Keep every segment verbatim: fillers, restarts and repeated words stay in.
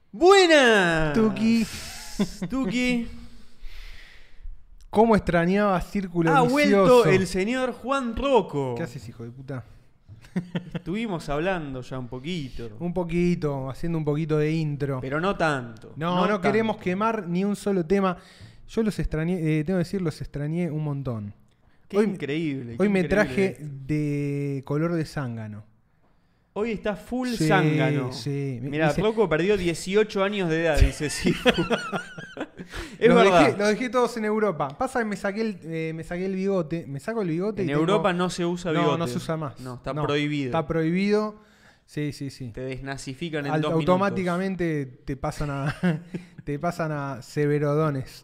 ¡Buena! Tuki. Tuki. ¿Cómo extrañaba Círculo Ha Vicioso? vuelto el señor Juan Rocco. ¿Qué haces, hijo de puta? Estuvimos hablando ya un poquito. Un poquito, haciendo un poquito de intro. Pero no tanto. no, no, tanto. queremos quemar ni un solo tema. Yo los extrañé, eh, tengo que decir, los extrañé un montón. Qué hoy, increíble. Hoy qué me increíble traje esto. de color de zángano. Hoy está full Sí, zángano. sí. Me- Mirá, dice- Rocco perdió dieciocho años de edad, dice Sifu. Es los verdad. Dejé, los dejé todos en Europa. Pasa que me saqué el, eh, me saqué el bigote. Me saco el bigote En y tengo- Europa no se usa bigote. No, no se usa más. No, está No, prohibido. Está prohibido. Sí, sí, sí. Te desnazifican en Al- dos automáticamente te pasan a te pasan a severodones.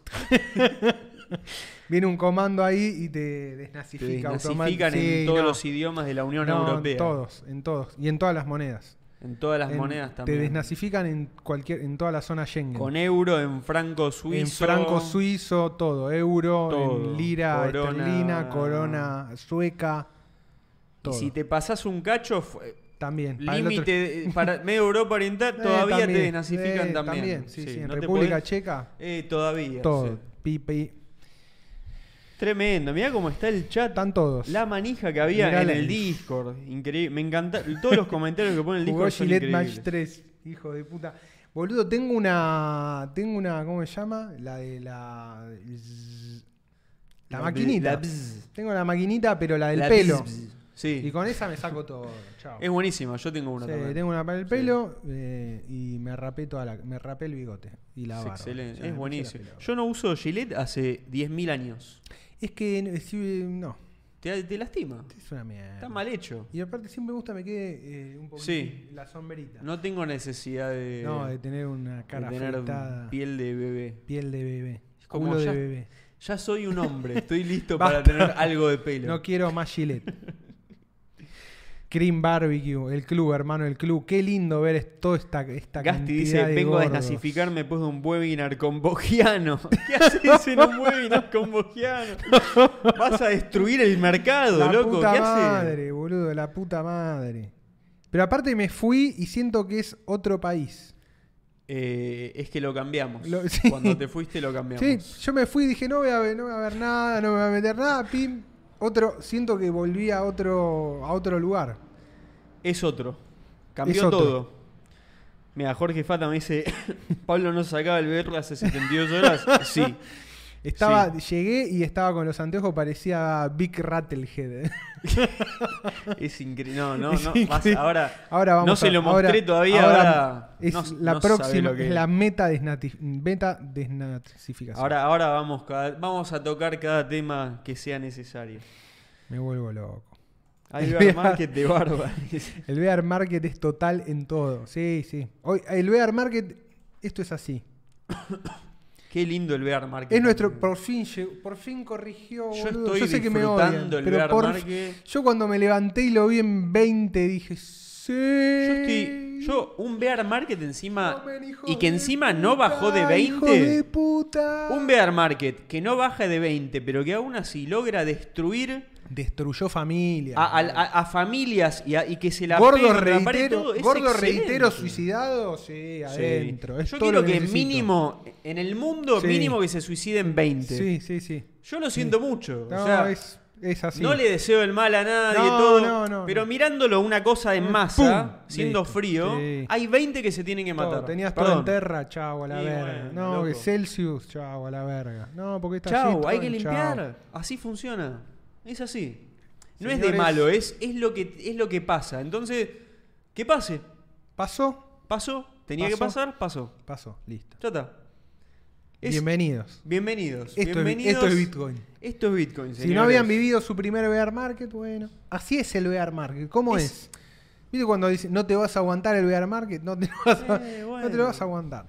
Viene un comando ahí y te minutos. Te desnazifica desnazifican automáticamente. en todos los idiomas de la Unión no, Europea. en todos, en todos y en todas las monedas. En todas las En- monedas también. Te desnazifican en cualquier en toda la zona Schengen. Con euro, en franco en suizo. franco suizo, todo, euro, Todo. en lira Corona. esterlina, corona sueca, Y todo. si te pasás un cacho, fue- También. Para el otro- límite para medio Europa Oriental, Eh, todavía también, te desnazifican eh, también. sí, sí, en no te República podés- Checa, Eh, todavía. todo. sí. Pi, pi. Tremendo. Mirá cómo está el chat. Están todos. La manija que había Mirá en la- el Discord. Increíble. Me encanta. Todos los comentarios que pone el Jugó Discord son Gillette increíbles. Match tres, hijo de puta. Boludo, tengo una. Tengo una. ¿Cómo se llama? La de la. La, La maquinita. bzz, la bzz. Tengo la maquinita, pero la del La pelo. bzz, bzz. Sí. Y con esa me saco todo. Chao. Es buenísima. Yo tengo una Sí, también. tengo una para el Sí. pelo eh, y me rapé toda la, me rapé el bigote y la Es barba. excelente. O sea, es me buenísimo. puse la pelo. Yo no uso Gillette hace diez mil años. Es que eh, sí, no, Te, te lastima. es una mierda. Está mal hecho. Y aparte siempre me gusta me quede eh, un poquito Sí. la sombrita. No tengo necesidad de, No, de tener una de cara tener afeitada, piel. piel de bebé. de bebé, Como culo ya- de bebé. Ya soy un hombre. Estoy listo Basta. para tener algo de pelo. No quiero más Gillette. Cream Barbecue, el club, hermano, el club. Qué lindo ver es- toda esta, esta Gasti cantidad dice, de vengo a gordos. desnazificarme después de un webinar con Bogiano. ¿Qué haces en un webinar con Bogiano? Vas a destruir el mercado, La loco. puta ¿Qué haces? madre, boludo, la puta madre. Pero aparte me fui y siento que es otro país. Eh, es que lo cambiamos. Lo- sí. Cuando te fuiste lo cambiamos. Sí, yo me fui y dije, no voy a ver, no voy a ver nada, no me voy a meter nada, pim. Otro, siento que volví a otro, a otro lugar. Es otro. Cambió Es otro. todo. Mira, Jorge Fata me dice, Pablo no sacaba el V R hace setenta y dos horas. Sí. Estaba, llegué y estaba con los anteojos, parecía Big Rattlehead. Es increíble. No, no, Es no. increíble. Vas- ahora Ahora vamos no se a- lo mostré ahora- todavía. ahora Ahora, es no- la no sabe próxima, lo que es la meta, desnati- meta desnazificación. Ahora, ahora vamos, cada- vamos a tocar cada tema que sea necesario. Me vuelvo loco. Hay El bear bear- market de barba. El bear market es total en todo. Sí, sí. Hoy, el bear market, esto es así. Qué lindo el bear market. Es nuestro, por fin llegó- por fin corrigió, Yo boludo. estoy Yo sé que me disfrutando odian, el pero bear por- market. yo cuando me levanté y lo vi en veinte dije, sí. Yo estoy. Yo, un bear market encima. Tomen, hijo Y que de encima no puta, bajó de hijo de veinte. puta. Un bear market que no baja de veinte, pero que aún así logra destruir Destruyó familia. a, a- a- a familias y, a- y que se la Gordo peguen contra la pared, reitero, todo, es gordo excelente. reitero suicidado, sí, Sí. adentro. Es Yo todo quiero lo que, necesito. mínimo, en el mundo, Sí. mínimo que se suiciden veinte. Sí, sí, sí. Yo lo siento mucho. No, o sea, es, es así. no le deseo el mal a nadie, No, todo. no, no, pero no. mirándolo una cosa en Mm, masa, pum, siendo listo. frío, Sí. hay veinte que se tienen que Todo, matar. tenías todo Perdón. en terra, chau, a la Y verga. bueno, no, loco. que Celsius, chau, a la verga. No, porque está Chau, hay que shitcoin, limpiar. chau. Así funciona. Es así. No es de Señores. malo, es, es, lo que, es lo que pasa. Entonces, que pase. ¿Pasó? Pasó. Tenía que Pasó. pasar, pasó. Pasó, listo. Ya está. Es- Bienvenidos. Bienvenidos. Esto es, bienvenidos. esto es Bitcoin. Esto es Bitcoin, Si señores. no habían vivido su primer bear market, bueno. Así es el bear market. ¿Cómo es? Es- ¿Viste cuando dicen no te vas a aguantar el bear market? No te lo vas a, Eh, no bueno. te lo vas a aguantar.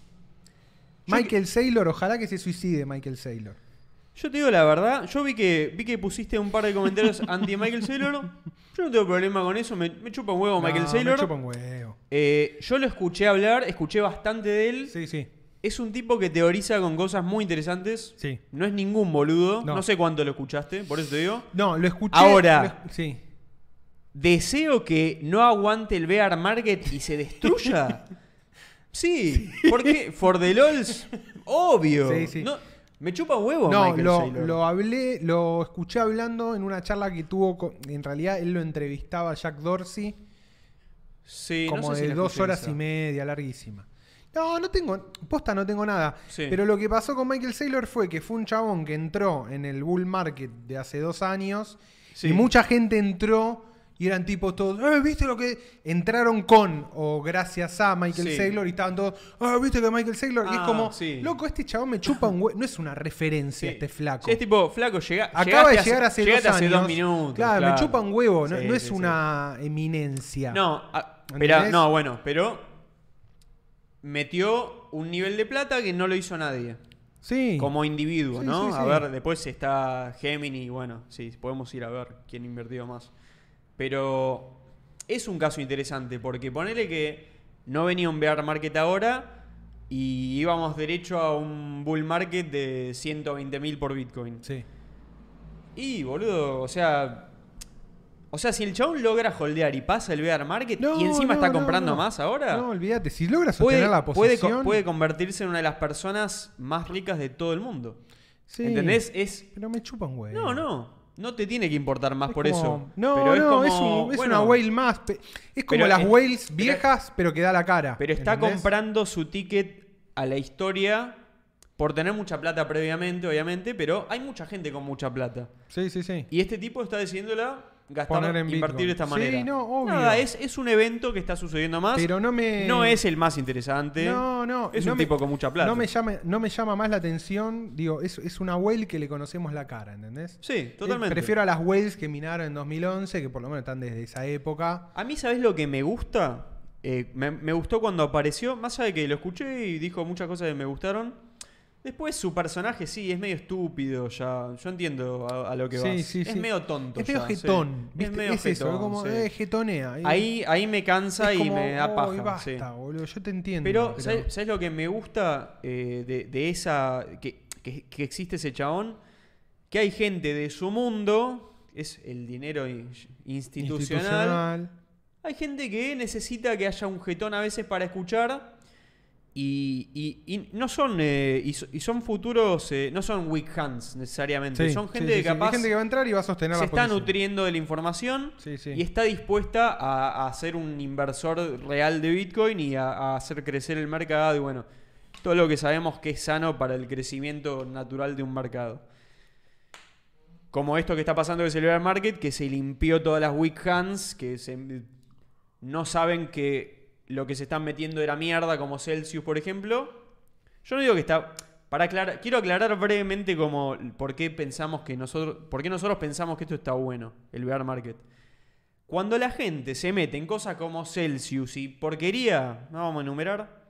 Yo Michael Saylor, ojalá que se suicide Michael Saylor. Yo te digo la verdad, yo vi que vi que pusiste un par de comentarios anti Michael Saylor. Yo no tengo problema con eso, me, me chupa un huevo Michael No, Saylor. Me chupa un huevo. Eh, yo lo escuché hablar, escuché bastante de él. Sí, sí. Es un tipo que teoriza con cosas muy interesantes. Sí. No es ningún boludo. No, No. sé cuánto lo escuchaste, por eso te digo. No, lo escuché. Ahora. lo es- sí. Deseo que no aguante el bear market y se destruya. Sí, ¿por qué? For the lols, obvio. Sí, sí. No, me chupa un huevo No, Michael lo, Saylor. lo hablé, lo escuché hablando en una charla que tuvo, con, en realidad él lo entrevistaba a Jack Dorsey, Sí, como no sé de si la dos escuché horas esa. y media, larguísima. No, no tengo, posta no tengo nada. Sí. Pero lo que pasó con Michael Saylor fue que fue un chabón que entró en el bull market de hace dos años Sí. y mucha gente entró y eran tipos todos, eh, ¿viste lo que...? Entraron con o gracias a Michael Sí. Saylor y estaban todos, ah, ¿viste que Michael Saylor? y es Ah, como, sí. loco, este chabón me chupa un huevo. No es una referencia Sí. este flaco. Sí, es tipo, flaco, llega, Acaba de llegaste llegar hace, llegaste dos hace años. dos minutos. Claro, me chupa un huevo. No, Sí, no es sí, sí. una eminencia. No, ah, ¿Entendés? espera, no, bueno, pero metió un nivel de plata que no lo hizo nadie. Sí. Como individuo, Sí, ¿no? sí, A sí. ver, después está Gemini, bueno, sí, podemos ir a ver quién invirtió más. Pero es un caso interesante porque ponele que no venía un bear market ahora y íbamos derecho a un bull market de ciento veinte mil por Bitcoin. Sí. Y, boludo, o sea... O sea, si el chabón logra holdear y pasa el bear market No, y encima no, está no, comprando no. más ahora... No, olvídate. Si logra sostener Puede, la puede, posición... co- puede convertirse en una de las personas más ricas de todo el mundo. sí, ¿Entendés? Es. Pero me chupa un huevo. No, no. No te tiene que importar más Es por como- eso. No, pero es no, como, es, un- es bueno, una whale más. pe- Es como pero las es- whales pero- viejas, pero que da la cara. Pero está ¿entendés? comprando su ticket a la historia por tener mucha plata previamente, obviamente, pero hay mucha gente con mucha plata. Sí, sí, sí. Y este tipo está decidiéndola gastar, Poner en invertir Bitcoin. de esta Sí, manera. no, obvio. Nada, es, es un evento que está sucediendo más. Pero no me... No es el más interesante. No, no. Es no un me- tipo con mucha plata. No me, llama, no me llama más la atención. Digo, es, es una whale que le conocemos la cara, ¿entendés? Sí, totalmente. Eh, prefiero a las whales que minaron en dos mil once, que por lo menos están desde esa época. A mí, ¿sabés lo que me gusta? Eh, me, me gustó cuando apareció, más allá de que lo escuché y dijo muchas cosas que me gustaron. Después su personaje sí, es medio estúpido ya. Yo entiendo a, a lo que Sí, vas. sí, es sí. medio tonto Es medio ya, sí. jetón. Es ¿viste? medio Es eso, jetón, es como sí. eh, jetonea. Y- Ahí, ahí me cansa es y como, me da "Oh, paja. y basta, sí. boludo, yo te entiendo. Pero, ¿sabes, sabés lo que me gusta eh, de, de esa... Que, que- que existe ese chabón? Que hay gente de su mundo, es el dinero in- institucional. institucional. Hay gente que necesita que haya un jetón a veces para escuchar y, y- y no son eh, y, so- y son futuros, eh, no son weak hands necesariamente, Sí, son sí, gente sí, que sí. capaz Hay gente que va a entrar y va a sostener se la está posición. nutriendo de la información Sí, sí. y está dispuesta a, a ser un inversor real de Bitcoin y a, a hacer crecer el mercado y bueno, todo lo que sabemos que es sano para el crecimiento natural de un mercado. Como esto que está pasando que es el bear market, que se limpió todas las weak hands, que se, no saben que lo que se están metiendo era mierda, como Celsius, por ejemplo. Yo no digo que está... Para aclarar, quiero aclarar brevemente como por qué pensamos que nosotros, por qué nosotros pensamos que esto está bueno, el bear market. Cuando la gente se mete en cosas como Celsius y porquería, no vamos a enumerar,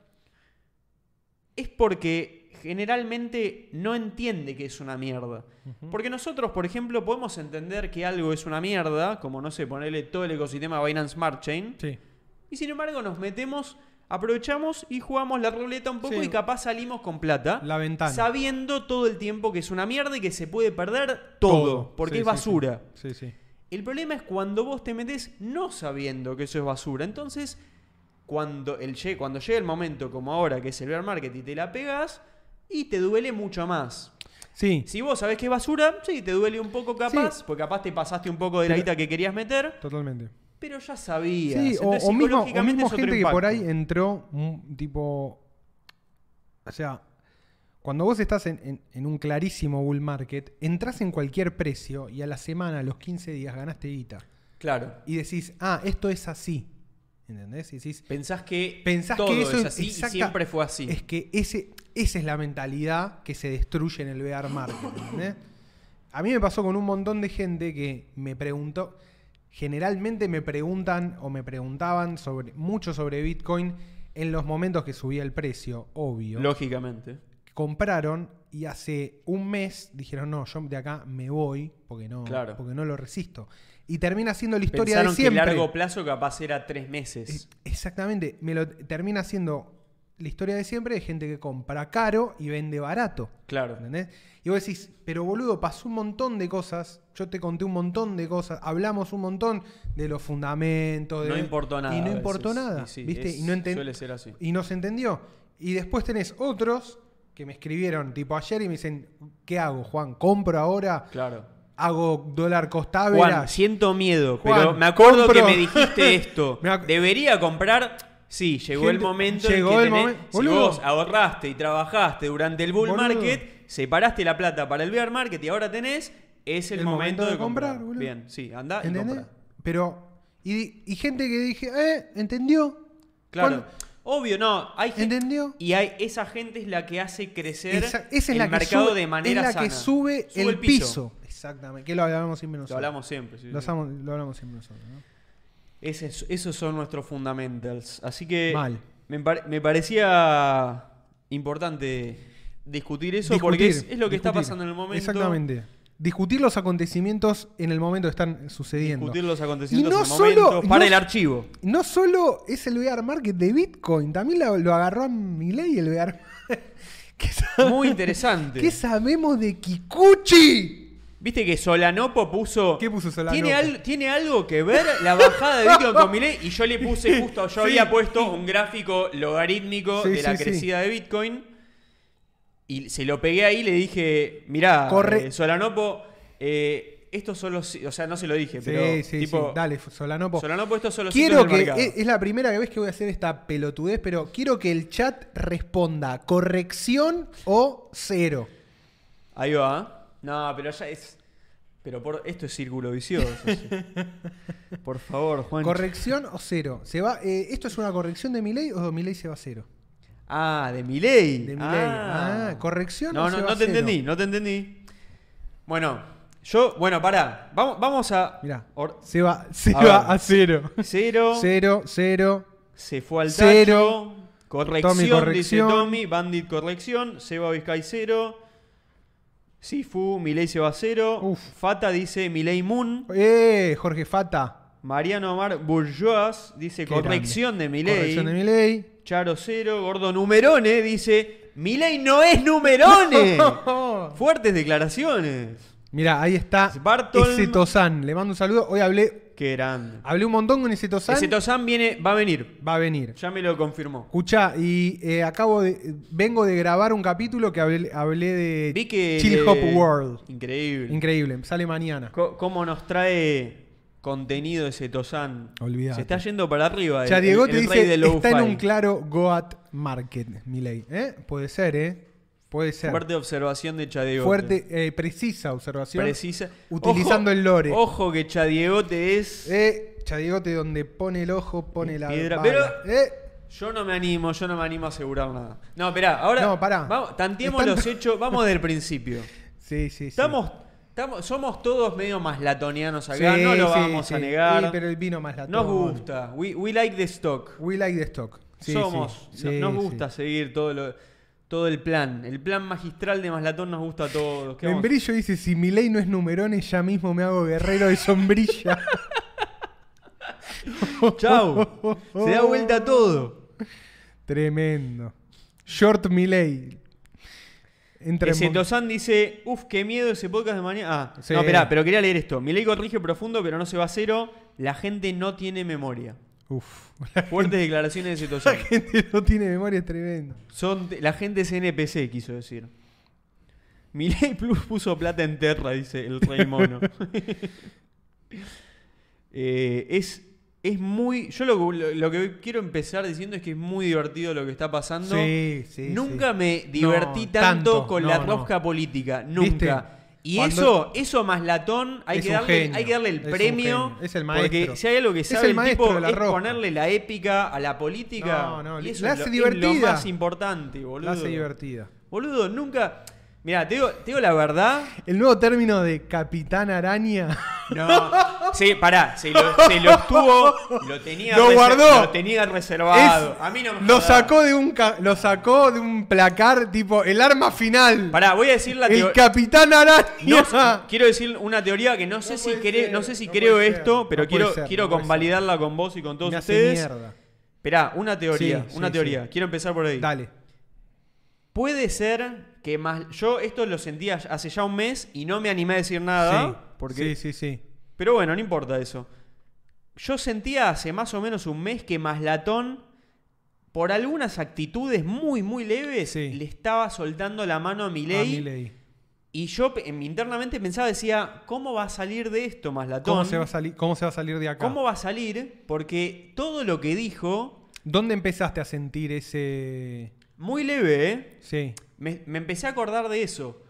es porque generalmente no entiende que es una mierda. Porque nosotros, por ejemplo, podemos entender que algo es una mierda, como, no sé, ponerle todo el ecosistema Binance Smart Chain, Sí. y sin embargo nos metemos, aprovechamos y jugamos la ruleta un poco Sí. y capaz salimos con plata, La ventana. sabiendo todo el tiempo que es una mierda y que se puede perder todo, porque Sí, es sí, basura. Sí, sí. sí. El problema es cuando vos te metes no sabiendo que eso es basura. Entonces, cuando, el, lle- cuando llega el momento como ahora, que es el bear market, y te la pegas, y te duele mucho más. Sí, Si vos sabés que es basura, sí, te duele un poco capaz, Sí. porque capaz te pasaste un poco de la Pero- guita que querías meter, totalmente. pero ya sabías. Sí, o, Entonces, o mismo, o psicológicamente mismo es otro gente que por impacto. ahí entró mm, tipo... O sea, cuando vos estás en, en- en un clarísimo bull market, entras en cualquier precio y a la semana, a los quince días, ganaste guita. Claro. Y decís, ah, esto es así. ¿Entendés? Y decís, Pensás que Pensás todo que eso es es así exacta- y siempre fue así. es que ese, esa es la mentalidad que se destruye en el bear market. ¿Entendés? A mí me pasó con un montón de gente que me preguntó, generalmente me preguntan o me preguntaban sobre, mucho sobre Bitcoin en los momentos que subía el precio, obvio. Lógicamente. Compraron y hace un mes dijeron, no, yo de acá me voy porque no, Claro. porque no lo resisto. Y termina siendo la historia Pensaron de que siempre. largo plazo capaz era tres meses. Eh, Exactamente, me lo termina siendo la historia de siempre de gente que compra caro y vende barato. Claro. ¿Entendés? Y vos decís, pero boludo, pasó un montón de cosas. Yo te conté un montón de cosas. Hablamos un montón de los fundamentos. De, No importó nada Y no a importó veces. nada. Y sí, ¿Viste? es- y, no enten- suele ser así. y no se entendió. Y después tenés otros que me escribieron tipo ayer y me dicen, ¿qué hago, Juan? ¿Compro ahora? Claro. ¿Hago dólar costa Juan, average? siento miedo, Juan, pero me acuerdo compro. que me dijiste esto. Me ac- Debería comprar. Sí, llegó Gente, el momento llegó en que el tenés- momen- si Boludo. vos ahorraste y trabajaste durante el bull Boludo. market, separaste la plata para el bear market y ahora tenés, es el, El momento, de comprar. boludo. Bien, sí, anda y ¿Entendés? compra. Pero, y, y gente que dije, eh, ¿entendió? Claro. ¿Cuál- Obvio, no. Hay gente, ¿Entendió? y hay, esa gente es la que hace crecer Esa, esa es el la que mercado sube, de manera es la sana. que sube, Sube el, el piso. piso. Exactamente, que lo hablamos siempre Lo nosotros. hablamos siempre. sí, Lo, sí. hablamos, lo hablamos siempre nosotros, ¿no? Ese es- esos son nuestros fundamentals. Así que Mal. Me, pare- me parecía importante discutir eso porque es, es lo que está discutir. pasando en el momento. Exactamente. Discutir los acontecimientos en el momento que están sucediendo. Discutir los acontecimientos Y no en el solo- momento. Para no- el archivo. No solo es el bear market de Bitcoin, también lo, lo agarró a Milei el bear ¿Qué, sa- Muy interesante. ¿Qué sabemos de Kikuchi? Viste que Solanopo puso. ¿Qué puso Solanopo? ¿Tiene, al- ¿Tiene algo que ver la bajada de Bitcoin con Milei? Y yo le puse justo, yo Sí. había puesto un gráfico logarítmico Sí, de la sí, sí. crecida de Bitcoin. Y se lo pegué ahí y le dije, mirá, Corre- eh, Solanopo, eh, estos son los. O sea, no se lo dije, Sí, pero. sí, tipo, sí. Dale, Solanopo. Solanopo, estos son los Quiero ciclos del que. mercado. Es, es la primera vez que voy a hacer esta pelotudez, pero quiero que el chat responda corrección o cero. Ahí va. No, pero ya es. Pero por esto es círculo vicioso. sí. Por favor, Juan. ¿Corrección o cero? ¿Se va, eh, ¿Esto es una corrección de Milei o Milei se va a cero? Ah, de Milei. De Milei. Ah, Ah, ¿corrección No, o no, se va no a te cero? entendí, no te entendí. Bueno, yo, bueno, pará. Vamos, vamos a. Mirá, or- se va, se A va ver. a cero. Cero. Cero, cero. Se fue al Cero. tacho. Corrección, Tommy, corrección. dice Tommy. Bandit, corrección. Seba Vizcay, cero. Sifu, Milei se va a cero. Uf. Fata dice Milei Moon. Eh, Jorge Fata. Mariano Omar Bourgeois dice Qué corrección de Milei. Corrección de Milei. Charo cero. Gordo Numerone dice Milei no es Numerone. Fuertes declaraciones. Mirá, ahí está Bartol- Ezetozan. Le mando un saludo. Hoy hablé, Qué grande. hablé un montón con Ezetozan. Ese Tozan viene, va a venir. Va a venir. Ya me lo confirmó. Escuchá, y eh, acabo de. Vengo de grabar un capítulo que hablé, hablé de Vi que. Chill le- Hop World. Increíble. Increíble, sale mañana. Co- ¿Cómo nos trae contenido ese Tozan? Olvídate. Se está yendo para arriba. el- Ya Diego el- te el rey dice, del está en lo-fi. un claro Goat Market, Milei. ¿Eh? Puede ser, ¿eh? Puede ser. Fuerte observación de Chadiegote. Fuerte, eh, precisa observación. Precisa. Utilizando Ojo- el lore. Ojo que Chadiegote es. Eh, Chadiegote donde pone el ojo, pone la Piedra. bala. Pero- Eh, Yo no me animo, yo no me animo a asegurar nada. No, esperá, ahora. No, pará. Vamos, tanteemos Están- los hechos, vamos del principio. sí, sí, sí. Estamos, estamos, somos todos medio maslatonianos acá, Sí, no lo sí, vamos sí. a negar. Sí, pero el vino más latón. Nos gusta. We, we like the stock. We like the stock. Sí, Somos. sí. no- Sí, nos sí. gusta seguir todo lo, todo el plan. El plan magistral de Maslatón nos gusta a todos. ¿Qué vamos- Membrillo dice, si Milei no es numerones, ya mismo me hago guerrero de sombrilla. Chau. Se da vuelta todo. Tremendo. Short Milei. Entra en Ese mon- Tozan dice, uff, qué miedo ese podcast de mañana. Ah, Sí. no, esperá, pero quería leer esto. Milei corrige profundo, pero no se va a cero. La gente no tiene memoria. Uf. Fuertes declaraciones de ese La Tozan. gente no tiene memoria, es tremendo. Son, la gente es N P C, quiso decir. Milei Plus puso plata en Terra, dice el rey mono. Eh, es, es muy... Yo lo, lo- lo que quiero empezar diciendo es que es muy divertido lo que está pasando. Sí, sí. Nunca sí. me divertí No, tanto, tanto, con no, la no. rosca política. ¿Viste? Nunca. Y Cuando- eso, eso más latón, hay Es que, un darle, genio, hay que darle el es un premio. genio, es el Porque maestro. si hay algo que Es sabe el el, maestro tipo de la es rosca. ponerle la épica a la política. No, no, y eso la es lo, hace es lo divertida. más importante, boludo. La hace divertida. Boludo, nunca... Mirá, te digo, te digo la verdad. El nuevo término de Capitán Araña. No. Sí, pará, se lo, se lo estuvo, lo tenía, Lo reser- guardó. lo tenía reservado. Es- a mí no me lo jodas. sacó de un ca- lo sacó de un placar tipo el arma final. Pará, voy a decir la el teoría. Capitán Araña. No, quiero decir una teoría que no sé No si, puede cre- ser, no sé si no creo puede esto, ser, pero no puede quiero, ser, quiero no puede convalidarla con vos y con todos Me hace ustedes. mierda. Esperá, una teoría, Sí, una sí, teoría. sí. Quiero empezar por ahí. Dale. Puede ser que más... Yo esto lo sentía hace ya un mes y no me animé a decir nada. Sí, Porque... sí, sí, sí. Pero bueno, no importa eso. Yo sentía hace más o menos un mes que Maslatón, por algunas actitudes muy, muy leves, Sí. le estaba soltando la mano a A Milei. Milei. Y yo pe- internamente pensaba, decía, ¿cómo va a salir de esto Maslatón? ¿Cómo se va a salir, cómo se va a salir de acá? ¿Cómo va a salir? Porque todo lo que dijo, ¿Dónde empezaste a sentir ese...? muy leve, ¿eh? Sí. Me, me empecé a acordar de eso.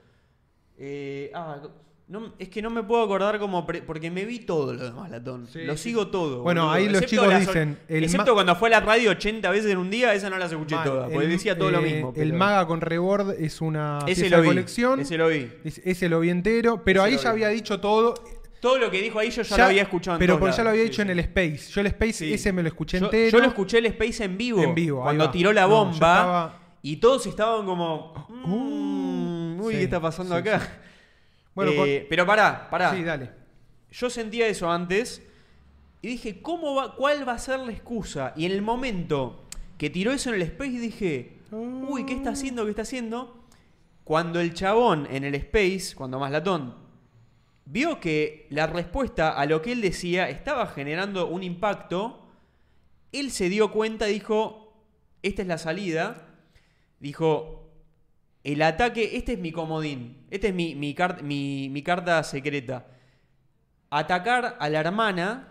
Eh, ah, no, es que no me puedo acordar como... pre- porque me vi todo lo de Maslatón. Sí, lo sí. sigo todo. Bueno, boludo. ahí los Excepto chicos las- dicen, el excepto ma- cuando fue a la radio ochenta veces en un día, esa no las escuché Mal. todas. Porque El- decía todo lo eh, mismo. El pero- Maga con Rebord es una Ese pieza lo de vi. colección. Ese lo vi. Ese ese lo vi entero. Pero Ese ahí lo ya vi. había dicho todo. Todo lo que dijo ahí yo ya, Ya- lo había escuchado en Pero todos porque ya lo lados. había Sí, dicho sí. en el Space. Yo el Space Sí. ese me lo escuché Yo, entero. yo lo escuché el Space en vivo. En vivo, ahí Cuando va. tiró la No, yo bomba. estaba- Y todos estaban como... Uh, "Mm, uy, sí, ¿qué está pasando sí, acá? sí. Bueno, Eh, pero pará, pará. Sí, dale. Yo sentía eso antes y dije, ¿cómo va, ¿cuál va a ser la excusa? Y en el momento que tiró eso en el Space dije, uy, ¿qué está haciendo? ¿Qué está haciendo? Cuando el chabón en el Space, cuando Maslatón, vio que la respuesta a lo que él decía estaba generando un impacto, él se dio cuenta y dijo, esta es la salida. Dijo, el ataque, este es mi comodín, esta es mi, mi, car- mi, mi carta secreta. Atacar a la hermana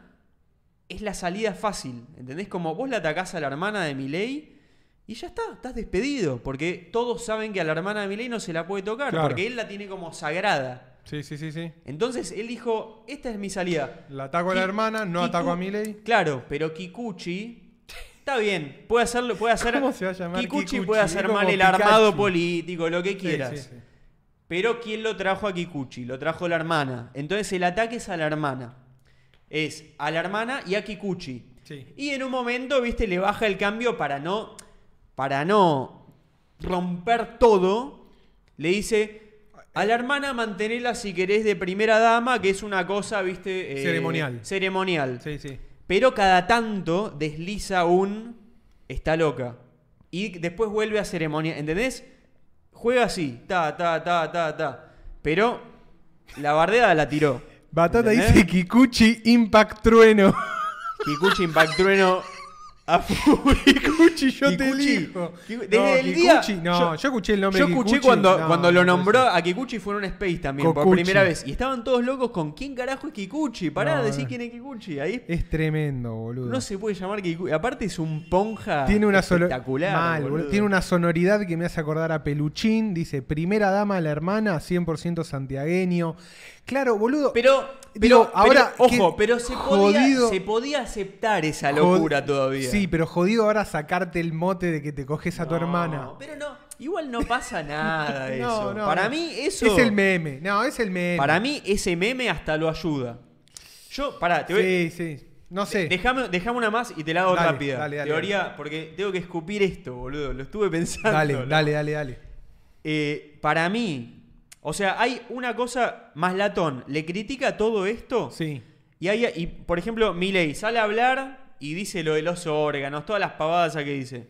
es la salida fácil, ¿entendés? Como vos la atacás a la hermana de Milei y ya está, estás despedido, porque todos saben que a la hermana de Milei no se la puede tocar, Claro. porque él la tiene como sagrada. Sí, sí, sí, sí. Entonces él dijo, esta es mi salida. La ataco a la Ki- hermana, no Kiku- ataco a Milei. Claro, pero Kikuchi está bien, puede hacerlo, puede hacer. ¿Cómo se va a llamar Kikuchi, Kikuchi? puede Es hacer como mal el Pikachu. armado político, lo que Sí, quieras. sí, sí. Pero ¿quién lo trajo a Kikuchi? Lo trajo la hermana. Entonces el ataque es a la hermana. Es a la hermana y a Kikuchi. Sí. Y en un momento, viste, le baja el cambio para no. Para no romper todo. Le dice. A la hermana mantenela si querés de primera dama, que es una cosa, viste. eh, Ceremonial. Ceremonial. Sí, sí. Pero cada tanto desliza un. Está loca. Y después vuelve a ceremonia. ¿Entendés? Juega así. Ta, ta, ta, ta, ta. Pero la bardeada la tiró. Batata ¿Entendés? dice Kikuchi Impact Trueno. Kikuchi Impact Trueno a full. Kikuchi, yo te Kikuchi. elijo. Kiku- Desde No, el día. Kikuchi, no, yo escuché el nombre Yo de escuché Kikuchi, cuando, no, cuando lo no puede nombró ser. a Kikuchi fue en un Space también, por Kokuchi. primera vez. Y estaban todos locos con ¿quién carajo es Kikuchi? Pará No, de decir no. quién es Kikuchi. Ahí Es tremendo, boludo. no se puede llamar Kikuchi. Aparte es un ponja Tiene una, solo- espectacular. Mal, boludo. boludo. Tiene una sonoridad que me hace acordar a Peluchín. Dice, primera dama, la hermana, cien por ciento santiagueño. Claro, boludo. Pero, pero, Digo, ahora pero, que- ojo, pero se podía, jodido- se podía aceptar esa Jod- locura todavía. Sí, pero jodido ahora sacarte el mote de que te coges a tu No, hermana. Pero no, igual no pasa nada de No, eso. no, Para no. mí eso... Es el meme. No, es el meme. Para mí ese meme hasta lo ayuda. Yo, pará, te voy... Sí, sí. No sé. Déjame, déjame una más y te la hago Dale, rápida. dale, dale, Teoría, porque tengo que escupir esto, boludo. Lo estuve pensando. Dale, ¿no? dale, dale, dale. Eh, para mí, o sea, hay una cosa, Maslatón le critica todo esto. Sí. Y, hay, y por ejemplo, Milei sale a hablar y dice lo de los órganos, todas las pavadas que dice.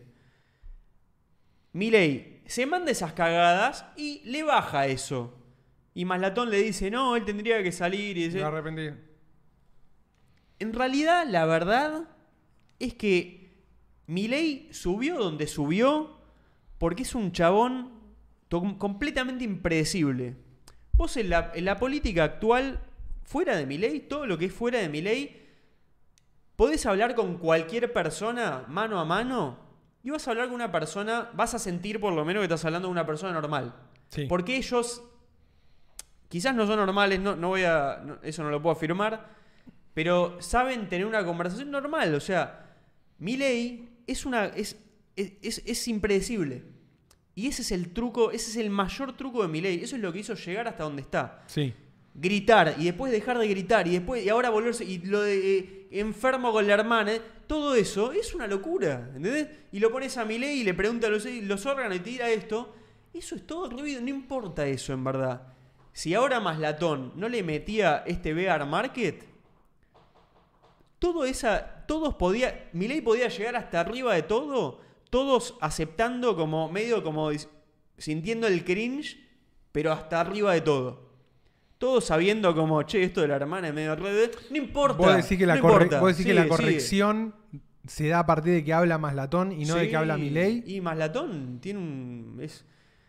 Milei se manda esas cagadas y le baja eso. Y Maslatón le dice, no, él tendría que salir y Me dice... voy a arrepentir. En realidad, la verdad es que Milei subió donde subió porque es un chabón to- completamente impredecible. Vos en la, en la política actual, fuera de Milei, todo lo que es fuera de Milei, podés hablar con cualquier persona mano a mano y vas a hablar con una persona, vas a sentir por lo menos que estás hablando de una persona normal. Sí. Porque ellos quizás no son normales, no, no voy a, no- eso no lo puedo afirmar, pero saben tener una conversación normal. O sea, Milei es una es, es, es, es impredecible. Y ese es el truco, ese es el mayor truco de Milei. Eso es lo que hizo llegar hasta donde está. Sí. Gritar y después dejar de gritar y después y ahora volverse y lo de eh, enfermo con la hermana, eh, todo eso es una locura, ¿entendés? Y lo pones a Milei y le pregunta los, los órganos y tira esto. Eso es todo ruido, no importa eso en verdad. Si ahora Maslatón no le metía este Bear Market, todo esa, todos podía, Milei podía llegar hasta arriba de todo, todos aceptando como, medio como sintiendo el cringe, pero hasta arriba de todo. Todos sabiendo como, che, esto de la hermana es medio red, no importa. Vos decís que la, no corre- importa. vos decís Sí, que la sí. corrección se da a partir de que habla Maslatón y no Sí, de que habla Milei. Y Maslatón tiene un... Es,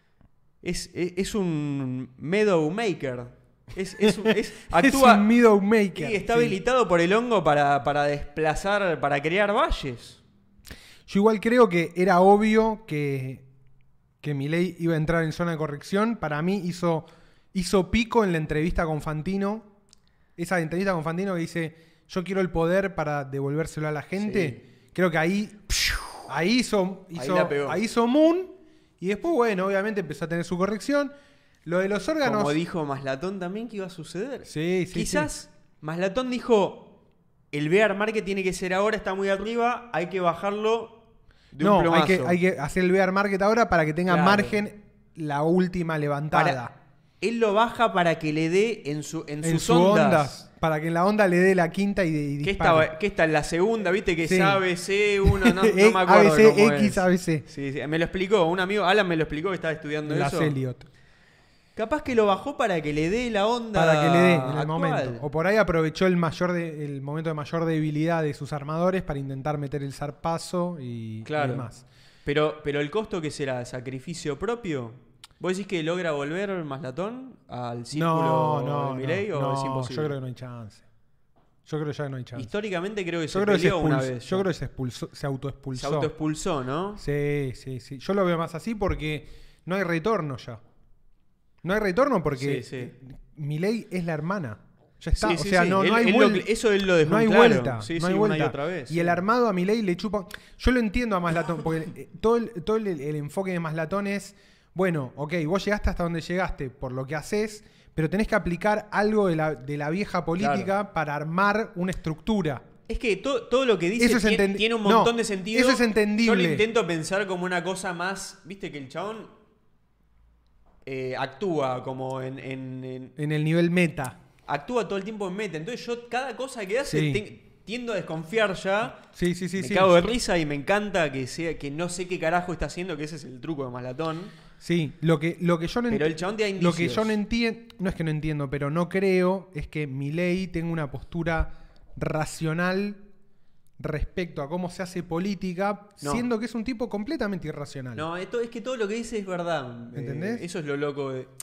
es, es, es un meadow maker. Es, es, un- es, actúa, es un Meadow Maker. y está sí. habilitado por el hongo para, para desplazar, para crear valles. Yo igual creo que era obvio que, que Milei iba a entrar en zona de corrección. Para mí hizo, hizo pico en la entrevista con Fantino. Esa entrevista con Fantino que dice, yo quiero el poder para devolvérselo a la gente. Sí. Creo que ahí, ahí hizo, Ahí hizo, la pegó. ahí hizo Moon. Y después, bueno, obviamente empezó a tener su corrección. Lo de los órganos... Como dijo Maslatón también que iba a suceder. Sí, sí, Quizás sí. Maslatón dijo, el bear market tiene que ser ahora, está muy arriba, hay que bajarlo de un No, hay plumazo. que, hay que hacer el bear market ahora para que tenga Claro. margen la última levantada. Para- él lo baja para que le dé en, su, en, en sus su ondas. ondas. Para que en la onda le dé la quinta y, y ¿Qué dispare. está, ¿Qué está en la segunda? ¿Viste que Sí. es A B C uno? No, no me acuerdo A B C, cómo X, es. A B C. Sí, sí, me lo explicó. Un amigo, Alan me lo explicó que estaba estudiando Las eso. Elliot. Capaz que lo bajó para que le dé la onda Para que le dé en el actual. momento. O por ahí aprovechó el mayor de- el momento de mayor debilidad de sus armadores para intentar meter el zarpazo y, Claro. y demás. Pero, pero el costo que será, ¿sacrificio propio? ¿Vos decís que logra volver Maslatón al círculo No, no, de Milei no, o no, es imposible? yo creo que no hay chance. Yo creo que ya no hay chance. Históricamente creo que Yo se creo que se, peleó una expulsó- vez. yo ya. creo que se, expulsó, se Se autoexpulsó. autoexpulsó, ¿no? Sí, sí, sí. Yo lo veo más así porque no hay retorno ya. No hay retorno porque Sí, sí. Milei es la hermana. Ya está. Sí, o sí, sea, sí. no, Él- no hay él lo- vuelta. eso él lo dejó No hay claro. vuelta. Sí, no sí, hay una vuelta. y otra vez. Y sí. el armado a Milei le chupa. Yo lo entiendo a Maslatón, porque eh, todo, el, todo el, el enfoque de Maslatón es, bueno, ok, vos llegaste hasta donde llegaste por lo que haces, pero tenés que aplicar algo de la, de la vieja política Claro. para armar una estructura. Es que to- todo lo que dice Eso es tien- entendi- tiene un no, montón de sentido. eso es entendible. Yo lo intento pensar como una cosa más. Viste que el chabón eh, actúa como en, en- en- En el nivel meta. actúa todo el tiempo en meta. Entonces yo cada cosa que hace Sí. te- tiendo a desconfiar ya. Sí, sí, sí. me sí. cago de risa y me encanta que sea que no sé qué carajo está haciendo, que ese es el truco de Maslatón. Sí, lo que, lo que yo no Pero enti- el chabón te da Lo que indicios. yo no entiendo, no es que no entiendo, pero no creo, es que Milei tenga una postura racional respecto a cómo se hace política, No. siendo que es un tipo completamente irracional. No, esto, es que todo lo que dice es verdad. ¿Entendés? Eh, eso es lo loco de.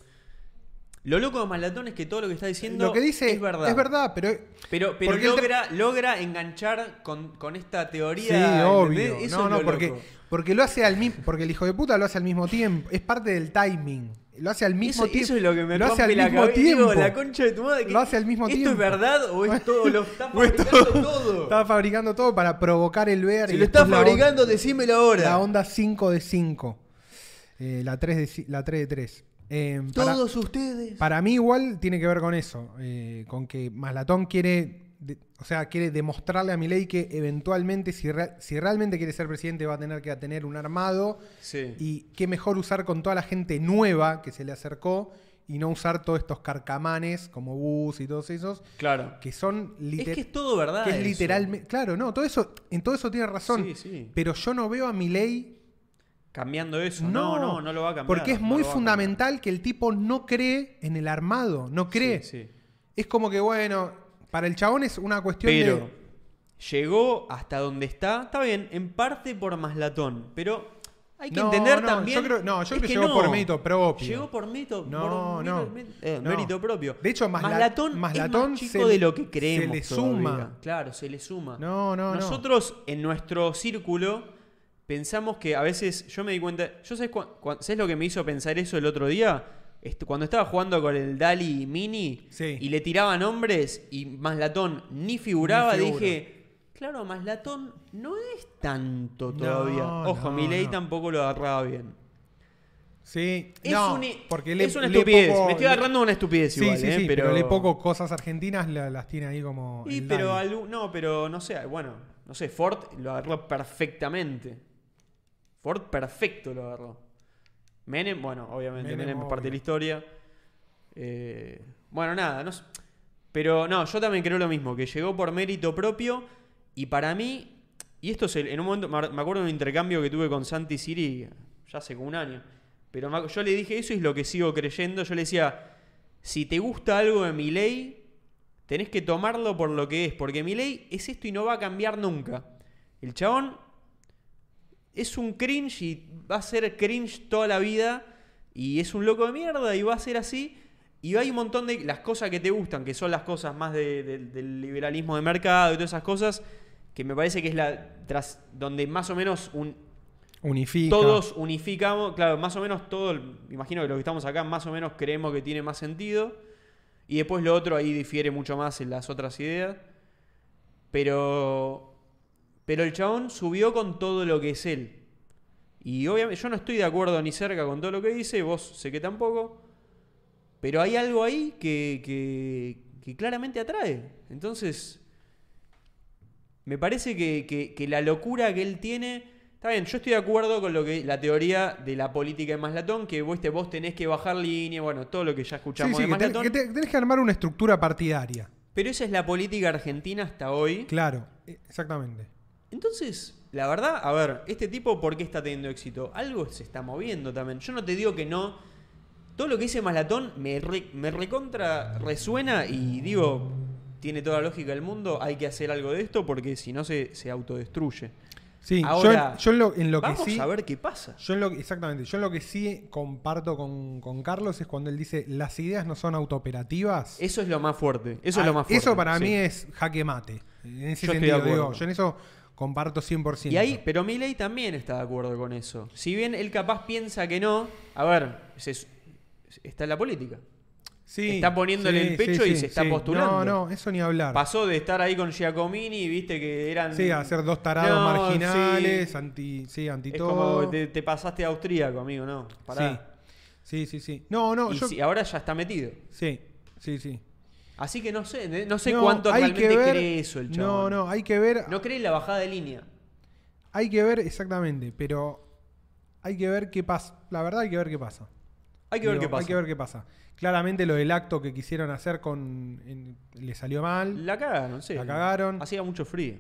Lo loco de Maslatón es que todo lo que está diciendo Lo que dice es verdad. es verdad, pero Pero, pero porque él te- logra, logra enganchar con, con esta sí, teoría. obvio. ¿entendés? Eso No, es no, lo porque, loco. porque lo hace al mismo, porque el hijo de puta lo hace al mismo tiempo. Es parte del timing. Lo hace al mismo Eso, tiempo. eso es lo que me lo hace rompe al la mismo cabeza. tiempo. Digo, la concha de tu madre. ¿qué- Lo hace al mismo ¿Esto tiempo. es verdad o es todo? Lo está O es fabricando todo- todo. Estaba fabricando todo para provocar el V R. Si y lo está después la on- fabricando, decímelo ahora. La onda cinco de cinco. Eh, la tres de, ci- la tres de tres. Eh, para, Todos ustedes. para mí igual tiene que ver con eso. eh, con que Maslatón quiere... de- o sea, quiere demostrarle a Milei que eventualmente, si, re- si realmente quiere ser presidente, va a tener que tener un armado. Sí. Y qué mejor usar con toda la gente nueva que se le acercó y no usar todos estos carcamanes como Bus y todos esos, Claro. que son Es liter- que es todo verdad. que es eso. literalmente... Claro, no, todo eso, en todo eso tiene razón. Sí, sí. Pero yo no veo a Milei... Cambiando eso. No, no, no, lo va a cambiar. Porque es no muy lo va a fundamental que el tipo no cree en el armado, no cree. cambiar. Sí, sí. Es como que, bueno, para el chabón es una cuestión Pero de... llegó hasta donde está. Está bien, en parte por Maslatón. Pero hay que No, entender no, también. yo creo- no, yo es creo que llegó por mérito propio. Llegó por mérito, No, por no, mérito- eh, no. mérito propio. De hecho, Masla- Maslatón, Maslatón es más se chico le- de lo que creemos. se le todavía. suma. Claro, se le suma. No, no, no. Nosotros en nuestro círculo pensamos que a veces, yo me di cuenta, yo sabes, cua- cua- ¿sabes lo que me hizo pensar eso el otro día? Est- Cuando estaba jugando con el Dali Mini Sí. y le tiraban nombres y Maslatón ni figuraba, Ni figura. dije, claro, Maslatón no es tanto todavía. No, Ojo, no, Milei no. tampoco lo agarraba bien. Sí, Es, no, un- porque le, es una le estupidez. poco- me estoy le- agarrando una estupidez Sí, igual, sí, eh, sí, pero... pero, le poco cosas argentinas la- las tiene ahí como... Y el pero Dani. algún- no, pero no sé, bueno, no sé, Ford lo agarró perfectamente. Ford perfecto lo agarró. Menem, bueno, obviamente, Menem, Menem, es parte de obvio. la historia. Eh, bueno, nada, no sé. Pero no, yo también creo lo mismo, que llegó por mérito propio Y para mí, y esto es el- en un momento, me me acuerdo de un intercambio que tuve con Santi Siri ya hace como un año. Pero me ac- yo le dije eso y es lo que sigo creyendo. Yo le decía, si te gusta algo de Milei, tenés que tomarlo por lo que es. Porque Milei es esto y no va a cambiar nunca. El chabón es un cringe y va a ser cringe toda la vida. Y es un loco de mierda y va a ser así. Y hay un montón de las cosas que te gustan, que son las cosas más de- de- del liberalismo de mercado y todas esas cosas, que me parece que es la tras, donde más o menos un, Unifica. todos unificamos, claro, más o menos todo, el- imagino que los que estamos acá más o menos creemos que tiene más sentido. Y después lo otro ahí difiere mucho más en las otras ideas. Pero, pero el chabón subió con todo lo que es él. Y obviamente yo no estoy de acuerdo ni cerca con todo lo que dice, vos sé que tampoco. Pero hay algo ahí que, que, que claramente atrae. Entonces, me parece que, que, que la locura que él tiene... Está bien, yo estoy de acuerdo con lo que la teoría de la política de Maslatón, que vos, te- vos tenés que bajar línea, bueno, todo lo que ya Sí, escuchamos sí, de que, ten- Maslatón. que te- tenés que armar una estructura partidaria. Pero esa es la política argentina hasta hoy. Claro, eh, exactamente. Entonces, la verdad, a ver, este tipo, ¿por qué está teniendo éxito? Algo se está moviendo también. Yo no te digo que no. Todo lo que dice Maslatón me, re- me recontra resuena y digo, tiene toda la lógica del mundo, hay que hacer algo de esto porque si no se, se autodestruye. Sí, Ahora, yo, yo en lo, en lo que vamos sí. a ver qué pasa. Yo en lo, exactamente. Yo en lo que sí comparto con, con Carlos es cuando él dice las ideas no son autooperativas. Eso es lo más fuerte. Eso Ah, es lo más fuerte. Eso para sí. mí es jaque mate. En ese Yo estoy de sentido, acuerdo. digo, yo en eso comparto cien por ciento. Y ahí, pero Milei también está de acuerdo con eso. Si bien él capaz piensa que no, a ver, se- está en la política. Sí, está poniéndole el pecho y se está postulando. No, no, eso ni hablar. Pasó de estar ahí con Giacomini, viste que eran... Sí, a ser dos tarados No, marginales, sí. anti, sí, anti Es todo. como te, te pasaste a austríaco, amigo, no. Pará. Sí, sí, sí, sí. No, no, y yo. si- ahora ya está metido. Sí, sí, sí. Así que no sé, no sé No, cuánto hay realmente que ver- cree eso el chabón. No, no, hay que ver. No cree en la bajada de línea. Hay que ver exactamente, pero hay que ver qué pasa. La verdad hay que ver qué pasa. Hay que ver Digo, qué pasa. Hay que ver qué pasa. Claramente lo del acto que quisieron hacer con en- le salió mal. La cagaron, sí. La cagaron. Hacía mucho frío.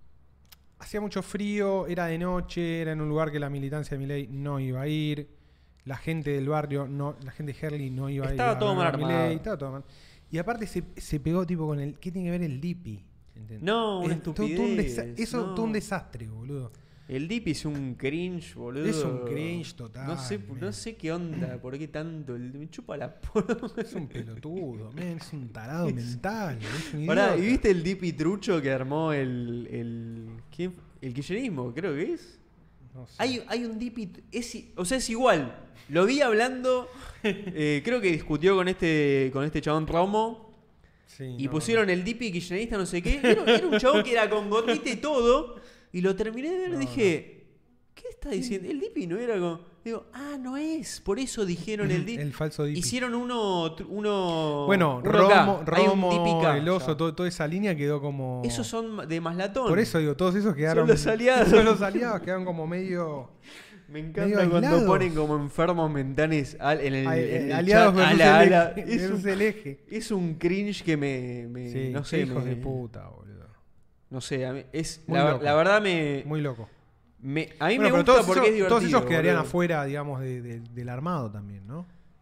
Hacía mucho frío, era de noche, era en un lugar que la militancia de Milei no iba a ir. La gente del barrio, no, la gente de Herley no iba Estaba a ir. todo a ver mal a Milei, armado. estaba todo mal. Y aparte se, se pegó tipo con el. ¿Qué tiene que ver el Dipi? ¿Entendés? No, una Es todo- todo un estupidez, desa- Eso no. todo un desastre, boludo. El Dip es un cringe, boludo. Es un cringe total, No sé, man. no sé qué onda, por qué tanto. el- Me chupa la porra. Es un pelotudo, man, es un tarado mental. Es un Pará, idiota. ¿y viste el Dipi trucho que armó el. el ¿quién? El kirchnerismo, creo que es? No sé. Hay, hay un Dipi. Es, i- o sea, es igual. Lo vi hablando. eh, creo que discutió con este, con este chabón Romo. Sí, Y no, pusieron el Dipi kirchnerista, no sé qué. Era, era un chabón que era con gorrita y todo. Y lo terminé de ver y No, dije, ¿qué está diciendo? El Dipi no era como. Digo, ah, no es. Por eso dijeron el Dipi. El falso Dipi. Hicieron uno. uno Bueno, uno K. Romo, Hay un Romo Dipi K, el oso, ya. todo- toda esa línea quedó como. Esos son de Maslatón. Por eso digo, todos esos quedaron. los aliados. Son los aliados, quedaron como medio. Me medio encanta cuando aislados. ponen como enfermos mentales al- en el, Ay, en el eh, aliados chat, versus ala, el ala. eje, Es, versus un, el eje. es un cringe que me. me- Sí, no qué sé. hijos me- de puta, boludo. No sé, a mí- es, Muy la, loco. la verdad me, Muy loco. me- A mí Bueno, me pero gusta todos porque esos, es divertido. todos esos quedarían boludo. afuera, digamos, de- de- del armado también, ¿no?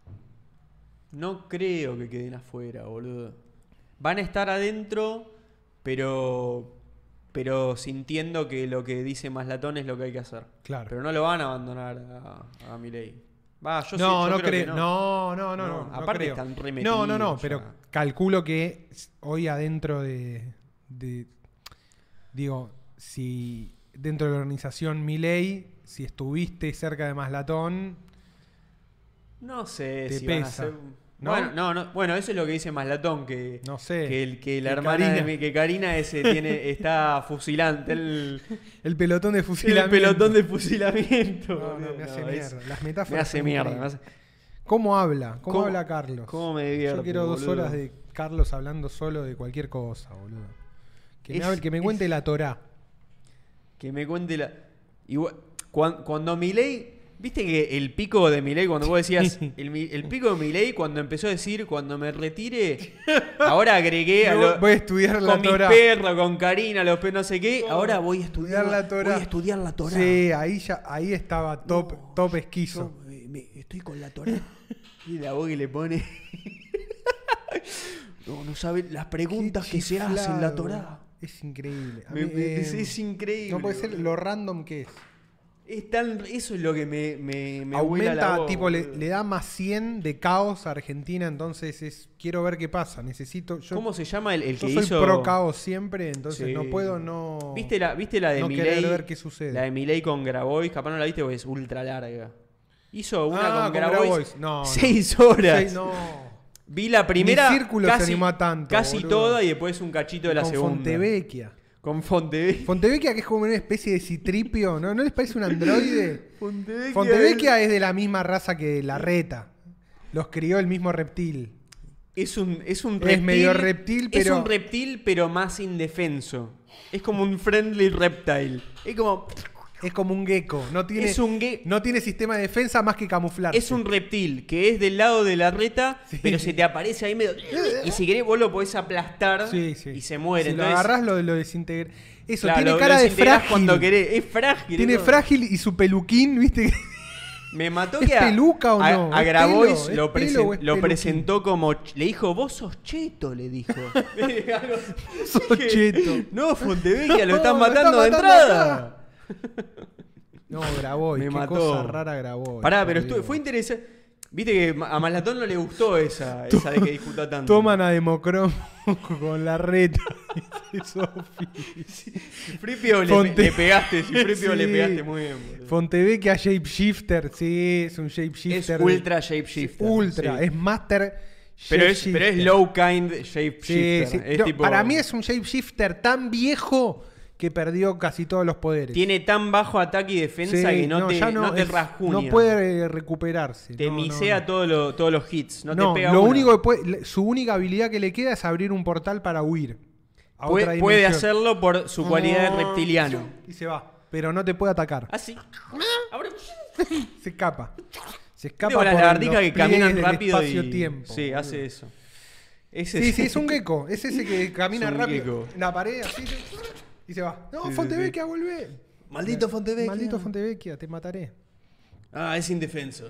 No creo que queden afuera, boludo. Van a estar adentro, pero. Pero sintiendo que lo que dice Maslatón es lo que hay que hacer. Claro. Pero no lo van a abandonar a, a Milei. Va, yo sí, no, yo no creo que creo. No, no, no, no. No, no aparte creo. están re No, no, no, metidos pero ya. calculo que hoy adentro de, de- digo, si dentro de la organización Milei, si estuviste cerca de Maslatón, No sé Te si van a pesa, ser- ¿no? Bueno, no, no, bueno, eso es lo que dice Maslatón, que, no sé. que, el, que la Que hermana Karina- de mi- que Karina ese tiene, está fusilante, el, El pelotón de el fusilamiento. pelotón de fusilamiento. No, no, boludo, me hace no, es- mierda. Las metáforas. me hace son mierda. increíbles. me hace- ¿Cómo habla? ¿Cómo, ¿Cómo- habla Carlos? ¿Cómo me divierte, Yo quiero dos boludo? horas de Carlos hablando solo de cualquier cosa, boludo. Que me, Es- hable- que me cuente es- la Torá. Que me cuente la. Igual, cuan- cuando Milei Viste que el pico de Milei, cuando vos decías, el, mi- el pico de Milei, cuando empezó a decir, cuando me retire, ahora agregué a Yo lo- voy a estudiar la con mis Torá. perros, con Karina, los pe- no sé qué, ahora voy a estudiar, la Torá. voy a estudiar la Torá. Sí, ahí ya, ahí estaba top, No, top esquizo. Yo me- me- estoy con la Torá. Y la voz que le pone. No, no sabe las preguntas Qué que se hacen en la chiflado. Torá. Es increíble. A Me- mí, me- eh, es, es increíble. No puede ser boludo. lo random que es. Es tan, eso es lo que me, me, me vuela la Aumenta, voz, tipo, le, boludo. le da más cien de caos a Argentina, entonces es quiero ver qué pasa. Necesito. Yo, ¿Cómo se llama el, el yo que soy hizo? pro caos siempre, entonces Sí. no puedo no. ¿Viste la, ¿Viste la de no Milei? querer ver qué sucede. La de Milei con Grabois, capaz no la viste porque es ultra larga. Hizo una Ah, con con Grabois, Grabois. No, no. seis horas. Sí, no. Vi la primera, Ni Círculo se casi, animó a tanto, casi boludo. toda y después un cachito de la Con segunda. Fontevecchia. Con Fontevecchia. Fontevecchia, que es como una especie de citripio, ¿no? ¿No les parece un androide? Fontevecchia, Fontevecchia es de la misma raza que la Reta. Los crió el mismo reptil. es un, es un Es reptil. medio reptil, Es pero- un reptil, pero más indefenso. Es como un friendly reptile. Es como. Es como un gecko. No tiene, Es un ge- no tiene sistema de defensa más que camuflarse. Es un reptil que es del lado de la reta, Sí. pero se te aparece ahí medio. Y si querés, vos lo podés aplastar Sí, sí. y se muere. Si Entonces, lo agarrás, lo, lo desintegra. Eso, claro, tiene lo- cara lo de desintegrás frágil. cuando querés. Es frágil. Tiene ¿no? frágil y su peluquín, ¿viste? Me mató ¿Es que a, peluca o a- no? a ¿Es Grabois pelo? ¿Es lo, pelo presen- o es lo peluquín? presentó como. ch- Le dijo, vos sos cheto, le dijo. Algo- Sos que- cheto. No, Fontevecchia, lo No, están lo matando de están entrada. No, Grabois. Me Qué mató. cosa rara Grabois. Pará, por pero Dios. estuvo- fue interesante. Viste que a Malatón no le gustó esa, esa de que discuta tanto. Toman a Democromo con la reta. Dice Sofi. Fripio le, Fonte- le pegaste, si Fripio Sí. le pegaste muy bien. boludo. Fontevecchia Shapeshifter. Sí, es un Es Shapeshifter. ultra shapeshifter. Ultra. sí. Es Master pero, es, pero es Shapeshifter. low kind Sí, shapeshifter. sí. Es No, tipo- Para mí es un Shapeshifter tan viejo que perdió casi todos los poderes. Tiene tan bajo ataque y defensa Sí, que no, te, ya no te es- rajunia. No puede eh, recuperarse. Te no, no, misea no. Todos, los, todos los hits. No, No, te pega lo una. único que puede, le- su única habilidad que le queda es abrir un portal para huir. A Puede, otra puede dimensión. hacerlo por su cualidad de reptiliano. Y se va. Pero no te puede atacar. Así. Ahora. Se escapa. Se escapa Digo, las por lagartijas los que caminan pliegues del rápido y. espacio-tiempo, Sí, boludo. hace eso. Ese Sí, sí, es un gecko. Es ese que camina Es un rápido gecko. en la pared así y se va. No, Sí, sí, Fontevecchia, volvé. Maldito Fontevecchia. Maldito Fontevecchia, te mataré. Ah, es indefenso.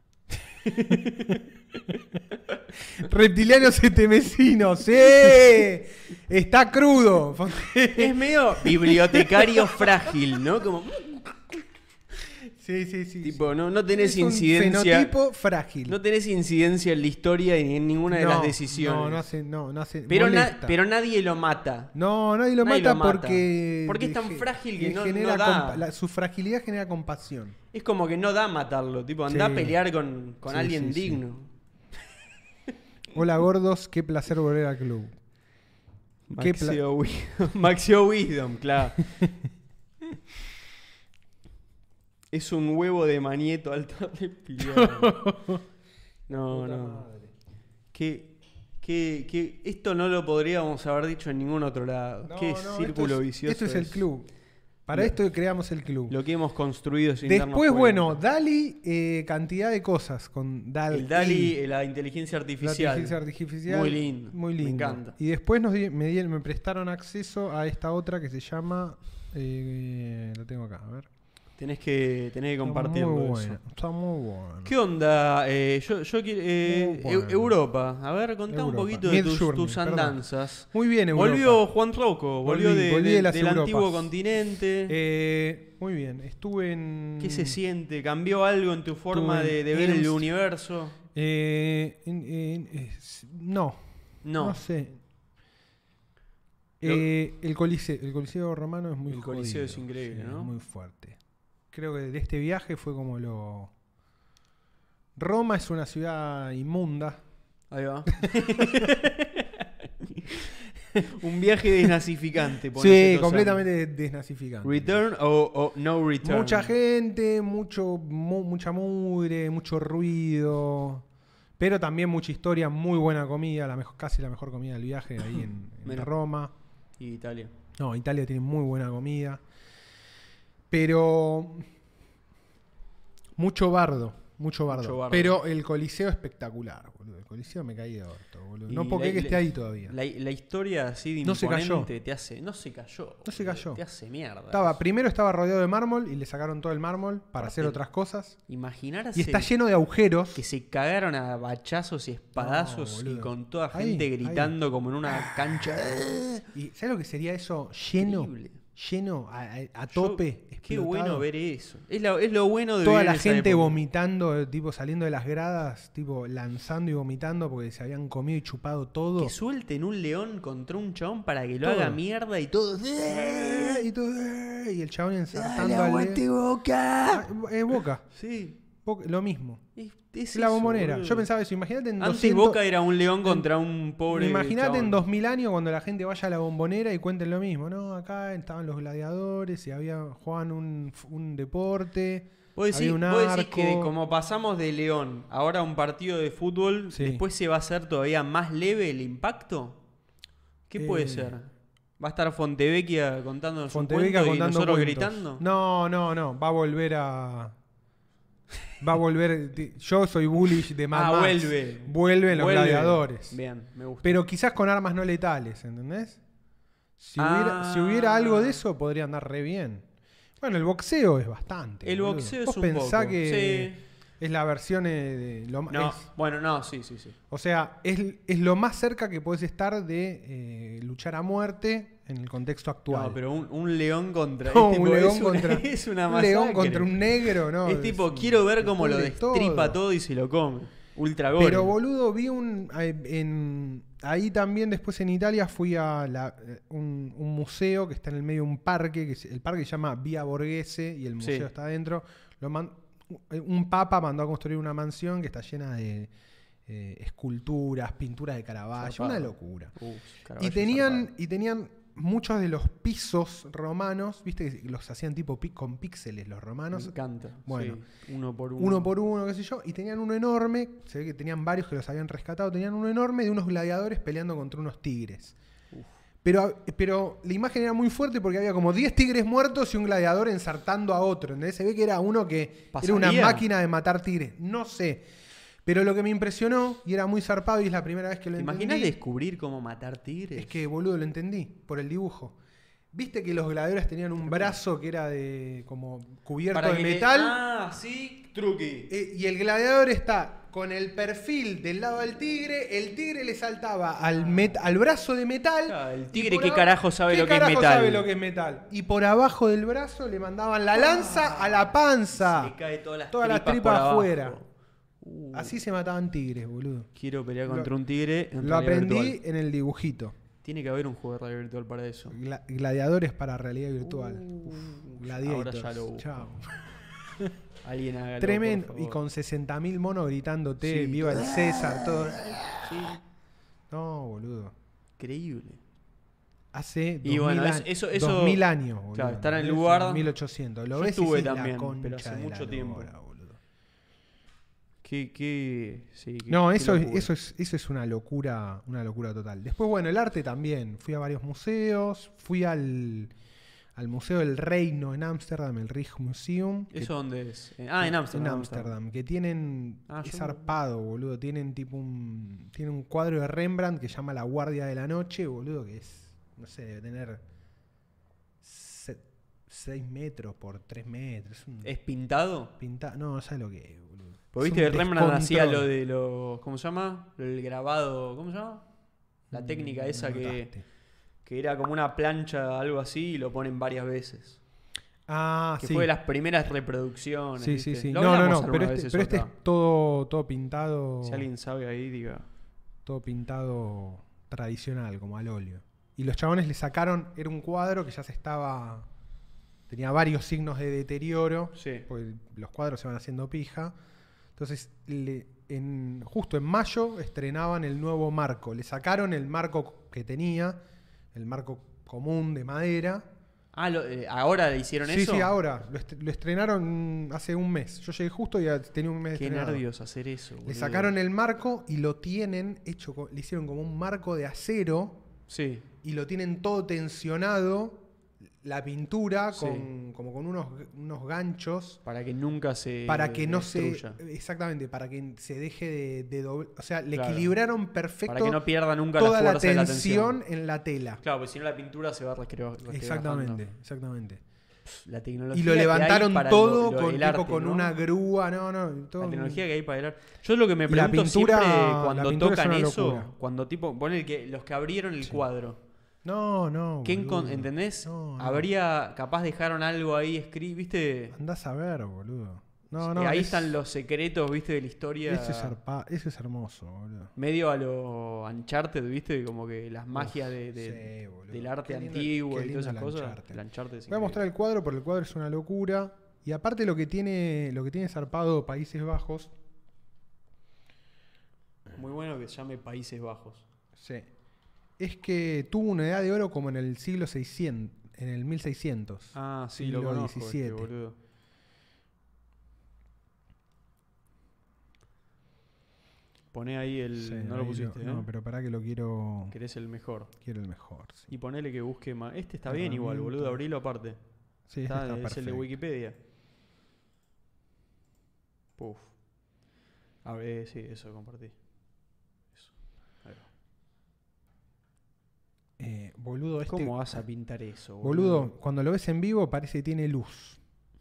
Reptiliano setemesino, sí. Está crudo. Es medio bibliotecario frágil, ¿no? Como. Sí, sí, sí. Tipo, no, no tenés Es un incidencia. fenotipo frágil. No tenés incidencia en la historia ni en ninguna de No, las decisiones. No, no hace, no, no hace. pero, na- molesta. pero nadie lo mata. No, nadie lo Nadie mata lo mata. porque. Porque es tan ge- frágil que no- genera no da. compa- la- su fragilidad genera compasión. Es como que no da matarlo. Tipo, anda Sí. a pelear con, con Sí, alguien sí, sí. digno. Hola gordos, qué placer volver al club. Qué pla- Maxio, Wi- Maxio Wisdom, claro. Es un huevo de manieto alto reptiliano. No, no. Que, que, que esto no lo podríamos haber dicho en ningún otro lado. No, Qué no, círculo esto es, vicioso. Esto es el club. Para Lo- esto creamos el club. Lo que hemos construido sin darnos Después, cuenta. bueno, Dali, eh, cantidad de cosas con Dali. El DALI, eh, la inteligencia La artificial. inteligencia artificial. Muy lindo. Muy Me lindo. encanta. Y después nos di- me, di- me prestaron acceso a esta otra que se llama. Eh, la tengo acá, a ver. Tenés que, tenés que compartirlo. Está muy eso. buena. Está muy bueno. ¿Qué onda? Eh, yo yo quiero. eh, Muy bueno. Eu- Europa. A ver, contá un Europa. poquito de tus, Mid-journey, tus perdón. andanzas. Muy bien, Europa. Volvió Juan Rocco, volvió Volví, de- volví de- de las del Europas. antiguo continente. Eh, muy bien. Estuve en. ¿Qué se siente? ¿Cambió algo en tu forma Estuve de, en de ver el Ernst. universo? Eh, en- en- es- no. No. No sé. Lo- Eh, el, coliseo, el Coliseo romano es muy El Coliseo jodido, es increíble, sí, ¿no? Muy fuerte. Creo que de este viaje fue como lo... Roma es una ciudad inmunda. Ahí va. Un viaje desnazificante. ponés Sí, estos completamente años. desnazificante. ¿Return o, o no return? Mucha gente, mucho, mu- mucha mugre, mucho ruido. Pero también mucha historia, muy buena comida, la mejor, casi la mejor comida del viaje ahí en, en Mira. Roma. Y Italia. No, Italia tiene muy buena comida. Pero Mucho bardo, mucho bardo. Mucho bardo. Pero el Coliseo espectacular, boludo. El Coliseo me caí de orto, boludo. No Y porque la- que esté la- ahí todavía. La, la historia así de No se cayó. imponente te hace. No se cayó. No se boludo, cayó. Te hace mierda. Estaba, primero estaba rodeado de mármol y le sacaron todo el mármol para Aparte, hacer otras cosas. Imaginar Y está lleno de agujeros. que se cagaron a bachazos y espadazos No, y boludo. con toda Ahí, gente ahí. gritando como en una cancha. ¿Y sabes lo que sería eso? Lleno. Increíble. Lleno, a, a- a Yo- tope. Qué explotado. bueno ver eso. Es lo, es lo bueno de Toda vivir la en esa gente época. vomitando, eh, tipo saliendo de las gradas, tipo lanzando y vomitando porque se habían comido y chupado todo. Que suelten un león contra un chabón para que lo Todo. haga mierda y todo. Eh, Y, todo, eh, y el chabón ¡Dale, ensartando al aguante, león. Boca! Ah, eh, Boca. Sí. Boca, lo mismo. Es, es La eso, bombonera. boludo. Yo pensaba eso. Imagínate en Antes doscientos Boca era un león contra un pobre. Imagínate en chabón. dos mil años cuando la gente vaya a la bombonera y cuenten lo mismo, ¿no? Acá estaban los gladiadores y había jugaban un, un deporte. Vos decís, había un vos decís arco. que de- como pasamos de León ahora a un partido de fútbol, Sí. después se va a hacer todavía más leve el impacto. ¿Qué puede Eh, ser? ¿Va a estar Fontevecchia contándonos Fontevecchia un cuento contando y nosotros cuentos. gritando? No, no, no. Va a volver a. Va a volver. Yo soy bullish de Mad Ah, Max. vuelve. Vuelven los Vuelve. gladiadores. Bien, me gusta. Pero quizás con armas no letales, ¿entendés? Si, Ah. hubiera, si hubiera algo de eso, podría andar re bien. Bueno, el boxeo es bastante. El boludo. boxeo es ¿Vos un pensá poco, que sí. es la versión eh, de lo ma- No, es- bueno, no, sí, sí, sí. o sea, es, es lo más cerca que podés estar de eh, luchar a muerte en el contexto actual. No, pero un, un león contra. No, es tipo, un león es una, contra es una un león masacre. contra un negro, ¿no? Es tipo, quiero ver cómo lo cubre destripa todo. y se lo come. Ultra gore. Pero boludo, vi un eh, en, ahí también después en Italia fui a la- eh, un, un museo que está en el medio de un parque, que es- el parque se llama Vía Borghese y el museo Sí. está adentro. Lo man- un papa mandó a construir una mansión que está llena de eh, esculturas, pinturas de Caravaggio, Zarpado. una locura. Uh, Y Caravaggio tenían, zarpado. y tenían muchos de los pisos romanos, viste que los hacían tipo pi- con píxeles los Me romanos, encanta. Bueno. Sí, uno por uno. uno por uno, qué sé yo, y tenían uno enorme, se ve que tenían varios que los habían rescatado, tenían uno enorme de unos gladiadores peleando contra unos tigres. Uf. Pero, pero la imagen era muy fuerte porque había como diez tigres muertos y un gladiador ensartando a otro. ¿Entendés? Se ve que era uno que era una ¿Pasaría? máquina de matar tigres. No sé. Pero lo que me impresionó, y era muy zarpado, y es la primera vez que lo ¿Te imaginas entendí, descubrir cómo matar tigres? es que, boludo, lo entendí por el dibujo. ¿Viste que los gladiadores tenían un brazo que era de como cubierto Para de que le- metal? Ah, sí, truqui. Eh, y el gladiador está con el perfil del lado del tigre, el tigre le saltaba al, met- al brazo de metal. Claro, el y tigre, por ¿qué ab- carajo sabe ¿qué lo que es carajo metal? sabe lo que es metal? Y por abajo del brazo le mandaban la lanza a la panza. Se le cae todas las Todas las tripas, tripas por abajo. afuera. Uh, Así se mataban tigres, boludo. Quiero pelear Lo- contra un tigre en Lo realidad aprendí virtual. en el dibujito. Tiene que haber un juego de realidad virtual para eso. Gla- gladiadores para realidad virtual. Uh, Uf, gladiators. ahora ya lo busco. Chao. Alguien haga Tremendo. Y con sesenta mil monos gritándote, Sí, viva el César, todo. Sí, No, boludo. increíble. Hace Y 2000 bueno, a- eso- eso- eso- dos mil años, boludo. claro, estar en el ¿Entendés? lugar- mil ochocientos. Lo Yo ves y estuve decís, la también, concha pero hace de la mucho tiempo. lora, boludo. Qué, qué, sí, qué- No, qué eso es, locura. eso es eso es una locura, una locura total. Después, bueno, el arte también. Fui a varios museos, fui al, al Museo del Reino en Ámsterdam, el Rijksmuseum. que- ¿Eso dónde es? Eh, Ah, en Ámsterdam. En Ámsterdam, que tienen. Ah, es yo- zarpado, boludo. Tienen tipo un. Tienen un cuadro de Rembrandt que se llama La Guardia de la Noche, boludo, que es. No sé, debe tener. seis metros por tres metros. Es un. ¿Es pintado? pinta- No, no sabes lo que es, boludo. Porque Es viste un que Rembrandt hacía descontrol. lo de los. ¿Cómo se llama? El grabado. ¿Cómo se llama? La Mm, técnica esa me que, mataste. que era como una plancha, algo así, y lo ponen varias veces. Ah, Que sí. fue de las primeras reproducciones. Sí, sí, ¿viste? sí. Lo No, no, hablamos no. alguna Pero vez este, eso pero este es acá. todo, todo pintado. Si alguien sabe ahí, diga. Todo pintado tradicional, como al óleo. Y los chabones le sacaron. Era un cuadro que ya se estaba. Tenía varios signos de deterioro. Sí. Porque los cuadros se van haciendo pija. Entonces, le- en, justo en mayo estrenaban el nuevo marco. Le sacaron el marco que tenía, el marco común de madera. Ah, lo- eh, ¿ahora le hicieron Sí, eso? sí, ahora. Lo, est- lo estrenaron hace un mes. Yo llegué justo y ya tenía un mes de Qué estrenado. nervios hacer eso. Le boludo. sacaron el marco y lo tienen hecho, co- le hicieron como un marco de acero Sí. y lo tienen todo tensionado. la pintura Sí. con, como con unos, unos ganchos Para que nunca se para que no destruya. se... Exactamente, para que se deje de, de doblar. O sea, le Claro. equilibraron perfecto Para que no pierda nunca toda la la fuerza de la tensión tensión. en la tela. Claro, porque si no la pintura se va resquebrajando. Exactamente, exactamente. La tecnología Y lo que hay levantaron para todo lo- lo- con, el tipo, arte, con ¿no? una grúa, no, no. Todo La un- tecnología que hay para el arte. Yo lo que me Y la pregunto pintura- siempre la cuando pintura es tocan una eso, locura. cuando tipo, ponen que los que abrieron el Sí. cuadro, No, no. ¿qué boludo. encon- ¿entendés? No, no. Habría, capaz dejaron algo ahí escrito, ¿viste? Andás a ver, boludo. No, Eh, no. ahí es- están los secretos, ¿viste? De la historia. Eso es, zarpa- eso es hermoso, boludo. Medio a lo Uncharted, ¿viste? Como que las magias de, de- Sí, boludo. del arte Qué lindo- antiguo qué y todas lindo esas el cosas. Uncharted. El Uncharted es Voy a mostrar increíble. el cuadro porque el cuadro es una locura. Y aparte lo que tiene, lo que tiene zarpado Países Bajos. Muy bueno que se llame Países Bajos. Sí. Es que tuvo una edad de oro como en el siglo seiscientos, en el mil seiscientos. Ah, sí, siglo lo conozco, este, diecisiete. boludo. Poné ahí el... Sí, no lo ahí pusiste, ¿eh? No, pero pará que lo quiero. Querés el mejor. Quiero el mejor. Sí, Y ponele que busque más. Este está bien igual, Herramienta. boludo. Abrilo aparte. sí, este Está, está es perfecto. el de Wikipedia. Puf. A ver, sí, eso compartí. Eso. Ahí va. Eh, boludo, este. ¿Cómo vas a pintar eso, Boludo, cuando lo ves en vivo parece que tiene luz.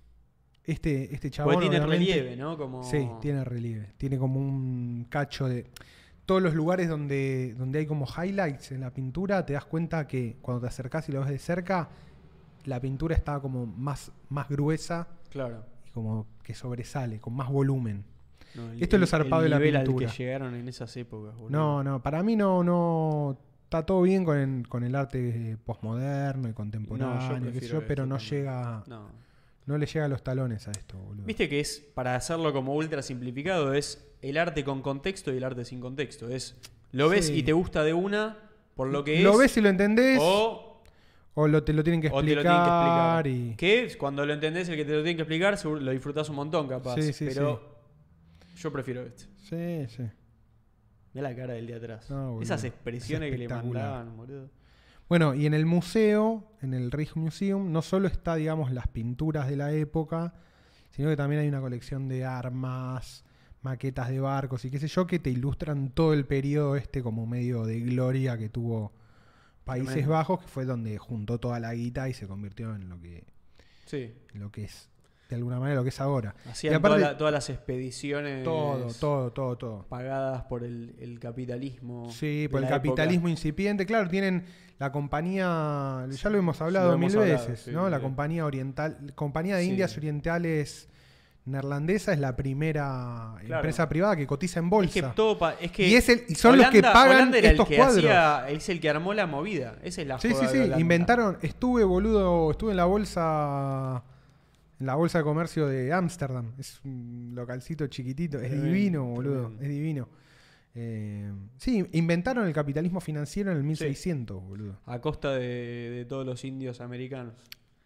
Este, este chabón. Porque tiene obviamente- relieve, ¿no? Como... Sí, tiene relieve. Tiene como un cacho de. Todos los lugares donde, donde hay como highlights en la pintura, te das cuenta que cuando te acercás y lo ves de cerca, la pintura está como más, más gruesa Claro. y como que sobresale, con más volumen. No, el- Esto es lo el- zarpado el de la nivel al pintura. que llegaron en esas épocas, boludo. No, no, para mí no, no. Está todo bien con el, con el arte postmoderno y contemporáneo, qué sé prefiero yo, pero esto no también. llega. No. No le llega a los talones a esto, boludo. Viste que es, para hacerlo como ultra simplificado, es el arte con contexto y el arte sin contexto. Es, lo ves Sí. y te gusta de una por lo que es. Lo ves y lo entendés, o, o, lo, te lo tienen que o explicar. te lo tienen que explicar. Y... Que es, cuando lo entendés, el que te lo tiene que explicar, seguro lo disfrutás un montón, capaz. Sí, sí, pero yo prefiero este. Sí, sí. Mirá la cara del de atrás. No, boludo. Esas expresiones Es que le espectacular. mandaban, boludo. Bueno, y en el museo, en el Rijksmuseum, no solo está, digamos, las pinturas de la época, sino que también hay una colección de armas, maquetas de barcos y qué sé yo, que te ilustran todo el periodo este como medio de gloria que tuvo Países Tremendo. Bajos, que fue donde juntó toda la guita y se convirtió en lo que, Sí. en lo que es, de alguna manera, lo que es ahora. Hacían Y aparte- toda la- todas las expediciones Todo, todo, todo, todo. pagadas por el, el capitalismo. Sí, de por el la capitalismo época. incipiente. Claro, tienen la compañía, ya lo hemos hablado lo hemos mil hablado, veces, sí, ¿no? La sí. compañía oriental, compañía de Sí. Indias Orientales neerlandesa es la primera Claro. empresa privada que cotiza en Es bolsa. que todo pa- es que Y es el- y son los que pagan Holanda era estos el que cuadros. hacía- es el que armó la movida. Esa es la Sí, joda sí, de sí. Holanda. Inventaron, estuve boludo, estuve en la bolsa, en la bolsa de comercio de Ámsterdam. Es un localcito chiquitito, es Tremendo, divino, boludo, tremendo. es divino. Eh, sí, inventaron el capitalismo financiero en el mil Sí. seiscientos, boludo. A costa de, de todos los indios americanos.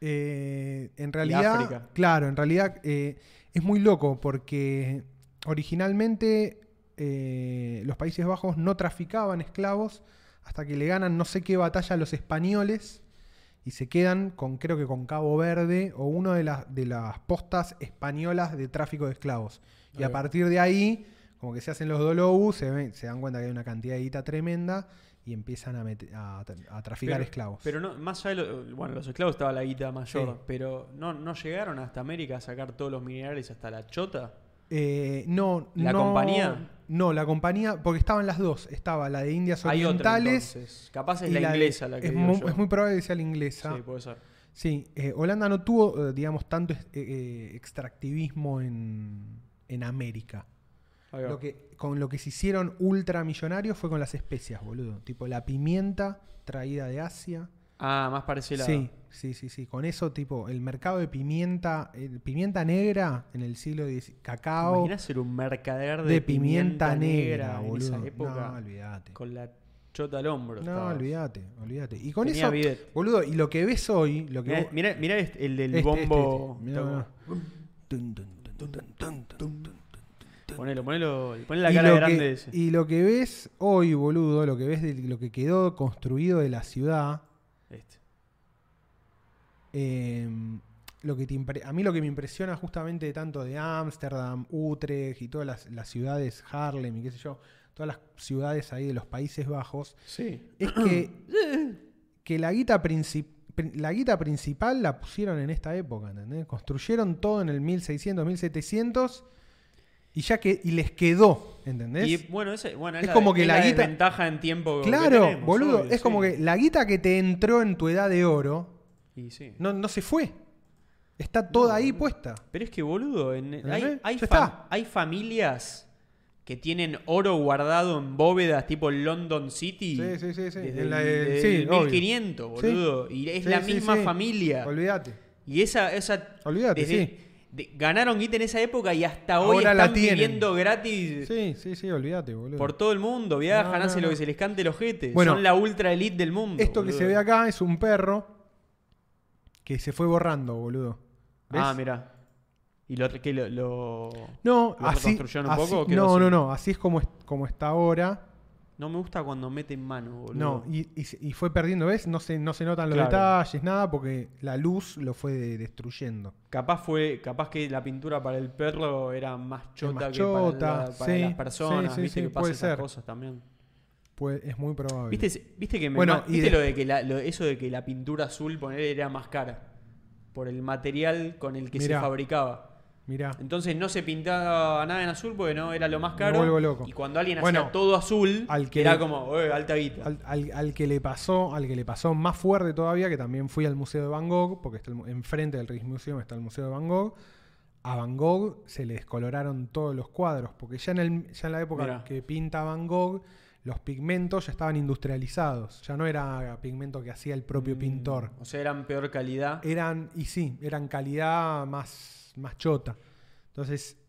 Eh, en realidad, África. claro, en realidad eh, es muy loco porque originalmente eh, los Países Bajos no traficaban esclavos hasta que le ganan no sé qué batalla a los españoles y se quedan con, creo que con Cabo Verde o una de las, de las postas españolas de tráfico de esclavos. Y Ahí a va. partir de ahí, como que se hacen los dolobus, se, ven- se dan cuenta que hay una cantidad de guita tremenda y empiezan a, mete- a tra- a traficar Pero- esclavos. Pero no, más allá de lo- bueno, los esclavos estaba la guita mayor, Sí. pero no, no llegaron hasta América a sacar todos los minerales hasta la chota. Eh, no, ¿La no- compañía? No, la compañía, porque estaban las dos. Estaba la de Indias Hay otra Orientales. entonces. Capaz es y la, de- inglesa la que es, digo mu- yo. es muy probable que sea la inglesa. Sí, puede ser. Sí, eh, Holanda no tuvo, eh, digamos, tanto eh, eh, extractivismo en, en América. Ahí va. Lo que, con lo que se hicieron ultramillonarios fue con las especias, boludo. Tipo la pimienta traída de Asia. Ah, más para ese lado. Sí, sí, sí, sí. Con eso, tipo, el mercado de pimienta, eh, pimienta negra en el siglo diez, cacao Imaginás ser un mercader de, de pimienta, negra, en boludo. esa época No, olvídate. con la chota al hombro. No, estabas. olvídate, olvídate. Y con Tenía eso, bidet. boludo, y lo que ves hoy, lo que Mirá, vos- mirá- mirá este- el del este, este, bombo. este. Mirá, mirá. Tun, tun, tun, tun, tun, tun, tun, tun. Ponelo, ponelo, ponle la Y cara lo grande que- ese. Y lo que ves hoy, boludo, lo que ves de lo que quedó construido de la ciudad Este. Eh, lo que te impre- a mí lo que me impresiona justamente tanto de Ámsterdam, Utrecht y todas las, las ciudades, Haarlem y qué sé yo, todas las ciudades ahí de los Países Bajos, Sí. es que, que la guita principal la guita principal la pusieron en esta época, ¿entendés? Construyeron todo en el mil seiscientos, mil setecientos y ya que y les quedó, ¿entendés? Y bueno, ese, bueno es, Es la, como que es la la guita- desventaja en tiempo que Claro, tenemos, boludo, obvio, es como sí. que la guita que te entró en tu edad de oro Y sí. no, no se fue. Está toda No, ahí boludo. puesta. Pero es que, boludo, en- hay, ¿Entendés? hay, Ya fam- está. hay familias que tienen oro guardado en bóvedas tipo London City. Sí, sí, sí, sí. Desde, En la el- de- desde sí, el obvio. mil quinientos, Sí. boludo. Y es Sí, la sí, misma sí. familia. Olvídate. Y esa, esa Olvídate, desde- sí. de- ganaron guita en esa época y hasta hoy Ahora la están tienen. viviendo gratis Sí, sí, sí, olvídate, boludo. por todo el mundo. Viajan, No, no, hacen lo no. que se les cante el ojete. Bueno, Son la ultra elite del mundo. Esto que boludo. se ve acá es un perro que se fue borrando, boludo. ¿Ves? Ah, mira. ¿Y lo, que lo, lo- No, lo así, reconstruyeron un así- poco o quedó no, así? no, no, así es como, es- como está ahora. No me gusta cuando meten mano, boludo. No, y, y se- y fue perdiendo, ¿ves? No se, no se notan los Claro. detalles, nada, porque la luz lo fue de- destruyendo. Capaz fue, capaz que la pintura para el perro era más chota más que chota, para, la- para sí, las personas, sí, sí, viste sí, que pasa puede esas ser. cosas también. Pues es muy probable. ¿Viste, viste que me Bueno, ma- y ¿viste de- lo de que la- lo- eso de que la pintura azul poner era más cara por el material con el que Mirá. se fabricaba? Mirá. Entonces no se pintaba nada en azul porque no era lo más Me caro. vuelvo loco. Y cuando alguien Bueno, hacía todo azul, al que era le- como, "Eh, alta guita". Al, al- al que le pasó, al que le pasó más fuerte todavía, que también fui al Museo de Van Gogh, porque está el mu- enfrente del Rijksmuseum está el Museo de Van Gogh. A Van Gogh se le descoloraron todos los cuadros, porque ya en, el, ya en la época Mirá. que pinta Van Gogh, los pigmentos ya estaban industrializados. Ya no era pigmento que hacía el propio Mm, pintor. O sea, eran peor calidad. Eran, y sí, eran calidad más, más chota. Entonces,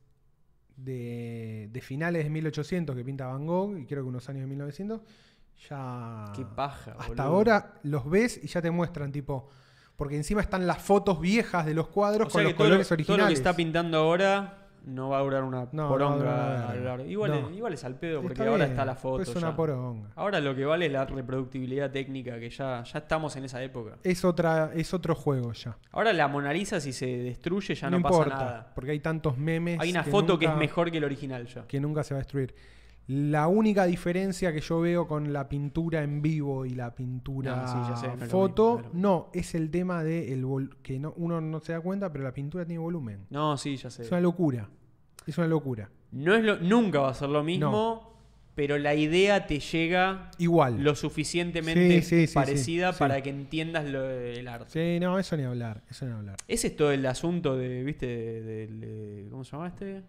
de, de finales de mil ochocientos que pinta Van Gogh, y creo que unos años de mil novecientos, ya... Qué paja, Hasta boludo. ahora los ves y ya te muestran, tipo... Porque encima están las fotos viejas de los cuadros O con sea los que todo lo, colores todo originales. lo que está pintando ahora no va a durar una No, no va a poronga. durar una a verga. lo largo. Igual, No. es, igual es al pedo porque Está ahora bien, está la foto. Es una ya. poronga. Ahora lo que vale es la reproductibilidad técnica, que ya, ya estamos en esa época. Es, otra, es otro juego ya. Ahora la Mona Lisa, si se destruye, ya no, pasa importa, nada. porque hay tantos memes. Hay una foto que es nunca- mejor que el original ya. que nunca se va a destruir. La única diferencia que yo veo con la pintura en vivo y la pintura No, sí, ya sé, no es lo foto, mismo, no es lo no, es el tema de el vol- que no, uno no se da cuenta, pero la pintura tiene volumen. No, sí, ya sé. Es una locura. Es una locura. No es lo, nunca va a ser lo mismo, pero la idea te llega Igual. lo suficientemente Sí, sí, sí, parecida sí, sí. para que entiendas lo del arte. Sí, no, eso ni hablar. Eso ni hablar. Ese es todo el asunto de, ¿viste? De, de- de- ¿cómo se llama este?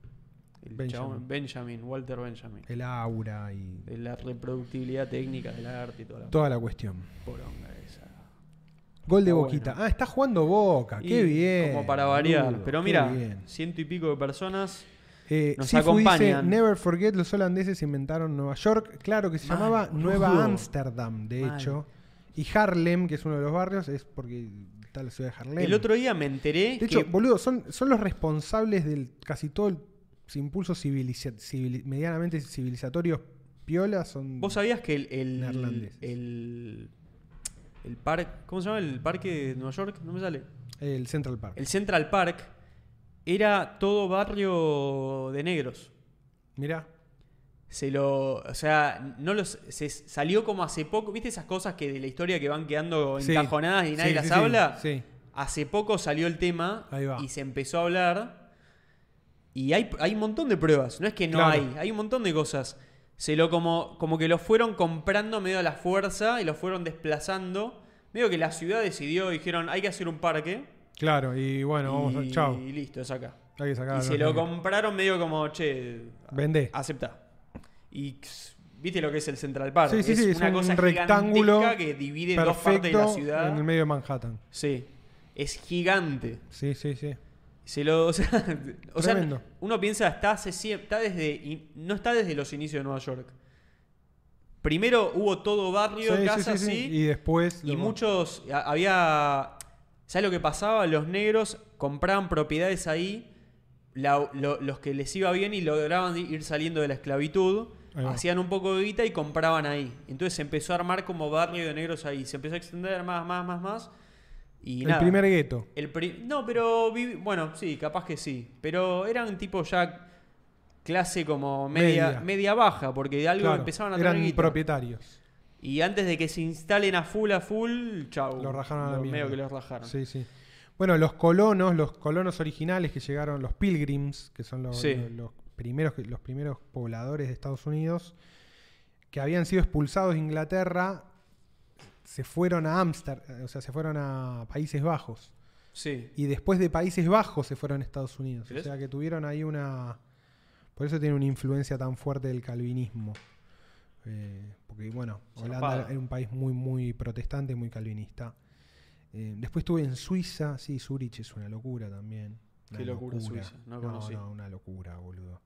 El Benjamin. chabón- Benjamin, Walter Benjamin. El aura y De la reproductibilidad técnica del arte y toda la toda la cuestión. poronga esa. Gol de Está Boquita. bueno. Ah, está jugando Boca. Qué Y bien. Como para variar. boludo, Pero qué mira, bien. ciento y pico de personas. Eh, Nos Sifu dice, acompañan. Never forget, los holandeses inventaron Nueva York. Claro que se Mal, llamaba boludo. Nueva Ámsterdam, de Mal. hecho. Y Harlem, que es uno de los barrios, es porque está la ciudad de Harlem. El otro día me enteré de hecho, que boludo, son, son los responsables del casi todo el impulso civiliza- civili- medianamente civilizatorios piola. Son vos sabías que el el, Neerlandeses. el, el parque, ¿cómo se llama? El parque de Nueva York, no me sale. el Central Park. El Central Park era todo barrio de negros. Mirá. Se lo, o sea, no los se salió como hace poco, ¿viste esas cosas que de la historia que van quedando Sí. encajonadas y nadie Sí, las sí, sí, habla? sí. Hace poco salió el tema Ahí va. y se empezó a hablar y hay, hay un montón de pruebas, no es que no Claro. hay, hay un montón de cosas. Se lo como, como que lo fueron comprando medio a la fuerza y lo fueron desplazando. Medio que la ciudad decidió, dijeron, hay que hacer un parque. Claro, y bueno, vamos a. y, Chao. y listo, es acá. Hay que sacar Y a se los lo negros. compraron medio como, che, Vendé. acepta. Y pss, viste lo que es el Central Park. Sí, sí, es sí, es una un cosa rectángulo gigantesca que divide dos partes de la Perfecto ciudad. en el medio de Manhattan. Sí, es gigante. Sí, sí, sí. Se lo, o sea, o sea, Tremendo. uno piensa, está, hace, sie- está desde, y no está desde los inicios de Nueva York. Primero hubo todo barrio, Sí, sí, casas sí, sí. así, Y después. y lo- muchos, a- había, ¿sabes lo que pasaba? Los negros compraban propiedades ahí, la- lo- los que les iba bien y lograban ir saliendo de la esclavitud, Ahí va. hacían un poco de guita y compraban ahí. Entonces se empezó a armar como barrio de negros ahí, se empezó a extender más, más, más, más. Y el nada, primer gueto. el pri- no, pero vivi- bueno, sí, capaz que sí. Pero eran tipo ya clase como media, Media. media baja, porque de algo Claro, empezaban a tener eran guita. propietarios. Y antes de que se instalen a full a full, chau. Lo rajaron a la lo- mierda. medio que los rajaron. Sí, sí. Bueno, los colonos, los colonos originales que llegaron, los pilgrims, que son los, Sí. los, los primeros, los primeros pobladores de Estados Unidos, que habían sido expulsados de Inglaterra, se fueron a Ámsterdam, o sea, se fueron a Países Bajos. Sí. Y después de Países Bajos se fueron a Estados Unidos. ¿Ves? O sea que tuvieron ahí una... Por eso tiene una influencia tan fuerte del calvinismo. Eh, porque, bueno, Holanda Zarpado. era un país muy, muy protestante, muy calvinista. Eh, después estuve en Suiza. Sí, Zurich es una locura también. Una Qué locura Suiza, no conocí. no, una locura, boludo.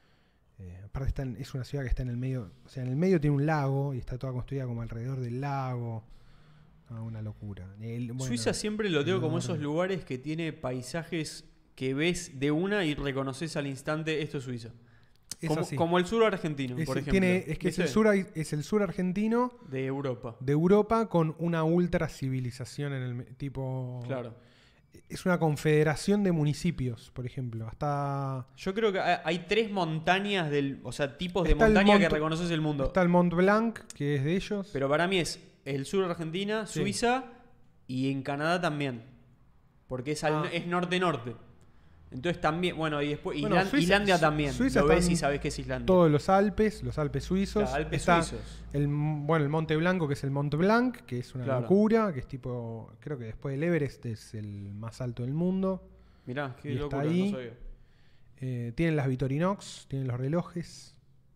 Eh, aparte está en- es una ciudad que está en el medio... O sea, en el medio tiene un lago y está toda construida como alrededor del lago. No, una locura. El- bueno, Suiza siempre lo tengo como el- esos lugares que tiene paisajes que ves de una y reconoces al instante, esto es Suiza. es Como, así. como el sur argentino, Es, por ejemplo. tiene- es que es el, ¿Viste? sur, es el sur argentino De Europa. de Europa con una ultra civilización en el me- tipo. Claro. Es una confederación de municipios, por ejemplo. Hasta. Yo creo que hay hay tres montañas del, o sea, tipos de Está el montaña que Mont- reconoces el mundo. Está el Mont Blanc, que es de ellos. Pero para mí es el sur de Argentina, Sí. Suiza y en Canadá también. Porque es, al- Ah. es norte-norte. Entonces también, bueno, y después Bueno, Islan- Suiza- Islandia también. Suiza Lo ves están y sabes que es Islandia. Todos los Alpes, los Alpes suizos. Claro, Alpes Está suizos. El, bueno, el Monte Blanco, que es el Mont Blanc, que es una Claro. locura, que es tipo. Creo que después del Everest es el más alto del mundo. Mirá, qué Y está locura, ahí. no sabía. Eh, tienen las Victorinox, tienen los relojes.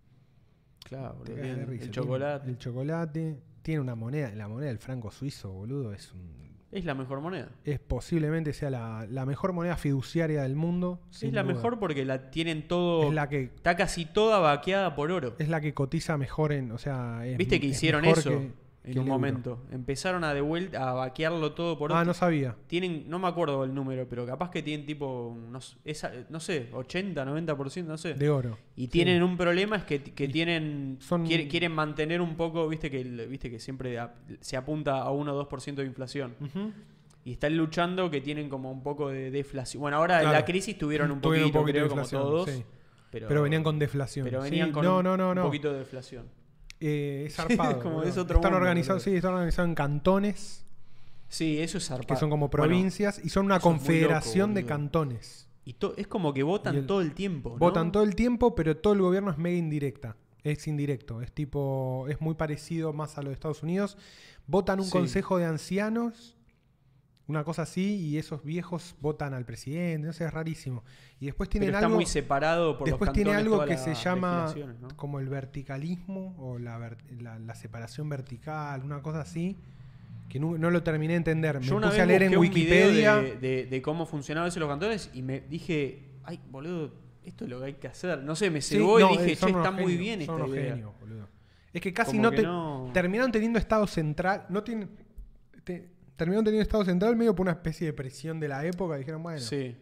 Claro, boludo, Te cagas de bien. risa. El Tiene chocolate. El chocolate. Tiene una moneda. La moneda del franco suizo, boludo, es un, Es la mejor moneda. es posiblemente sea la, la mejor moneda fiduciaria del mundo. sin Es la duda. mejor porque la tienen todo. Es la que Está casi toda vaqueada por oro. es la que cotiza mejor en, o sea, es- Viste que es hicieron mejor eso que- en que un el euro. momento. Empezaron a de vuelta a vaquearlo todo por oro. Ah, no sabía. Tienen, no me acuerdo el número, pero capaz que tienen tipo, no, s- esa- no sé, ochenta, noventa por ciento, no sé. De oro. Y Sí. tienen un problema, es que, que Y tienen son- quiere- quieren mantener un poco, viste que el- viste que siempre a- se apunta a uno o dos por ciento de inflación. Ujú. Y están luchando que tienen como un poco de deflación. Bueno, ahora en Claro. la crisis tuvieron un Tuvieron poquito, un poquito creo, de como inflación, todos. sí. Pero, Pero venían con deflación. pero sí. venían con no, un, no, no, un no. poquito de deflación. Eh, es zarpado. Como boludo. es otro están mundo, organizados, boludo. sí, están organizados en cantones, Sí, eso es zarpado. que son como Bueno, provincias, y son una eso es muy confederación loco, de boludo. cantones. y to- es como que votan Y el- todo el tiempo. ¿no? Votan todo el tiempo, pero todo el gobierno es mega indirecta. Es indirecto. Es tipo. Es muy parecido más a lo de Estados Unidos. Votan un Sí. consejo de ancianos. Una cosa así. Y esos viejos votan al presidente. No sé, es rarísimo. Y después tienen Pero está algo. muy separado por Después los tiene cantones, algo todas que se las llama legislaciones, ¿no? como el verticalismo. O la, ver- la, la separación vertical. Una cosa así. Que no, no lo terminé de entender. Me Yo una puse vez a leer en busqué un video Wikipedia. de, de- de cómo funcionaban eso los cantones y me dije, ay, boludo, esto es lo que hay que hacer. No sé, me Sí, cebó no, y eh, dije, son che, unos está muy genios, bien son esta unos idea. genios, boludo. Es que casi Como no que te. no- Terminaron teniendo estado central. No tienen. te- terminaron teniendo estado central medio por una especie de presión de la época. Dijeron, bueno, Sí.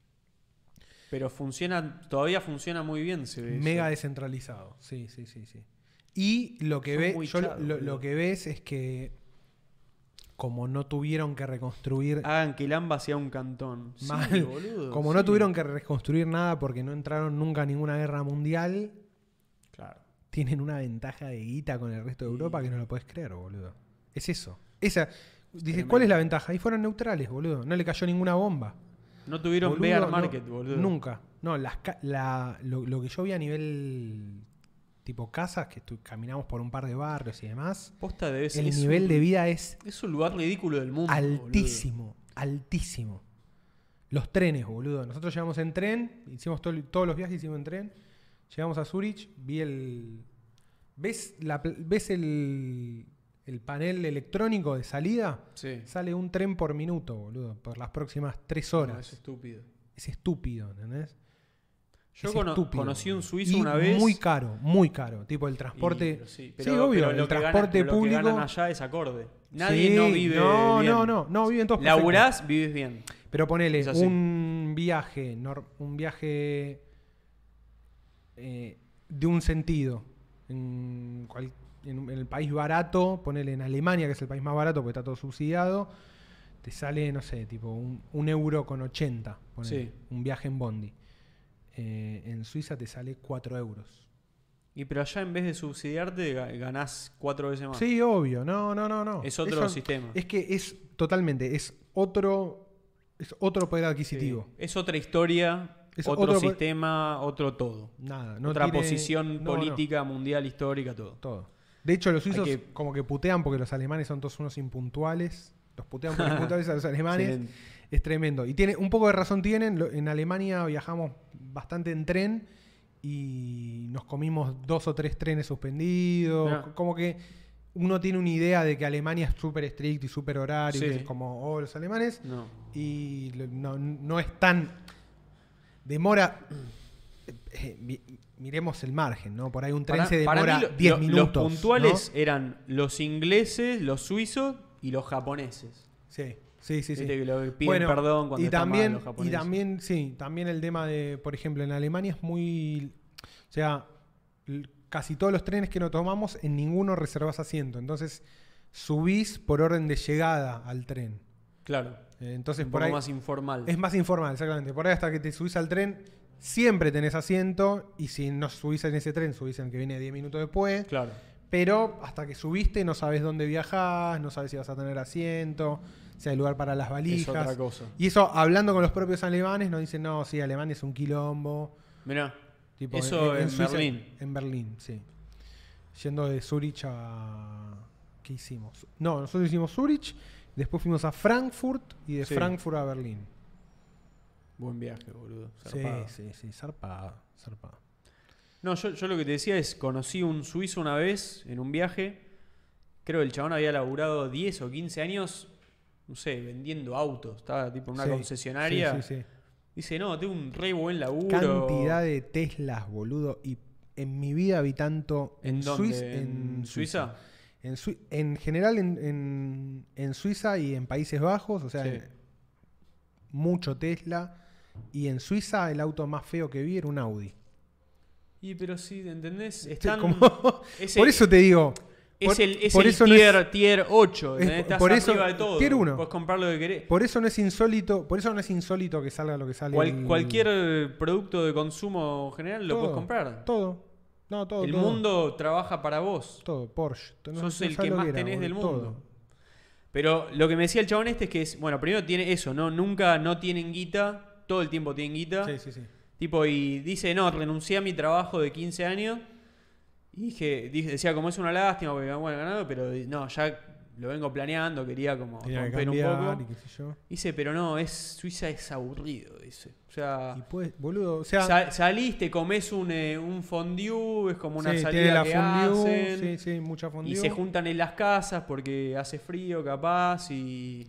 Pero funciona, todavía funciona muy bien, se ve. mega eso. descentralizado. Sí, sí, sí, sí. Y lo que Son ve, muy yo lo- chatos, lo, boludo. lo que ves es que como no tuvieron que reconstruir. Hagan que el AMBA sea un cantón. Sí, Mal. boludo, como no sí. tuvieron que reconstruir nada porque no entraron nunca a ninguna guerra mundial. Claro. Tienen una ventaja de guita con el resto de Sí. Europa que no lo podés creer, boludo. Es eso. Esa. Dices, tremendo. ¿cuál es la ventaja? Y fueron neutrales, boludo. No le cayó ninguna bomba. No tuvieron Boludo, bear no, market, boludo. Nunca. No, las, ca- la, lo, lo que yo vi a nivel tipo casas, que estu- caminamos por un par de barrios y demás, Posta debe ser. el es nivel un- de vida es Es un lugar ridículo del mundo. altísimo, altísimo. Los trenes, boludo. Nosotros llegamos en tren, hicimos todo el- todos los viajes hicimos en tren. Llegamos a Zurich, vi el... ¿Ves, la, pl- ¿ves el, el panel electrónico de salida? boludo. Sí. Sale un tren por minuto, boludo, por las próximas tres No, horas. es estúpido. Es estúpido, ¿entendés? Yo Es cono- estúpido, conocí un boludo. suizo Y una vez. muy caro, muy caro. Tipo el y- transporte. pero sí, Sí, pero- obvio, pero el lo que transporte ganan- pero lo que público. ganan allá es acorde. Nadie Sí, no vive. No, bien. no, no, no, viven todos perfectos. Laburás, vives bien. Pero ponele Es así. un viaje, nor- un viaje eh, de un sentido. En, cual- en- en el país barato, ponele en Alemania, que es el país más barato porque está todo subsidiado, te sale, no sé, tipo un, un euro con ochenta, ponele, Sí. un viaje en bondi. Eh, en Suiza te sale cuatro euros. Y pero allá en vez de subsidiarte ga- ganás cuatro veces más. Sí, obvio, no, no, no, no. Es otro sistema. Es que es totalmente, es otro, es otro poder Sí. adquisitivo. Es otra historia, Es otro, otro po- sistema, otro todo. Nada, no otra tiene- posición no, no, política, mundial, histórica, todo. todo. De hecho, los suizos Hay que- como que putean porque los alemanes son todos unos impuntuales. Los putean por impuntuales a los alemanes. Excelente. Es tremendo. Y tiene un poco de razón tienen. Lo- En Alemania viajamos bastante en tren y nos comimos dos o tres trenes suspendidos. Mirá. Como que uno tiene una idea de que Alemania es súper estricto y súper horario, Sí. que es como oh, los alemanes. No. Y lo- no, no es tan... Demora... eh, mi- miremos el margen, ¿no? Por ahí un tren Para- se para demora mí lo- diez lo- minutos. Los puntuales ¿no? eran los ingleses, los suizos y los japoneses. Sí, sí, sí. sí. Viste que lo piden Bueno, perdón cuando y están también, mal los y japoneses. también, sí, también el tema de, por ejemplo, en Alemania es muy... O sea, l- casi todos los trenes que nos tomamos, en ninguno reservas asiento. Entonces, subís por orden de llegada al tren. Claro. Eh, Entonces, un por poco ahí... más informal. Es más informal, exactamente. Por ahí hasta que te subís al tren, siempre tenés asiento. Y si no subís en ese tren, subís en el que viene diez minutos después. Claro. Pero hasta que subiste no sabes dónde viajás, no sabes si vas a tener asiento, si hay lugar para las valijas. Es otra cosa. Y eso, hablando con los propios alemanes, nos dicen, no, sí, Alemania es un quilombo. Mirá. Tipo, Eso en, Suiza- Berlín. En Berlín, sí. Yendo de Zurich a... ¿Qué hicimos? No, nosotros hicimos Zurich, después fuimos a Frankfurt y de Sí. Frankfurt a Berlín. Buen viaje, boludo. Sí, Zarpado. sí, sí, zarpado, zarpado. No, yo, yo lo que te decía es, conocí un suizo una vez en un viaje. Creo que el chabón había laburado diez o quince años, no sé, vendiendo autos. Estaba tipo en una Sí, concesionaria. Sí, sí, sí. Dice, no, tengo un re buen laburo. Cantidad de Teslas, boludo. Y en mi vida vi tanto en, ¿En dónde? Suiza. ¿En Suiza? En, Sui- en general en, en- en Suiza y en Países Bajos, o sea, Sí. mucho Tesla. Y en Suiza el auto más feo que vi era un Audi. Y pero sí, ¿entendés? Sí, Están, como- ese- por eso te digo. es por- el, es por el eso no tier, es- tier ocho. es- ¿entendés? Estás por eso- arriba de todo. tier uno. Puedes comprar lo que querés. Por eso no es insólito, por eso no es insólito que salga lo que sale. Cual- el- cualquier producto de consumo general lo todo, puedes comprar. Todo. No, todo. el todo. mundo trabaja para vos. Todo, Porsche. No- Sos no el sabes que lo más era, tenés del boludo, mundo. todo. Pero lo que me decía el chabón este es que es, bueno, primero tiene eso, ¿no? Nunca no tienen guita, todo el tiempo tienen guita. Sí, sí, sí. Tipo, y dice, no, renuncié a mi trabajo de quince años. Y dije, dije- decía, como es una lástima porque bueno, ganado, pero no, ya lo vengo planeando, quería como Tenía que romper un cambiar poco. y qué sé yo. Dice, pero no, es Suiza es aburrido, dice. O sea, Y pues, boludo, o sea, sa- salís, te comes un, eh, un fondue, es como una sí, tiene salida la que fondue, hacen. sí, sí, mucha fondue. Y se juntan en las casas porque hace frío capaz y...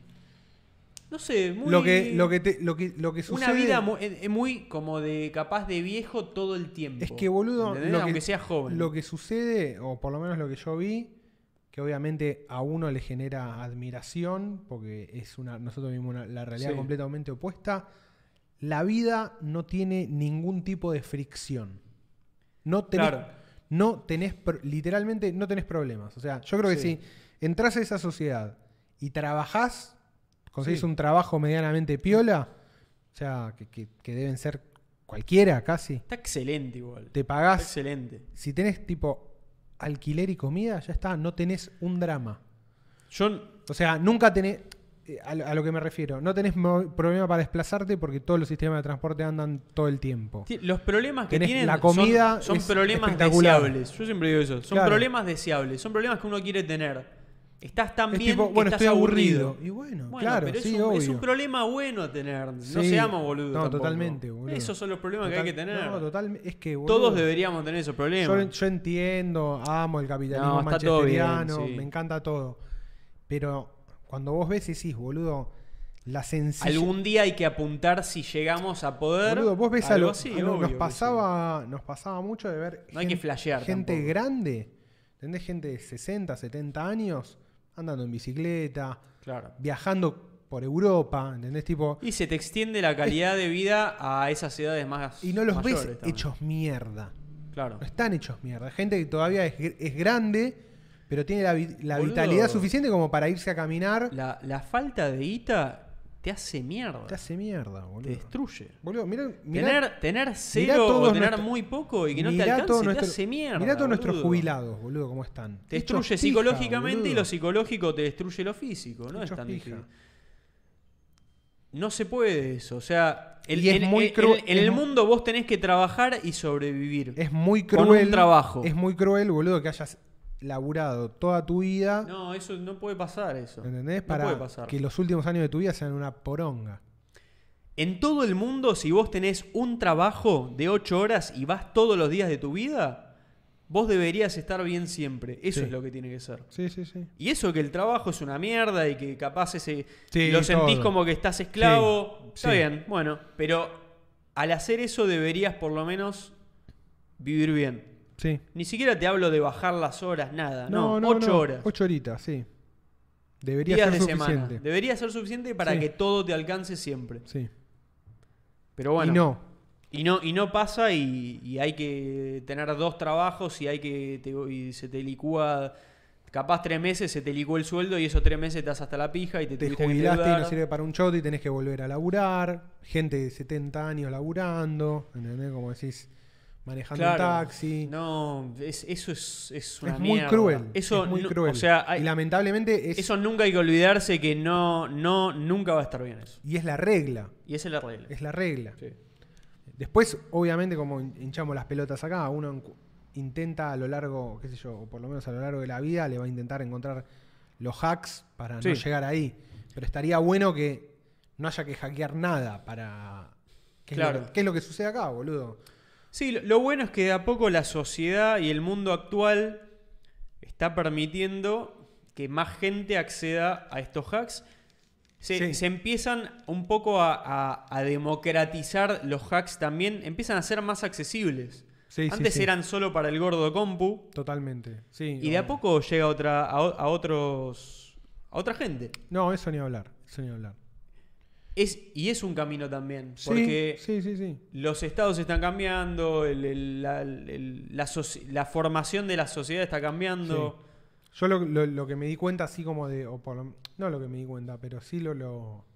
No sé, muy... Lo que, lo que, te- lo que, lo que sucede Una vida muy, eh, muy como de capaz de viejo todo el tiempo. es que, boludo, ¿entendés? lo Aunque que, seas joven. lo que sucede, o por lo menos lo que yo vi, que obviamente a uno le genera admiración, porque es una, nosotros vivimos una- la realidad Sí. completamente opuesta. La vida no tiene ningún tipo de fricción. No tenés, Claro. no tenés pro- literalmente no tenés problemas. O sea, yo creo que Sí. si entras a esa sociedad y trabajás, conseguís Sí. un trabajo medianamente piola, o sea, que, que- que deben ser cualquiera casi, Está excelente igual. te Está pagás. excelente. Si tenés tipo alquiler y comida, ya está, no tenés un drama. Yo... O sea, nunca tenés, eh, a, lo- a lo que me refiero, no tenés mo- problema para desplazarte porque todos los sistemas de transporte andan todo el tiempo. ti- Los problemas que Tenés tienen la comida, son, son es problemas espectacular. deseables. Yo siempre digo eso. Son Claro. problemas deseables. Son problemas que uno quiere tener. Estás tan Es bien tipo, que bueno, estás estoy aburrido. aburrido. Y bueno, Bueno, claro, pero sí, es, un, obvio. es un problema bueno a tener. No Sí. seamos boludos. No, tampoco. totalmente, boludo. Esos son los problemas que hay que tener. No, totalmente. Es que, boludo, Todos deberíamos tener esos Yo, problemas. yo entiendo, amo el capitalismo No, está todo bien, manchesteriano, sí. me encanta todo. Pero cuando vos ves y decís, boludo, la sencillez. Algún día hay que apuntar si llegamos a poder. Boludo, vos ves a algo lo, así, a lo- obvio nos que pasaba, nos pasaba mucho de ver No hay que flashear gente tampoco. grande, ¿entendés? Gente de sesenta, setenta años andando en bicicleta, sí. Claro. viajando por Europa, ¿entendés? Tipo, Y se te extiende la calidad de vida a esas edades más y no los mayores ves también. hechos mierda. Claro. No están hechos mierda. Gente que todavía es, es grande, pero tiene la, vi- la Boludo. vitalidad suficiente como para irse a caminar. La, la falta de guita te hace mierda. Te hace mierda, boludo. Te destruye. Boludo, mirá, mirá- Tener, tener mirá cero todos o tener nuestro- muy poco y que no te mirá alcance todo te nuestro- hace mierda. Mirá todos nuestros boludo. jubilados, boludo, cómo están. Te Hechos destruye pija, psicológicamente y boludo. lo psicológico te destruye lo físico. No es Hechos tan pija. difícil. No se puede eso. O sea, el- Y es en, muy en- cru- en- en es el mu- mundo vos tenés que trabajar y sobrevivir. Es muy Con cruel. un trabajo. Es muy cruel, boludo, que hayas laburado toda tu vida. No, eso no puede pasar eso. ¿Entendés? No Para puede pasar. que los últimos años de tu vida sean una poronga. En todo el mundo, si vos tenés un trabajo de ocho horas y vas todos los días de tu vida, vos deberías estar bien siempre. Eso Sí. es lo que tiene que ser. Sí, sí, sí. Y eso que el trabajo es una mierda y que capaz ese Sí, lo sentís todo. como que estás esclavo, Sí, está sí. bien, bueno, pero al hacer eso deberías por lo menos vivir bien. Sí. Ni siquiera te hablo de bajar las horas, nada, no, No, no, ocho no. horas. Ocho horitas, sí. Debería días ser de suficiente. semana. Debería ser suficiente para Sí. que todo te alcance siempre. Sí. Pero bueno. Y no. Y no, y no pasa y, y hay que tener dos trabajos y hay que te- y se te licúa, capaz tres meses se te licúa el sueldo y esos tres meses te das hasta la pija y te, Te tuviste que jubilaste y endeudar. no sirve para un choto y tenés que volver a laburar. Gente de setenta años laburando. ¿Entendés? Como decís, manejando un Claro, taxi. no, es- eso es, es una es muy mierda. cruel. Eso es muy nu- cruel. O sea, hay- y lamentablemente es, eso nunca hay que olvidarse que no, no, nunca va a estar bien eso. y es la regla. Y esa es la regla. Es la regla. Sí. Después, obviamente, como hin- hinchamos las pelotas acá, uno en- intenta a lo largo, qué sé yo, o por lo menos a lo largo de la vida, le va a intentar encontrar los hacks para Sí. no llegar ahí. Pero estaría bueno que no haya que hackear nada para... ¿Qué, Claro. es, lo que, qué es lo que sucede acá, boludo? Sí, lo, lo bueno es que de a poco la sociedad y el mundo actual está permitiendo que más gente acceda a estos hacks. Se, Sí. se empiezan un poco a, a- a democratizar los hacks también, empiezan a ser más accesibles. Sí, sí, Antes sí. eran solo para el gordo compu Totalmente. Sí, y de a no. poco llega a, otra, a, o- a otros a otra gente. No, eso ni hablar. Eso ni hablar. Es, y es un camino también, Sí, porque sí, sí, sí. los estados están cambiando, el- el- la, el- la soci- la formación de la sociedad está cambiando. Yo lo, lo- lo que me di cuenta, así como de. O por lo- no lo que me di cuenta, pero sí lo, lo.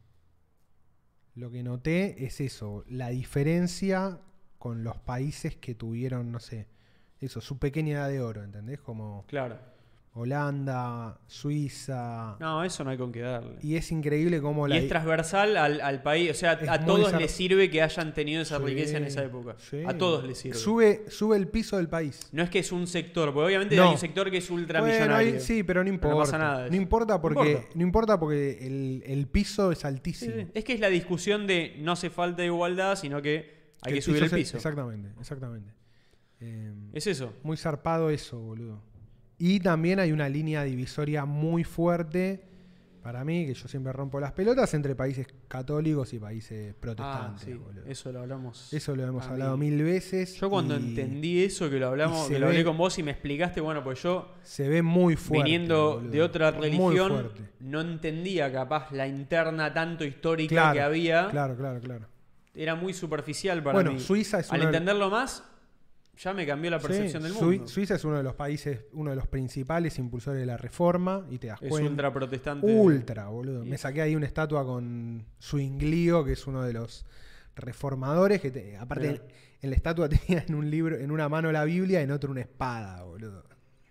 Lo que noté es eso. La diferencia con los países que tuvieron, no sé. Eso, su pequeña edad de oro, ¿entendés? Como Claro. Holanda, Suiza. No, eso no hay con qué darle. Y es increíble cómo Y la. es transversal al, al país. O sea, Es a muy todos zar- les sirve que hayan tenido esa Sí, riqueza en esa época. sí. A todos les sirve. Sube, sube el piso del país. No es que es un sector, porque obviamente No. hay un sector que es ultramillonario. Bueno, ahí- sí, pero no importa. no pasa nada de No eso. importa porque, importa. no importa porque el, el piso es Sí, altísimo. sí. Es que es la discusión de no hace falta igualdad, sino que hay que, subir el se- piso. Exactamente, exactamente. Eh, Es eso. Muy zarpado eso, boludo. Y también hay una línea divisoria muy fuerte, para mí, que yo siempre rompo las pelotas, entre países católicos y países Ah, protestantes, sí, boludo. eso lo hablamos. Eso lo hemos a hablado mí. mil veces. Yo cuando y entendí eso, que lo hablamos, y se que lo hablé ve- con vos y me explicaste, bueno, pues yo Se ve muy fuerte. viniendo boludo. de otra Muy religión fuerte. no entendía capaz la interna tanto histórica Claro, que había. Claro, claro, claro. Era muy superficial para Bueno, mí. Suiza es Al uno de- entenderlo más, ya me cambió la percepción Sí, del Sui- mundo. Suiza es uno de los países, uno de los principales impulsores de la reforma, y te das Es cuenta. ultra protestante. Ultra, boludo. Y- Me saqué ahí una estatua con Zwinglio, que es uno de los reformadores, que te- aparte Mirá. en la estatua tenía en un libro, en una mano la Biblia y en otra una espada, boludo.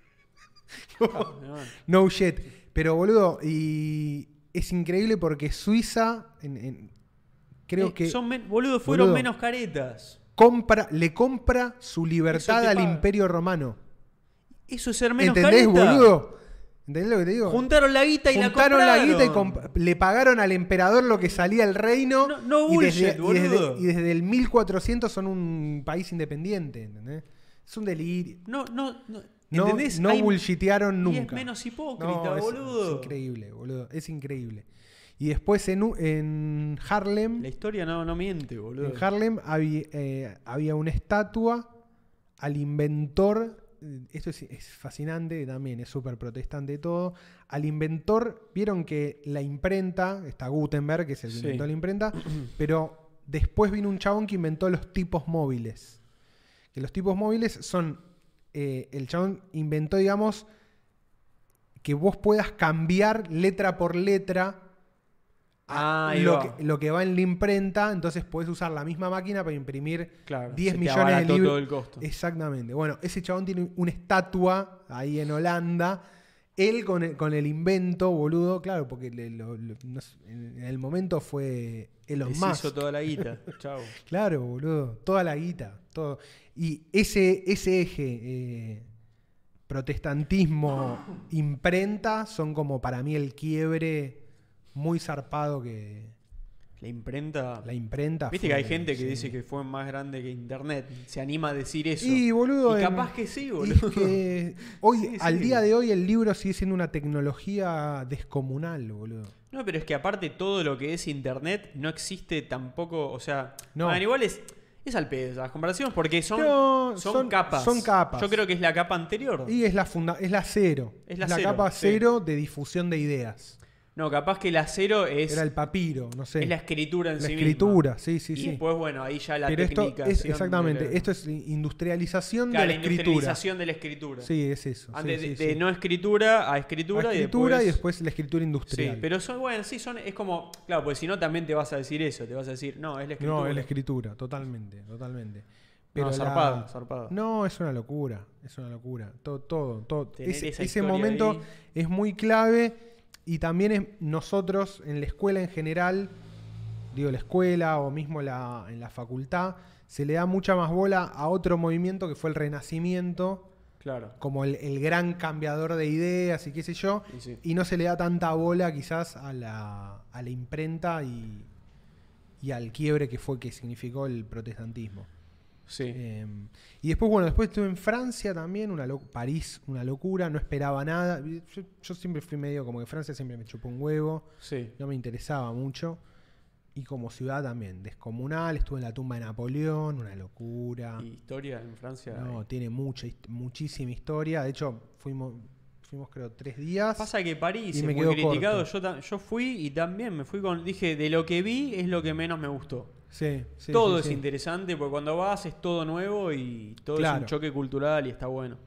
Ah, no. No shit. Pero, boludo, y es increíble porque Suiza, en- en- creo Eh, que son men- boludo, fueron boludo. menos caretas. compra, le compra su libertad Eso te al paga. Imperio Romano. Eso es ser menos ¿Entendés, careta. boludo? ¿Entendés lo que te digo? Juntaron la guita y Juntaron la la compraron. guita y comp- le pagaron al emperador lo que salía el reino. No- no y, bullshit, desde, y, desde, boludo. y desde el mil cuatrocientos son un país independiente, ¿entendés? Es un delirio. No, no, no. No, ¿Entendés? no Hay- bullshitearon y nunca. es menos hipócrita, No, es, boludo. es increíble, boludo. Es increíble. Y después en, U- en Harlem, La historia no, no miente, boludo. en Harlem había, eh, había una estatua al inventor. eh, Esto es, es fascinante, también es súper protestante todo. Al inventor, vieron que la imprenta, está Gutenberg, que es el que Sí. inventó la imprenta, pero después vino un chabón que inventó los tipos móviles. Que los tipos móviles son, eh, el chabón inventó, digamos, que vos puedas cambiar letra por letra Ah, ahí lo, va. que, lo que va en la imprenta, entonces podés usar la misma máquina para imprimir Claro, diez se te millones de abarató libros. todo el costo. Exactamente. Bueno, ese chabón tiene una estatua ahí en Holanda. Él con el, con el invento, boludo, claro, porque le- lo- lo- no sé, en el momento fue Elon Les Musk. hizo toda la guita. Chau. Claro, boludo. Toda la guita. Todo. Y ese, ese eje, eh, protestantismo, imprenta, son como para mí el quiebre muy zarpado que La imprenta. la imprenta. Viste fue, que hay gente que sí. dice que fue más grande que internet. Se anima a decir eso. Y boludo. Y en- capaz que sí, y boludo. es que hoy, Sí, al sí. día de hoy, el libro sigue siendo una tecnología descomunal, boludo. No, pero es que aparte todo lo que es internet no existe tampoco. O sea, No. bueno, igual es, es al pedo las comparaciones porque son, No, son, son- capas. son capas. Yo creo que es la capa anterior. Y es la funda es la cero. Es la la cero, capa sí. cero de difusión de ideas. No, capaz que la cero es, Era el papiro, no sé. es la escritura en La sí escritura, misma. sí, sí, y sí. después, bueno, ahí ya la Pero esto técnica. es exactamente, esto es industrialización Claro, de la la escritura. industrialización de la escritura. Sí, es eso. Antes sí, de, sí, de sí. no escritura a escritura, La y escritura después. y después la escritura industrial. Sí, pero son, bueno, sí, son, es como, claro, porque si no también te vas a decir eso, te vas a decir, no, es la escritura. No, es la escritura, totalmente, totalmente. No, la- zarpado, zarpado. No, es una locura, es una locura. Todo, todo, todo. Tener Ese, esa ese historia momento ahí. es muy clave y también es nosotros en la escuela en general, digo la escuela o mismo la, en la facultad, se le da mucha más bola a otro movimiento que fue el Renacimiento, Claro. como el, el gran cambiador de ideas y qué sé yo, Y sí. y no se le da tanta bola quizás a la, a la imprenta y, y al quiebre que fue que significó el protestantismo. Sí. Eh, y después, bueno, después estuve en Francia también, una lo- París, una locura, no esperaba nada. Yo, yo siempre fui medio como que Francia siempre me chupó un huevo, sí. no me interesaba mucho. Y como ciudad también, descomunal, estuve en la tumba de Napoleón, una locura. Y historia en Francia. No, eh. tiene mucha, hist- muchísima historia. De hecho, fuimos, fuimos creo tres días. Pasa que París Y es me muy quedó criticado. corto. Yo, ta- yo fui y también me fui con. Dije, de lo que vi es lo que menos me gustó. Sí, sí, todo sí, es sí. interesante porque cuando vas es todo nuevo y todo es Claro. un choque cultural y está bueno.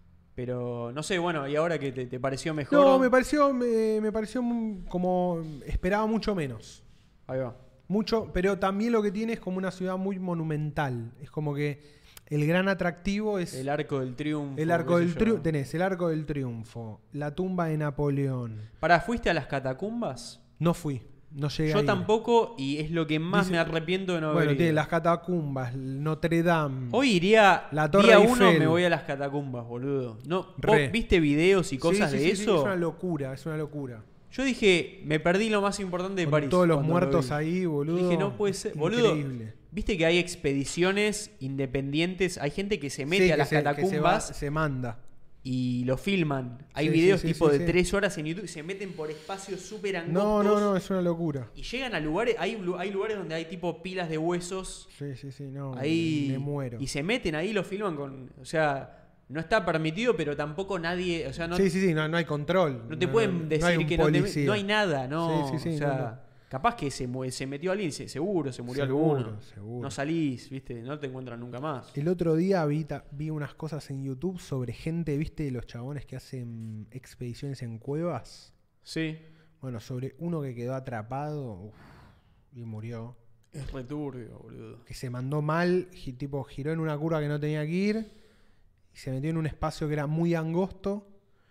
Pero no sé, bueno, ¿y ahora que te, te pareció mejor? No, me pareció, me, me pareció muy- como esperaba mucho menos. Ahí va. Mucho, pero también lo que tiene es como una ciudad muy monumental. Es como que el gran atractivo es El arco del triunfo. el arco qué sé del yo. triunfo. Tenés el arco del triunfo, la tumba de Napoleón. Pará, ¿fuiste a las catacumbas? No fui, no llegué. a Yo ir. tampoco y es lo que más Dice- me arrepiento de no Bueno, haber tiene ido. las catacumbas, Notre Dame. Hoy iría, La Torre día uno Eiffel. me voy a las catacumbas, boludo. No, ¿vos Re. viste videos y cosas Sí, sí, de sí, sí, eso? es una locura, es una locura. Yo dije, me perdí lo más importante de Con París. todos los cuando lo muertos vi. ahí, boludo. Dije, no puede ser. Boludo, Increíble. viste que hay expediciones independientes. Hay gente que se mete Sí, a que las se- que se va- catacumbas se manda. y lo filman. Hay Sí, videos sí, sí, tipo sí, de sí. tres horas en YouTube y se meten por espacios súper angostos. No, no, no, es una locura. Y llegan a lugares, hay, lu- hay lugares donde hay tipo pilas de huesos. Sí, sí, sí, no. Ahí. Me muero. Y se meten ahí y lo filman con. O sea, no está permitido, pero tampoco nadie. O sea, no, sí, sí, sí, no, no hay control. no te pueden decir hay un que no, te- policía. no hay nada, ¿no? Sí, sí, sí, o sea, no, no. capaz que se, mue- se metió alguien, se- seguro, se murió Seguro, alguno. seguro. No salís, ¿viste? No te encuentran nunca más. El otro día vi, ta- vi unas cosas en YouTube sobre gente, ¿viste? Los chabones que hacen expediciones en cuevas. Sí. Bueno, sobre uno que quedó atrapado uf, y murió. Es returbio, boludo. Que se mandó mal, gi- tipo giró en una curva que no tenía que ir y se metió en un espacio que era muy angosto.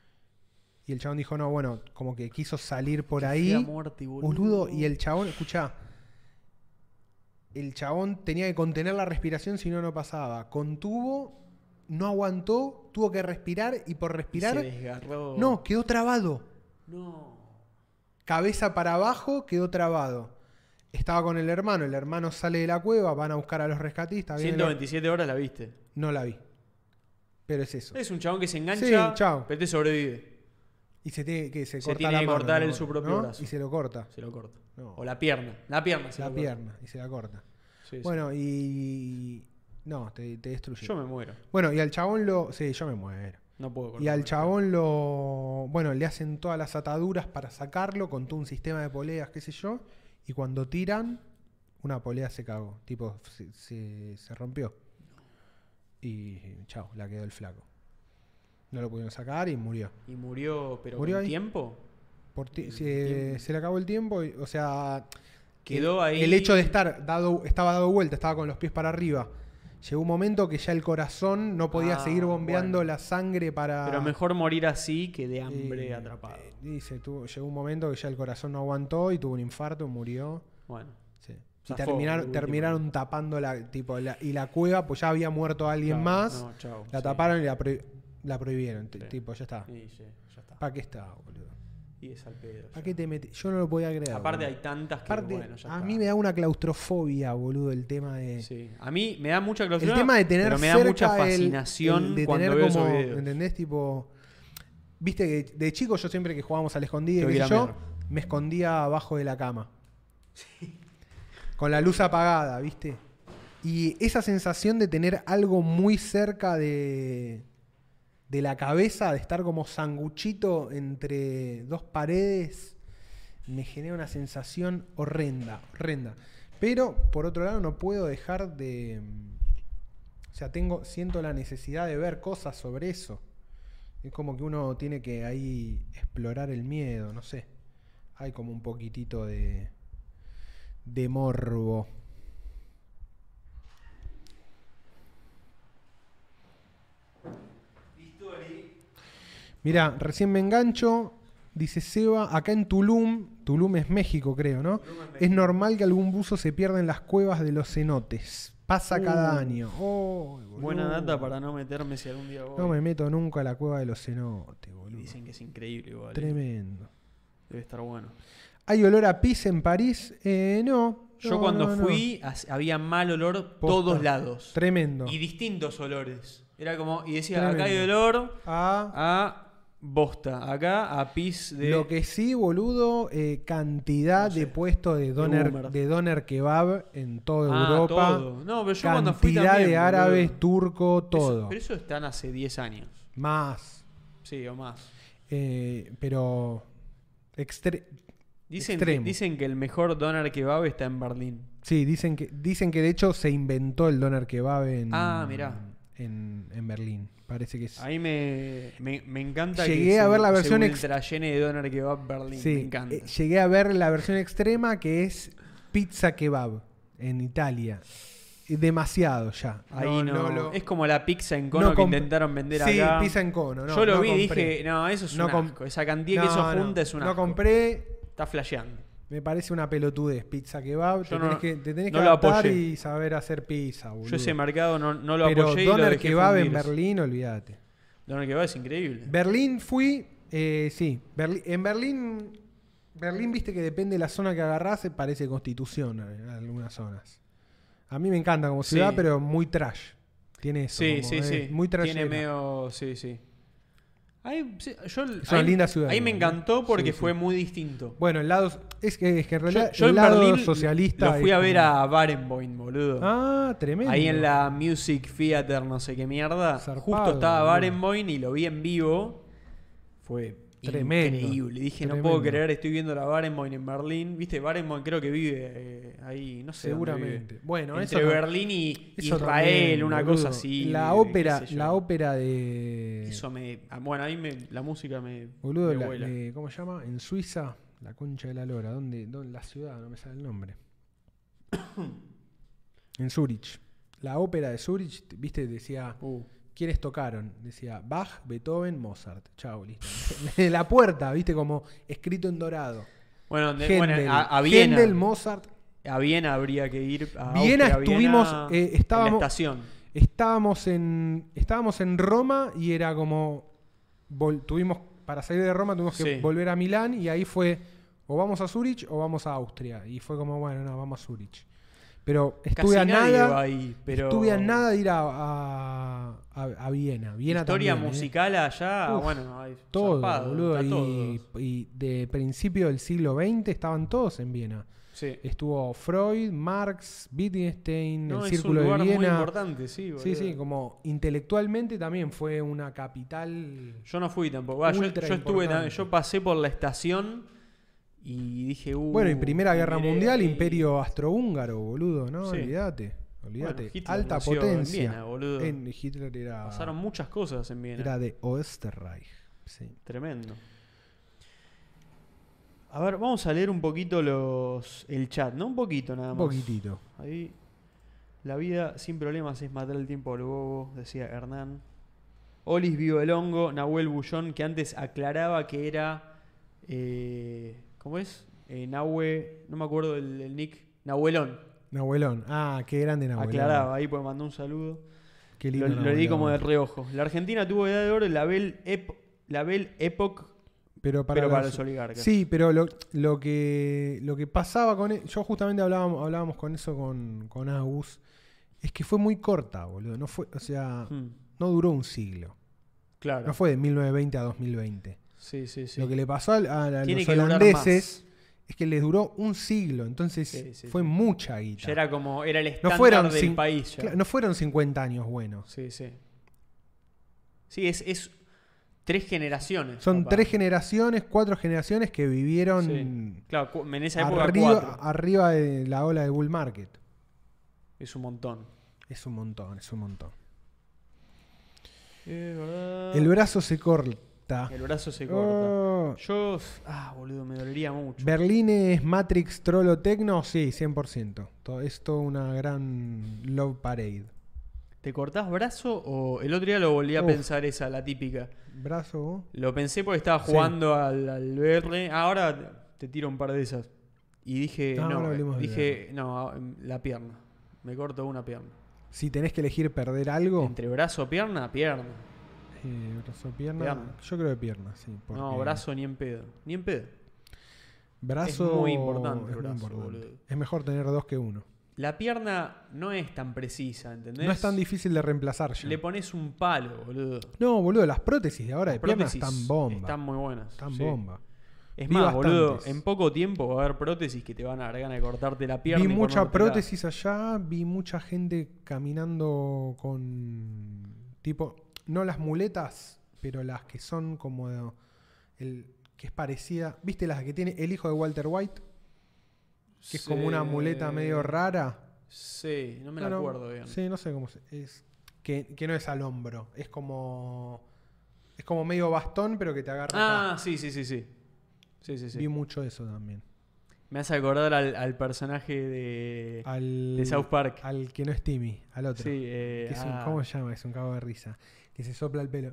Y el chabón dijo, no, bueno, como que quiso salir por Qué ahí. fea muerte, boludo. Boludo, y el chabón, escuchá, el chabón tenía que contener la respiración si no, no pasaba. Contuvo, no aguantó, tuvo que respirar y por Y respirar, se desgarró. no, quedó trabado. No. Cabeza para abajo, quedó trabado. Estaba con el hermano, el hermano sale de la cueva, van a buscar a los rescatistas. viene ciento la- veintisiete horas la viste. No la vi. Pero es eso. Es un chabón que se engancha, Sí, chao. pero te sobrevive. Y se tiene que se, Se corta tiene la que mano, cortar ¿no? él su propio ¿no? brazo. Y se lo corta. Se lo corta. No. O la pierna. La pierna se La lo corta. pierna y se la corta. Sí, sí. Bueno, y no, te, te destruye. Yo me muero. Bueno, y al chabón lo. Sí, yo me muero. No puedo Y cortar. al chabón lo. Bueno, le hacen todas las ataduras para sacarlo con todo un sistema de poleas, qué sé yo. Y cuando tiran, una polea se cagó. Tipo, se, se, se rompió. Y chao, la quedó el flaco. No lo pudieron sacar y murió. Y murió, pero ¿Murió con ahí? tiempo. Por ti- El se, tiempo. se le acabó el tiempo, y- o sea, Quedó el, ahí. el hecho de estar dado, estaba dado vuelta, estaba con los pies para arriba. Llegó un momento que ya el corazón no podía Ah, seguir bombeando bueno. la sangre para. Pero mejor morir así que de hambre eh, atrapado. eh, dice, tuvo, llegó un momento que ya el corazón no aguantó y tuvo un infarto, murió. Bueno. Sí. Y Zafó, terminaron, de última. terminaron tapando la, tipo, la, y la cueva, pues ya había muerto alguien Chau, más. no, chau, la sí. taparon y la, pro- la prohibieron. T- Sí. Tipo, ya está. Sí, sí, ya está. ¿Para qué está, boludo? Y es al pedo. ¿Para ya. qué te metes? Yo no lo podía creer. Aparte boludo. hay tantas que, Aparte, bueno, ya a está. mí me da una claustrofobia, boludo, el tema de. Sí. A mí me da mucha El clausura, tema de tener pero me da cerca mucha el- fascinación el de cuando tener veo como, esos videos. ¿entendés? Tipo, viste que de chico yo siempre que jugábamos al escondido, Tengo qué que sé ir a yo, mear. me escondía abajo de la cama. Con la luz apagada, ¿viste? Y esa sensación de tener algo muy cerca de, de la cabeza, de estar como sanguchito entre dos paredes, me genera una sensación horrenda, horrenda. Pero, por otro lado, no puedo dejar de... O sea, tengo, siento la necesidad de ver cosas sobre eso. Es como que uno tiene que ahí explorar el miedo, no sé. Hay como un poquitito de, de morbo. Mirá, recién me engancho, dice Seba, acá en Tulum, Tulum es México creo, ¿no? Es, es normal que algún buzo se pierda en las cuevas de los cenotes. Pasa Uh, cada año. Oh, Buena boludo. data para no meterme si algún día voy. No me meto nunca a la cueva de los cenotes, Y boludo. dicen que es increíble igual. ¿eh? Tremendo. Debe estar bueno. ¿Hay olor a pis en París? Eh, no. Yo no, cuando no, no. fui as- había mal olor Posta. todos lados. Tremendo. Y distintos olores. Era como, y decía, Tremendo. acá hay olor Ah, a bosta, acá a pis de... lo que sí, boludo, eh, cantidad No sé. de puestos de doner, Hummer. de doner kebab en toda Ah, Europa. todo. No, pero yo cuando fui Cantidad también, de boludo. árabes, turcos, Eso- todo. pero eso están hace diez años. Más. Sí, o más. Eh, pero extre- Dicen que, Extremo. dicen que el mejor doner kebab está en Berlín. sí, dicen que dicen que de hecho se inventó el doner kebab en, Ah, mirá. en, en Berlín. Parece que es. Ahí me, me, me encanta Llegué que a se- ver la versión se ex- ultra llene de doner kebab Berlín. Sí, Me encanta. eh, llegué a ver la versión extrema que es pizza kebab en Italia. Y demasiado ya. Ahí no. lo- Es como la pizza en cono no que comp- intentaron vender sí, acá. pizza en cono. No, Yo lo no vi y compré. dije, no, eso es No un com- asco. Esa cantidad que No, eso no, junta es un no asco. compré. Está flasheando. Me parece una pelotudez pizza kebab. Yo Te no- tenés que, te tenés no que lo adaptar apoyé. y saber hacer pizza, boludo. Yo ese mercado no, no lo Pero apoyé y lo doner dejé kebab en fundir. Berlín, olvídate. Doner kebab es increíble. Berlín fui, eh, sí. Berli- en Berlín, Berlín, viste que depende de la zona que agarrás, eh, parece Constitución en algunas zonas. A mí me encanta como ciudad, Sí. pero muy trash. Tiene eso. Sí, como, sí, eh, sí. Muy trash. Tiene medio... Sí, sí. Ahí, sí, yo, Es una ahí- linda ciudad Ahí me igual, ¿no? encantó porque Sí, sí. fue muy distinto. Bueno, el lado. Es que, es que en Yo, realidad. yo el en lado Berlín socialista. lo fui es a ver como- a Barenboim, boludo. Ah, tremendo. Ahí en la Music Theater, no sé qué mierda. Zarpado, Justo estaba boludo. Barenboim y lo vi en vivo. Fue Tremendo, increíble. Dije, no tremendo. puedo creer, estoy viendo la Barenboim en Berlín. Viste, Barenboim creo que vive eh, ahí, no sé. dónde Seguramente. vive. Bueno, Entre eso no- Berlín y Eso Israel, también, una boludo. cosa así. La qué ópera, sé yo. la ópera de. Eso me. ah, Bueno, ahí me, la música me. Boludo, me la- vuela. de- ¿cómo se llama? En Suiza, la concha de la lora. ¿Dónde? ¿Dónde? La ciudad, no me sale el nombre. En Zurich. La ópera de Zurich, viste, decía, Uh, ¿quiénes tocaron? Decía Bach, Beethoven, Mozart. Chao, listo. De la puerta, viste, como escrito en dorado. Bueno, de- bueno, Händel, a, a Viena. Händel, Mozart. A Viena habría que ir. A Viena Austria, estuvimos, Viena, eh, en estábamos- la estación. Estábamos en, estábamos en Roma y era como, vol- tuvimos, para salir de Roma tuvimos que Sí. volver a Milán y ahí fue, o vamos a Zurich o vamos a Austria. Y fue como, bueno, no, vamos a Zurich. Pero estuve Casi a nadie nada, va ahí, pero estuve a nada de ir a, a, a- a Viena. Viena historia también, ¿eh? musical allá, Uf, bueno, hay Todo, zarpado, boludo. está Y, todo. y de principio del siglo veinte estaban todos en Viena. Sí. Estuvo Freud, Marx, Wittgenstein, No, el es Círculo un lugar de muy Viena. importante, sí, boludo. Sí, sí, como intelectualmente también fue una capital. Yo no fui tampoco. Va, yo, Ultra yo estuve, importante. yo pasé por la estación y dije, uh, Bueno, y Primera y Guerra miré Mundial, ahí. Imperio Astrohúngaro, boludo, ¿no? Sí. Olvídate. Olvídate, Bueno, Hitler alta nació en potencia. Viena, boludo. En Hitler era. Pasaron muchas cosas en Viena. Era de Österreich. Sí. Tremendo. A ver, vamos a leer un poquito los el chat, ¿no? Un poquito nada Un más. poquitito. Ahí. La vida sin problemas es matar el tiempo al bobo, decía Hernán. Olis vio el hongo, Nahuel Bullón, que antes aclaraba que era. Eh, ¿Cómo es? Eh, Nahue. No me acuerdo el, el nick. Nahuelón. Nahuelón. Ah, qué grande Nahuelón. Aclaraba ahí, pues mandó un saludo. Qué Lo, lindo lo leí como de Nahuelón. reojo. La Argentina tuvo edad de oro, la Belle, Ep- la Belle Epoch, Pero para, pero para los- los oligarcas. Sí, pero lo, lo que lo que pasaba con él, yo justamente hablábamos, hablábamos con eso con, con Agus, es que fue muy corta, boludo. No fue, o sea, Hmm, no duró un siglo. claro. No fue de mil novecientos veinte a dos mil veinte. Sí, sí, sí. Lo que le pasó a, a- a Tiene los que durar holandeses es que les duró un siglo. Entonces Sí, sí, fue sí. mucha guita. Ya era como, era el no estándar fueron, del cin- país ya. cla- no fueron cincuenta años buenos. Sí, sí. Sí, es, es tres generaciones. Son capaz. tres generaciones, cuatro generaciones que vivieron Sí. Claro, cu- en esa época arriba, cuatro. arriba de la ola de bull market. Es un montón. Es un montón, es un montón. Es verdad. El brazo se corta. El brazo se corta. Oh. Yo, ah, boludo, me dolería mucho. ¿Berlín es Matrix Trollo Tecno? Sí, cien por ciento. Todo, es toda una gran love parade. ¿Te cortás brazo o el otro día lo volví a Uf. pensar esa, la típica? ¿Brazo? Lo pensé porque estaba Sí. jugando al, al V R. Ahora te tiro un par de esas. Y dije, No, no, ahora hablemos del dije, no, la pierna. Me corto una pierna. Si tenés que elegir perder algo, Entre brazo o pierna, pierna. eh, brazo pierna. Pierna. Yo creo que pierna, sí. porque No, brazo ni en pedo. Ni en pedo. Brazo es muy importante el es muy brazo, importante. boludo. Es mejor tener dos que uno. La pierna no es tan precisa, ¿entendés? No es tan difícil de reemplazar ya. Le pones un palo, boludo. No, boludo, las prótesis de ahora Las de pierna prótesis están bomba. Están muy buenas. Están sí. bomba. Es Vi más, boludo, bastantes. en poco tiempo va a haber prótesis que te van a dar ganas de cortarte la pierna. Vi y mucha ponértela. prótesis allá, vi mucha gente caminando con tipo, no las muletas, pero las que son como de- el que es parecida, ¿viste las que tiene el hijo de Walter White? Que es como una muleta medio rara. Sí, no me No, la no, acuerdo bien. Sí, no sé cómo se, es que, que no es al hombro, es como es como medio bastón, pero que te agarra Ah, acá. sí, sí, sí, sí. Sí, sí, sí. Vi mucho eso también. Me hace acordar al, al personaje de, Al, de South Park. Al que no es Timmy, al otro. Sí, eh, Que es un- ah, ¿Cómo se llama? Es un cago de risa. Que se sopla el pelo.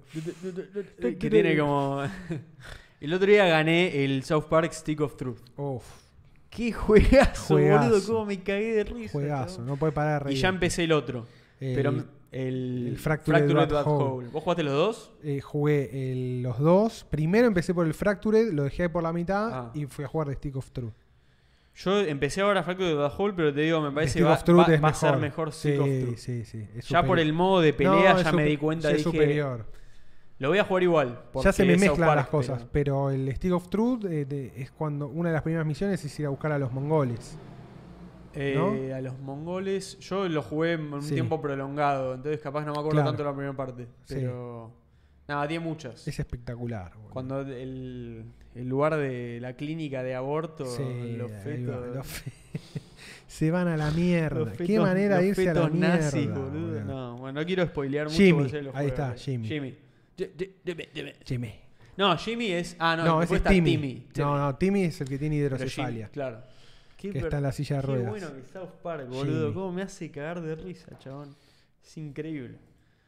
que tiene como... El otro día gané el South Park Stick of Truth. Uf, ¡Qué juegazo, Juegazo. boludo! ¿Cómo me cagué de risa? juegazo. chabón. No puede parar de Y reír. ya empecé el otro. El- pero el, el Fractured Fractured Bad Bad Hole. Hole. ¿Vos jugaste los dos? Eh, jugué el- los dos. Primero empecé por el Fractured, lo dejé por la mitad Ah. y fui a jugar de Stick of Truth. Yo empecé ahora Fractured Bad Hole, pero te digo, me parece que Stick va, of Truth va- es va a ser mejor. mejor Sí, Stick of Truth. sí, sí. es Ya por superior. el modo de pelea No, ya es me super- di cuenta, ya es dije, superior. lo voy a jugar igual. Ya porque se me es South mezclan Park, las cosas, pero- pero, el Stick of Truth eh, de- es cuando una de las primeras misiones es ir a buscar a los mongoles. Eh, ¿no? A los mongoles, yo lo jugué en un Sí. tiempo prolongado, entonces capaz no me acuerdo Claro. tanto de la primera parte. Sí. Pero. Nada, tiene muchas. Es espectacular. boludo. Cuando el, el lugar de la clínica de aborto, Sí, los ahí fetos. va, los fe- se van a la mierda. los Qué fetos- manera de los irse a la fetos mierda. nazis, boludo. boludo. No, bueno, no quiero spoilear mucho. Jimmy, porque sé los ahí juegos. está, Jimmy. Jimmy. Ye- ye- Jimmy, Jimmy. Jimmy. No, Jimmy es. Ah, no, No, después ese es está Timmy. Timmy. No, no, Timmy es el que tiene Pero hidrocefalia. Jimmy, claro. Qué Que per- está en la silla de Qué ruedas. bueno que South Park, boludo. Jimmy. Cómo me hace cagar de risa, chabón. Es increíble.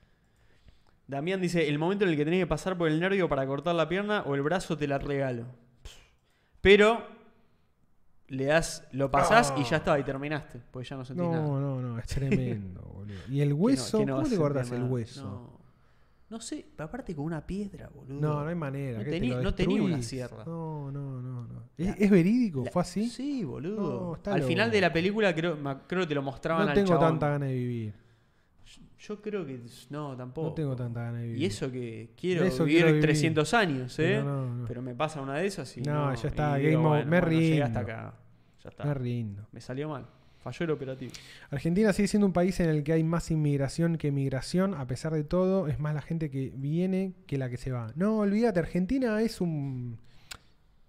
Damián dice, el momento en el que tenés que pasar por el nervio para cortar la pierna o el brazo te la regalo. Pero le das, lo pasás Oh. y ya está, y terminaste. Porque ya no sentís No, nada. no, no, es tremendo, boludo. ¿Y el ¿Qué no- hueso? qué no ¿Cómo vas te a cortas sentir el nada? hueso? No. No sé, aparte con una piedra, boludo. No, no hay manera. No ¿qué te tení- lo no tenía una destruís? sierra. No, no, no. no. ¿Es, La- es verídico? La- ¿Fue así? Sí, boludo. No, está Al loco. final de la película creo, ma- creo que te lo mostraban No al tengo chabón. tanta ganas de vivir. Yo creo que no, tampoco. No tengo tanta ganas de vivir. Y eso que quiero Eso vivir quiero vivir. trescientos años, ¿eh? Pero no, no. Pero me pasa una de esas y No, no. ya está, y game digo, over, bueno, me bueno, llegué hasta rindo. acá. Ya está. Me rindo. Me salió mal. Falló el operativo. Argentina sigue siendo un país en el que hay más inmigración que migración. A pesar de todo, es más la gente que viene que la que se va. No, olvídate, Argentina es un...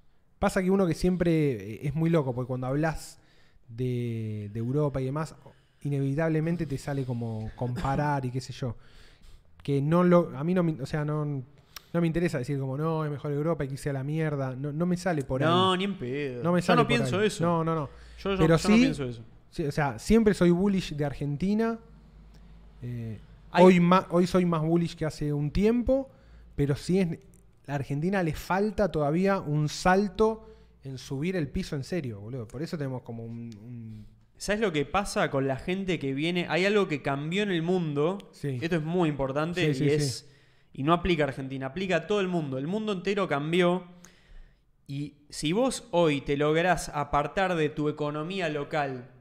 Pasa que uno que siempre es muy loco, porque cuando hablas de, de Europa y demás, inevitablemente te sale como comparar y qué sé yo. Que no lo. A mí no me. O sea, no. No me interesa decir como, no, es mejor Europa, hay que irse a la mierda. No, no me sale por ahí. No, ni en pedo. No me yo sale no por pienso ahí. eso. No, no, no. Yo, yo- Pero yo no sí- pienso eso. Sí, o sea, siempre soy bullish de Argentina. Eh, Hay- hoy, ma- hoy soy más bullish que hace un tiempo, pero sí es. A Argentina le falta todavía un salto en subir el piso en serio, boludo. Por eso tenemos como un. un- ¿Sabes lo que pasa con la gente que viene? Hay algo que cambió en el mundo. Sí. Esto es muy importante Sí, y sí, es. sí. Y no aplica a Argentina, aplica a todo el mundo. El mundo entero cambió. Y si vos hoy te lográs apartar de tu economía local,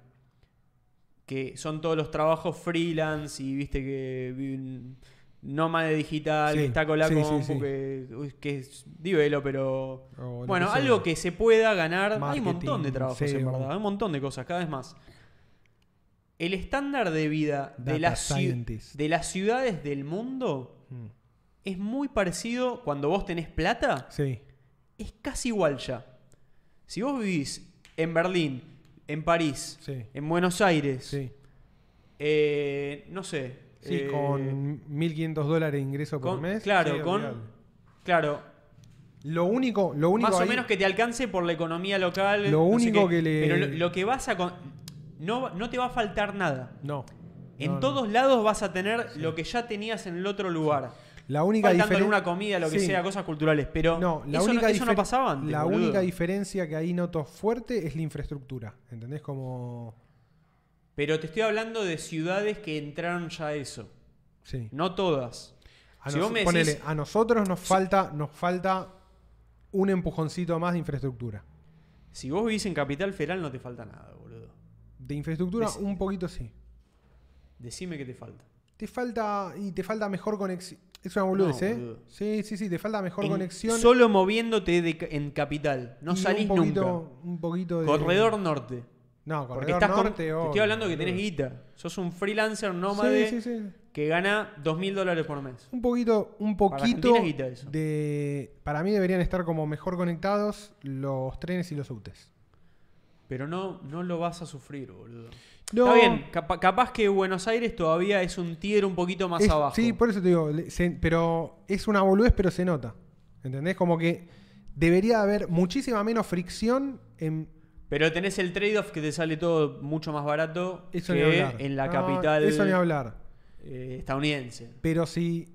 que son todos los trabajos freelance y viste que vi- nómade digital, Sí, que está con la sí, sí, compu, sí. Que, uy, que es divelo, pero o lo bueno, que sea. algo que se pueda ganar. Hay un Marketing, montón de trabajos S E O. en verdad, hay un montón de cosas, cada vez más. El estándar de vida de Data las, ciu- scientist. de las ciudades del mundo Mm. es muy parecido cuando vos tenés plata. Sí. Es casi igual ya. Si vos vivís en Berlín, en París, Sí. en Buenos Aires, Sí. eh, no sé. Sí, eh, con mil quinientos dólares de ingreso por con- mes. Claro, sí, con. olvidalo. Claro, Lo único, lo único más o ahí- menos que te alcance por la economía local. Lo no sé único qué. que le- Pero lo, lo que vas a. con- No, no te va a faltar nada. No. En No, no. todos lados vas a tener lo que ya tenías en el otro lugar. La única Faltando diferencia. alguna comida, lo que Sí. sea, cosas culturales. Pero No, la eso, única no, eso no difer- pasaba antes. La boludo. única diferencia que ahí noto fuerte es la infraestructura. ¿Entendés? Como. Pero te estoy hablando de ciudades que entraron ya a eso. Sí. No todas. A, Si nos- vos me ponele, decís- a nosotros nos falta, nos falta un empujoncito más de infraestructura. Si vos vivís en Capital Federal no te falta nada, boludo. De infraestructura, Es- un poquito sí. Decime qué te falta. Te falta. Y te falta mejor conexión. Es una boludez, No, ¿eh? boludo. Sí, sí, sí. Te falta mejor En- conexión. Solo moviéndote de ca- en Capital. No y salís un poquito, nunca. Un poquito de. Corredor Norte. No, Porque corredor estás con- norte. te obvio, estoy hablando que tenés boludo. guita. Sos un freelancer nómade Sí, sí, sí. que gana dos mil dólares por mes. Un poquito, un Para poquito Argentina es guita eso. de. Para mí deberían estar como mejor conectados los trenes y los subtes. Pero no, no lo vas a sufrir, boludo. No, Está bien, capa- capaz que Buenos Aires todavía es un tier un poquito más es- abajo. Sí, por eso te digo, le- se- pero es una boludez, pero se nota. ¿Entendés? Como que debería haber muchísima menos fricción en. Pero tenés el trade-off que te sale todo mucho más barato Eso ni que hablar. en la No, capital Eso ni hablar. eh, estadounidense. Pero si.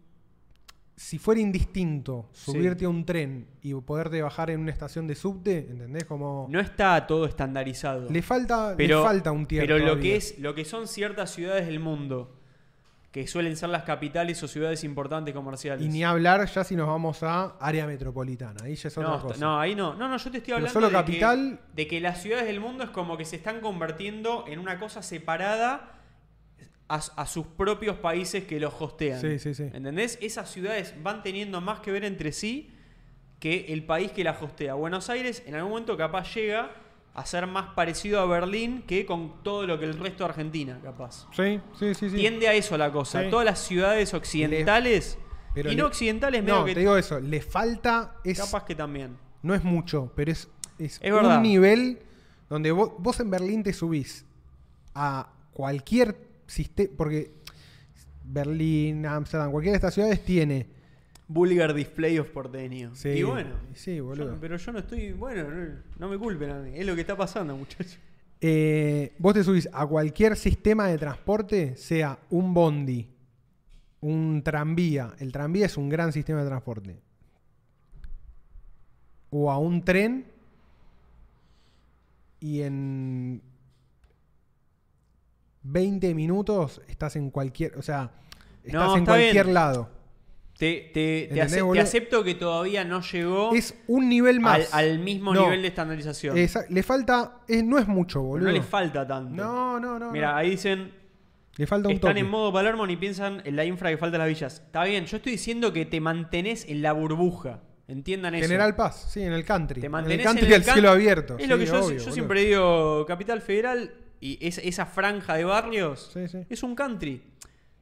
Si fuera indistinto subirte a un tren y poderte bajar en una estación de subte, ¿entendés? Como. No está todo estandarizado. le falta, pero, le falta un tiempo. Pero lo que es, lo que son ciertas ciudades del mundo, que suelen ser las capitales o ciudades importantes comerciales. Y ni hablar ya si nos vamos a área metropolitana. Ahí ya es otra no, cosa. no, ahí no. No, no, yo te estoy Pero hablando solo de, capital- que, de que las ciudades del mundo es como que se están convirtiendo en una cosa separada a, a sus propios países que los hostean. Sí, sí, sí. ¿Entendés? Esas ciudades van teniendo más que ver entre sí que el país que la hostea. Buenos Aires en algún momento capaz llega a ser más parecido a Berlín que con todo lo que el resto de Argentina, capaz. Sí, sí, sí. sí. Tiende a eso la cosa. Sí. Todas las ciudades occidentales Pero y le- no occidentales medio No, que te digo eso. Le falta. Es, capaz que también. no es mucho, pero es, es, Es verdad. un nivel donde vos, vos en Berlín te subís a cualquier sistema. Porque Berlín, Ámsterdam, cualquiera de estas ciudades tiene. Vulgar display of porteño. Sí, y bueno. sí, boludo. yo- pero yo no estoy. Bueno, no, no me culpen a mí. Es lo que está pasando, muchachos. Eh, vos te subís a cualquier sistema de transporte, sea un bondi, un tranvía. El tranvía es un gran sistema de transporte. O a un tren y en veinte minutos estás en cualquier, o sea, estás No, en está cualquier bien. lado. Te, te, te, ¿Entendés, ace- te boludo? acepto que todavía no llegó Es un nivel al, más. al mismo No, nivel de estandarización. esa- le falta, es- no es mucho, Pero boludo. no le falta tanto. No, no, no. Mira, no. ahí dicen. Le falta un Están toque. en modo Palermo ni piensan en la infra que falta en las villas. Está bien, yo estoy diciendo que te mantenés en la burbuja. Entiendan eso. General Paz, sí, en el country. Te en el mantenés country en el al can- cielo abierto. Es lo sí, que yo, obvio, yo boludo. siempre digo, Capital Federal y es- esa franja de barrios Sí, sí. es un country.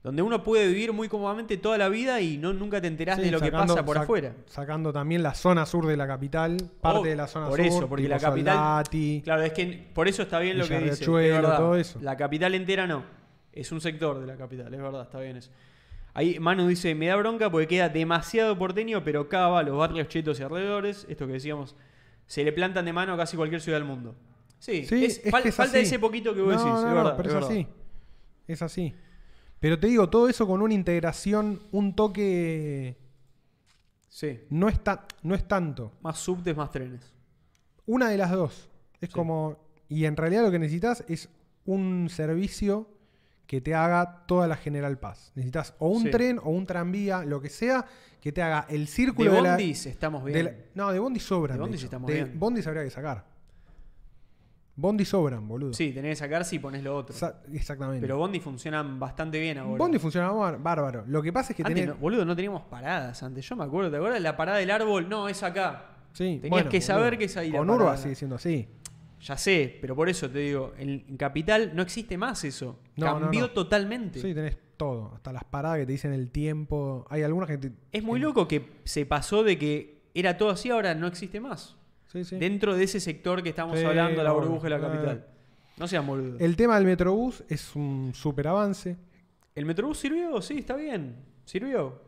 Donde uno puede vivir muy cómodamente toda la vida y no nunca te enterás Sí, de lo sacando- que pasa por sac- afuera. Sacando también la zona sur de la capital, parte Oh, de la zona por sur. eso, porque tipo la capital- Soldati. Claro, es que por eso está bien lo que dice. Es Villarriachuelo, verdad. todo eso. La capital entera no. Es un sector de la capital, es verdad, está bien eso. Ahí Manu dice, me da bronca porque queda demasiado porteño, pero cava los barrios chetos y alrededores. Esto que decíamos, se le plantan de mano a casi cualquier ciudad del mundo. Sí, Sí, es- es fal- que es falta así. ese poquito que vos No, decís, no, es no, verdad. pero es es verdad. así. Es así. Pero te digo, todo eso con una integración, un toque. Sí, No es, ta- no es tanto. más subtes, más trenes. Una de las dos. Es Sí. como. Y en realidad lo que necesitas es un servicio que te haga toda la General Paz. Necesitas o un Sí. tren o un tranvía, lo que sea, que te haga el De círculo de, la. bondis estamos bien. de la- no, de bondis sobran. De de bondis hecho. estamos De bien. bondis habría que sacar. Bondis sobran, boludo. Sí, tenés que sacar si pones lo otro. Sa- exactamente. Pero Bondi funcionan bastante bien ahora. Bondi funcionaba bar- bárbaro. Lo que pasa es que Antes, tenés. no- boludo, no teníamos paradas antes. Yo me acuerdo, ¿te acuerdas? La parada del árbol, no, es acá. Sí, Tenías bueno, que saber boludo. que es ahí la Con Urba parada. sigue siendo así. Ya sé, pero por eso te digo, en, en Capital no existe más eso. No, no, Cambió no. totalmente. Sí, tenés todo. Hasta las paradas que te dicen el tiempo. Hay algunas que te. Es muy loco que se pasó de que era todo así, ahora no existe más. Sí, sí. Dentro de ese sector que estamos Sí, hablando, la obvio. burbuja de la Ah. capital. No sean boludos. El, El tema del Metrobús es un super avance. Metrobús sirvió, sí, está bien. Sirvió.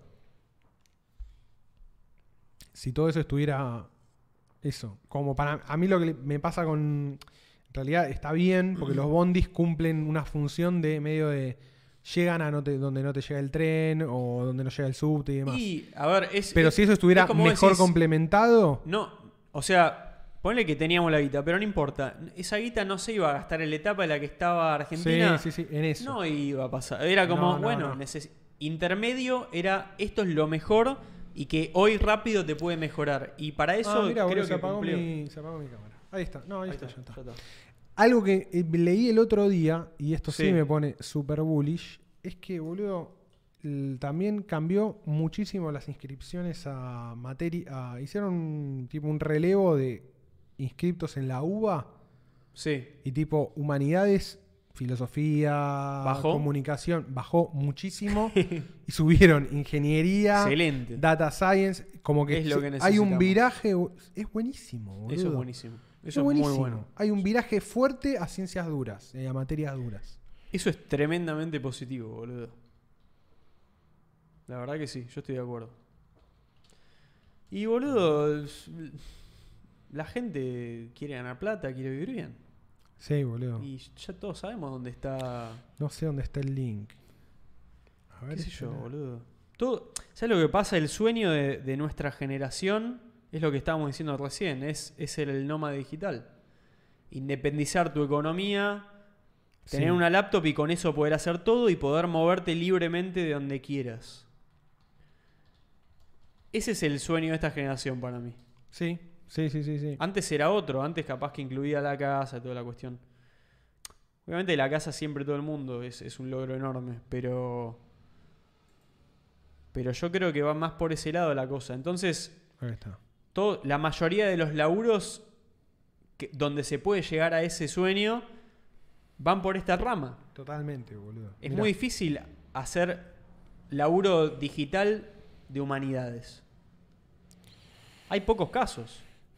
Si todo eso estuviera. Eso. Como para. A mí lo que le- me pasa con. En realidad está bien, porque los bondis cumplen una función de medio de. Llegan a no te- donde no te llega el tren o donde no llega el subte y demás. Y, a ver, es. Pero es- si eso estuviera es como mejor decís, complementado. No, o sea, ponle que teníamos la guita, pero no importa. Esa guita no se iba a gastar en la etapa en la que estaba Argentina. Sí, sí, sí, en eso. No iba a pasar. Era como, No, no, bueno, no. neces- intermedio era esto es lo mejor y que hoy rápido te puede mejorar. Y para eso Ah, mira, creo boludo, que se apagó, cumplió. mi, se apagó mi cámara. Ahí está. No, ahí, Ahí está, está, ya está. ya está. Algo que eh, leí el otro día, y esto sí, Sí. me pone super bullish, es que, boludo, l- también cambió muchísimo las inscripciones a materia. Hicieron tipo un relevo de inscriptos en la UBA Sí. y tipo humanidades, filosofía, ¿Bajó? comunicación, bajó muchísimo y subieron ingeniería, Excelente. data science, como que, Es lo se- que hay un necesitamos. viraje, es buenísimo, boludo. Eso es buenísimo. Es Eso es buenísimo. muy bueno. Hay un viraje fuerte a ciencias duras, eh, a materias duras. Eso es tremendamente positivo, boludo. La verdad que sí, yo estoy de acuerdo. Y boludo, es- la gente quiere ganar plata, quiere vivir bien. Sí, boludo. Y ya todos sabemos dónde está. No sé dónde está el link. A ver, ¿Qué sé yo, espera. boludo? Todo, ¿sabes lo que pasa? El sueño de, de nuestra generación es lo que estábamos diciendo recién, es, es el, el nómada digital. Independizar tu economía, tener Sí. una laptop y con eso poder hacer todo y poder moverte libremente de donde quieras. Ese es el sueño de esta generación para mí. Sí, sí, sí, sí, sí. Antes era otro, antes capaz que incluía la casa, toda la cuestión. Obviamente la casa siempre todo el mundo es, es un logro enorme, pero... Pero yo creo que va más por ese lado la cosa. Entonces, Ahí está. todo, la mayoría de los laburos que, donde se puede llegar a ese sueño van por esta rama. Totalmente, boludo. Es Mirá. muy difícil hacer laburo digital de humanidades. Hay pocos casos.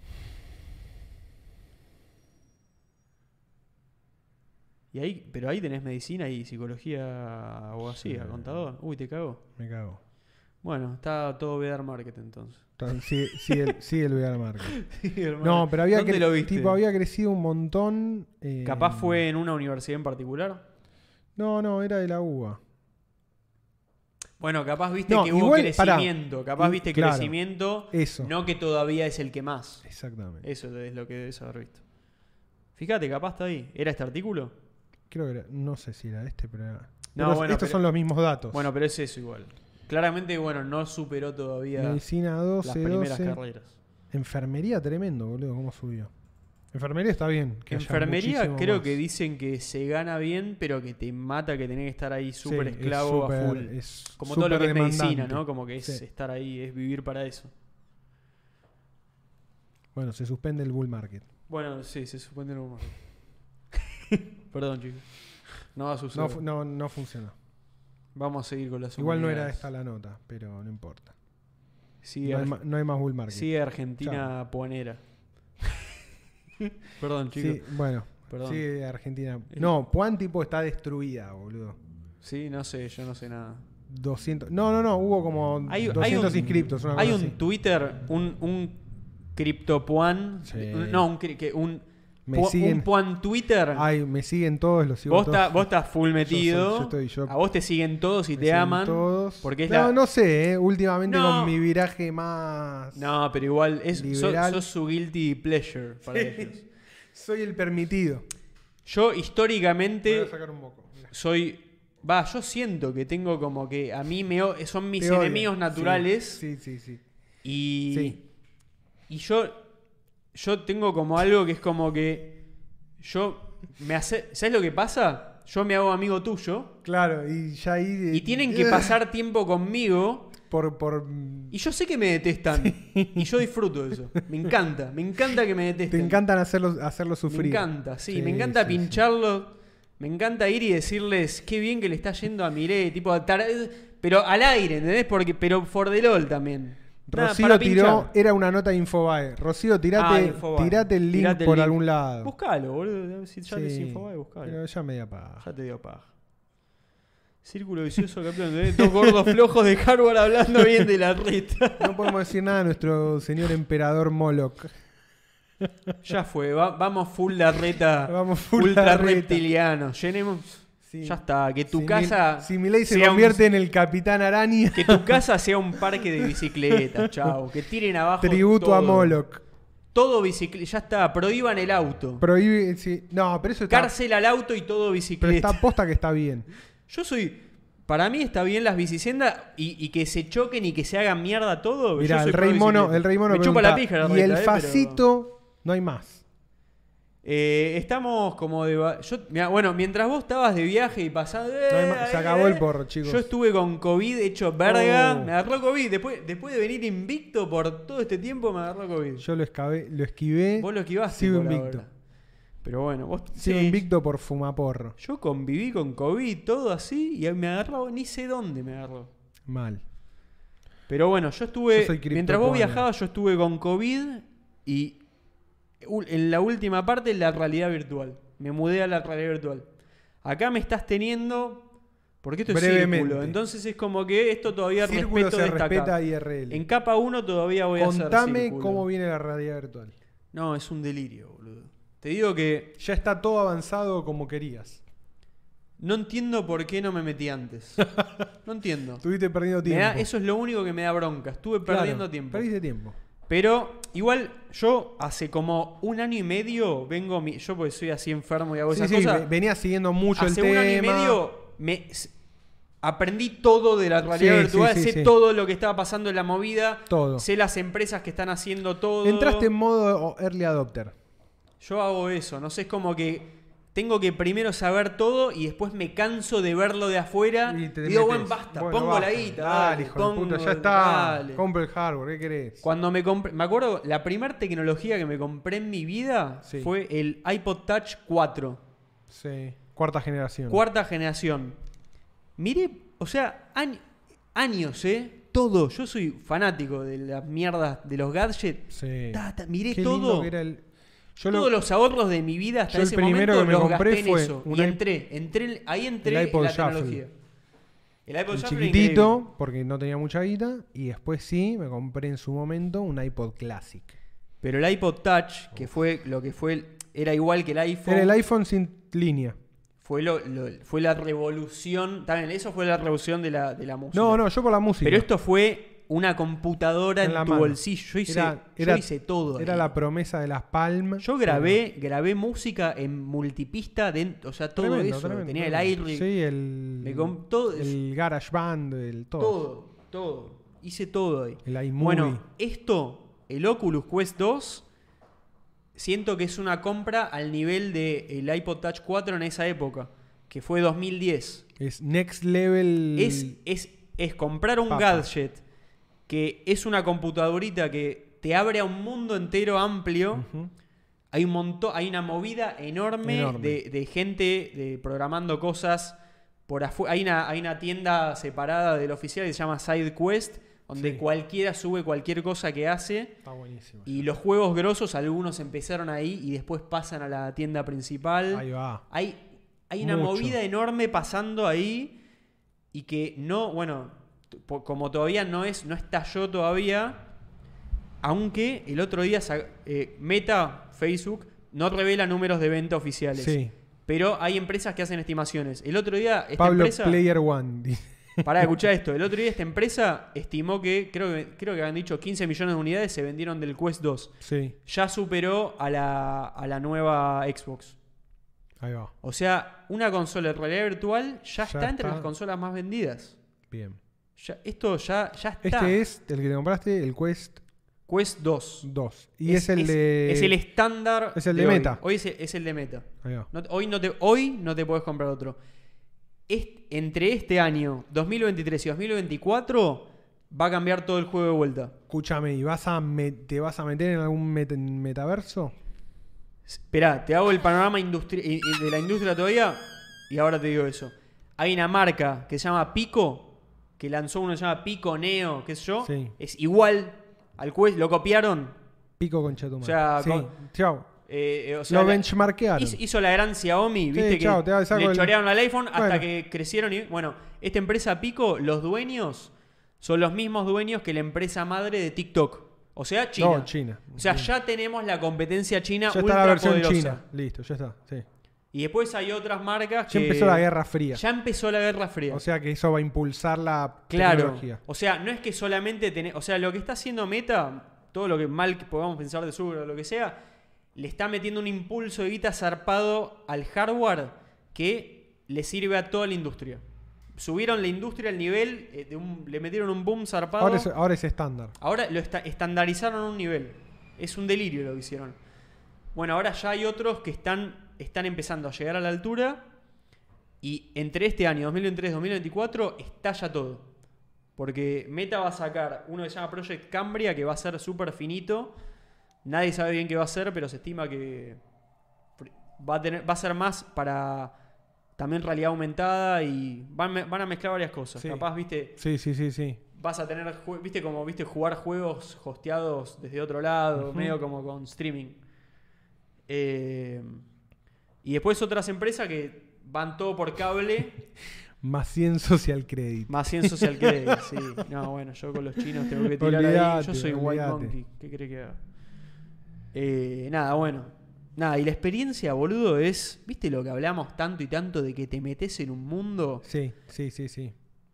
Y ahí, pero ahí tenés medicina y psicología o así, Sí. a contador. Uy, te cago. Me cago. Bueno, está todo Vedar Market entonces. Tan- Sigue, sigue el, sigue el V R Market. Hermano. No, pero había, ¿Dónde cre- lo viste? tipo, había crecido un montón. eh, ¿Capaz fue en una universidad en particular? No, no, era de la UBA. Bueno, capaz viste No, que hubo igual, pará. crecimiento. Capaz Y- viste claro, crecimiento. Eso. No que todavía es el que más. Exactamente. Eso es lo que debes haber visto. Fíjate, capaz está ahí. ¿Era este artículo? Creo que era, no sé si era este, pero era. No, Pero bueno, estos pero- son los mismos datos. Bueno, pero es eso igual. Claramente, bueno, no superó todavía Medicina las doce, primeras doce. carreras. Enfermería tremendo, boludo, cómo subió. Enfermería está bien. que haya Enfermería muchísimo creo más. que dicen que se gana bien, pero que te mata que tenés que estar ahí Sí, súper es esclavo súper- a full. es Como todo lo que súper es medicina, demandante. ¿no? Como que es Sí. estar ahí, es vivir para eso. Bueno, se suspende el bull market. Bueno, sí, se supone lo más. Perdón, chicos. No va a No, suceder. fu- no, no funcionó. Vamos a seguir con las Igual no era humanidades. esta la nota, pero no importa. Sigue, No hay, Ar- ma- no hay más bull market. sigue Argentina puanera. Perdón, chicos. Sí, bueno, Perdón. sigue Argentina. No, Puan tipo está destruida, boludo. Sí, no sé, yo no sé nada. doscientos. No, no, no, hubo como Hay, hay doscientos un, inscriptos. Una hay cosa un así. Twitter, un, un CryptoPuan. Sí. No, un, cri- que un, Me pu- siguen- un Puan Twitter. Ay, me siguen todos, los sigo vos, todos. está- vos estás full metido. soy- yo estoy- yo- a vos te siguen todos y Me te siguen aman. todos. Porque es no, la... no sé, eh, últimamente No. con mi viraje más. No, pero igual es, sos, Liberal. sos su guilty pleasure para ellos. Soy el permitido. Yo Voy históricamente a sacar un poco. Mirá. soy... Va, yo siento que tengo como que a mí me o- son mis Te odio. enemigos naturales. Sí, sí, sí. sí. Y, Sí. y yo, yo tengo como algo que es como que yo me hace, ¿sabes lo que pasa? Yo me hago amigo tuyo Claro, y ya ahí. y tienen que pasar tiempo conmigo Por. por y yo sé que me detestan y yo disfruto de eso. Me encanta, me encanta que me detesten. te encantan hacerlo, hacerlo Me sufrir. encanta, sí, Sí, me encanta sí, sí. pincharlo. Me encanta ir y decirles qué bien que le está yendo a Milei, tipo, tar- pero al aire, ¿entendés? Porque, pero for the LOL también. Nada, Rocío para tiró, pinchar. era una nota de Infobae. Rocío, Ah, tirate, Infobae. tirate el link Tirate el por link. algún lado. Buscalo, boludo. Si ya Sí, les Infobae, buscalo. Pero ya media paja. Ya te dio paja. Círculo vicioso, campeón. ¿eh? Dos gordos flojos de hardware hablando bien de la reta. No podemos decir nada a nuestro señor emperador Moloch. Ya fue, va- vamos full la reta. Vamos full ultra la reta. reptiliano. Llenemos. Sí. Ya está. Que tu Si casa. Mi- si Milei se sea un- convierte en el Capitán Araña, Que tu casa sea un parque de bicicletas, chao. Que tiren abajo. tributo todo. a Moloch. Todo bicicleta. Ya está. Prohíban el auto. Prohíbe. Sí. No, pero eso está. Cárcel al auto y todo Pero bicicleta. está posta que está bien. Yo soy. Para mí está bien las bicisendas y, y que se choquen y que se hagan mierda todo. Mirá, Yo soy el pro rey mono, bicicleta. el rey mono Me chupa pregunta, la pija la y reta, el eh, pero- facito, no hay más. Eh, estamos como de... va- Yo, mirá, bueno, mientras vos estabas de viaje y pasando... No hay más. Se acabó el porro, chicos. Yo estuve con COVID hecho verga. Oh. Me agarró COVID. Después, después de venir invicto por todo este tiempo, me agarró COVID. Yo lo, escabe- lo esquivé. Vos lo esquivaste Sigo por invicto. ahora. Pero bueno, vos... Sigo sí, invicto por fumaporro. Yo conviví con COVID, todo así, y me agarró, ni sé dónde me agarró. Mal. Pero bueno, yo estuve. Yo soy mientras vos criptoponer. viajabas, yo estuve con COVID y u- en la última parte la realidad virtual. Me mudé a la realidad virtual. Acá me estás teniendo. Porque esto es Brevemente. círculo. Entonces es como que esto todavía Círculo respeto se de esta respeta capa. I R L. En capa uno todavía voy a hacer Contame círculo. cómo viene la realidad virtual. No, es un delirio, boludo. Te digo que Ya está todo avanzado como querías. no entiendo por qué no me metí antes. No entiendo. Estuviste perdiendo Me tiempo. da- eso es lo único que me da bronca. Estuve Claro, perdiendo tiempo. Perdiste tiempo. Pero igual yo hace como un año y medio vengo, mi- yo porque soy así enfermo y hago Sí, esas sí, cosas. ve- venías siguiendo mucho hace el un tema. año y medio me s- aprendí todo de la realidad Sí, virtual, sí, sí, sé sí. todo lo que estaba pasando en la movida, Todo. sé las empresas que están haciendo todo. Entraste en modo early adopter. Yo hago eso, no sé, es como que tengo que primero saber todo y después me canso de verlo de afuera. Y Y te digo, metes. bueno, basta, Bueno, pongo la basta. guita. Dale, dale, hijo de pongo- puta, ya está. dale. Compra el hardware, ¿qué querés? Cuando me compré, me acuerdo, la primera tecnología que me compré en mi vida Sí. fue el iPod Touch cuatro, Sí. Cuarta generación. cuarta generación. Miré, o sea, añ- años, ¿eh? Todo. Yo soy fanático de las mierdas, de los gadgets. Sí. Ta, ta, miré Qué lindo todo. que era el... Yo Todos lo... los ahorros de mi vida hasta yo el ese primero momento que me los compré gasté en fue eso. un Y i- entré, entré, ahí entré el iPod en la Shuffle. tecnología. El iPod el Shuffle chiquitito, increíble. porque no tenía mucha guita. Y después sí, me compré en su momento un iPod Classic. Pero el iPod Touch, que fue lo que fue, el- era igual que el iPhone. Era el iPhone sin línea. Fue, lo, lo- fue la revolución. También, eso fue la revolución de la, de la música. No, no, yo por la música. Pero esto fue una computadora En en, la tu mano. bolsillo. Yo hice, Era- yo era- hice todo. Era ahí. la promesa de las Palm. Yo grabé, grabé música en multipista, dentro, o sea, todo Tremendo, eso. tremendo, Tenía tremendo. el aire. Sí, el... Me com- todo- el GarageBand, el todo. todo, todo. Hice todo ahí. El iMovie. Bueno, esto, el Oculus Quest dos, siento que es una compra al nivel del iPod Touch cuatro en esa época, que fue dos mil diez. Es next level... Es, es, es comprar un Papa. gadget que es una computadorita que te abre a un mundo entero amplio. Ujú. Hay un montón, hay una movida enorme, Enorme. De, de gente de, programando cosas por afu- hay, una, hay una tienda separada del oficial que se llama SideQuest, donde Sí. cualquiera sube cualquier cosa que hace. Está buenísimo. Y los juegos grosos, algunos empezaron ahí y después pasan a la tienda principal. Ahí va. Hay, hay una Mucho. movida enorme pasando ahí y que no, bueno, t- po- como todavía no es, no estalló todavía, aunque el otro día sa- eh, Meta, Facebook, no revela números de venta oficiales. Sí. Pero hay empresas que hacen estimaciones. El otro día esta Pablo empresa... Player One. dice. Pará, escuchá esto. El otro día esta empresa estimó que, creo que, creo que habían dicho quince millones de unidades se vendieron del Quest dos. Sí, Ya superó a la, a la nueva Xbox. ahí va. O sea, una consola de realidad virtual ya, Ya está entre está. las consolas más vendidas. Bien. Ya, esto ya, ya está. Este es el que te compraste, el Quest Quest dos. dos. Y es, el de. Es el estándar. es el de hoy. Meta. Hoy es, es el de Meta. Ahí va. No- hoy, no te, hoy no te podés comprar otro. Est- entre este año, dos mil veintitrés y dos mil veinticuatro, va a cambiar todo el juego de vuelta. Escúchame, ¿y vas a me- te vas a meter en algún met- metaverso? Esperá, te hago el panorama industri- y- y de la industria todavía y ahora te digo eso. Hay una marca que se llama Pico, que lanzó uno que se llama Pico Neo, qué sé yo. Sí. Es igual al Quest, lo copiaron. Pico con chatumar. O sea, sí. con- Chao. Eh, eh, o sea, Lo la- benchmarkearon. hizo, hizo la gran Xiaomi, viste Sí, que chao, te va- saco le el- chorearon al iPhone hasta Bueno. que crecieron y bueno, esta empresa Pico, los dueños son los mismos dueños que la empresa madre de TikTok. O sea, China. No, China. O sea, Bien. ya tenemos la competencia china Ya está ultra la versión poderosa. china. Listo, ya está. Sí. Y después hay otras marcas Ya que empezó la Guerra Fría. Ya empezó la Guerra Fría. O sea que eso va a impulsar la Claro. tecnología. O sea, no es que solamente tener, o sea, lo que está haciendo Meta, todo lo que mal que podamos pensar de su o lo que sea, le está metiendo un impulso de guita zarpado al hardware que le sirve a toda la industria. Subieron la industria al nivel, eh, de un- le metieron un boom zarpado. Ahora es, ahora es estándar. Ahora lo esta- estandarizaron a un nivel. Es un delirio lo que hicieron. Bueno, ahora ya hay otros que están, están empezando a llegar a la altura. Y entre este año, dos mil veintitrés y dos mil veinticuatro, estalla todo. Porque Meta va a sacar uno que se llama Project Cambria, que va a ser súper finito. Nadie sabe bien qué va a ser, pero se estima que va a, tener, va a ser más para también realidad aumentada y van, me- van a mezclar varias cosas. Sí. Capaz, viste, Sí, sí, sí, sí. vas a tener, jue- viste como viste jugar juegos hosteados desde otro lado, Ujú. medio como con streaming. Eh, y después otras empresas que van todo por cable, Más cien social credit. más cien social credit, sí. No, bueno, yo con los chinos tengo que tirar ahí. Olvídate, Yo soy White olvídate. Monkey, ¿qué cree que haga? Eh, nada, bueno. Nada, y la experiencia, boludo, es, ¿viste lo que hablamos tanto y tanto de que te metes en un mundo? Sí, sí, sí, sí.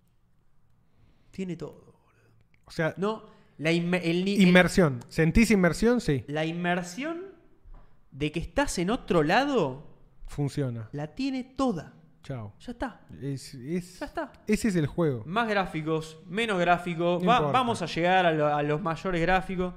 Tiene todo. O sea, No, la inme- el ni- el- inmersión. ¿Sentís inmersión? Sí. la inmersión de que estás en otro lado, Funciona. la tiene toda. Chao. Ya está, Es, es- ya está. ese es el juego. Más gráficos, menos gráficos. No va- importa. vamos a llegar a, lo- a los mayores gráficos.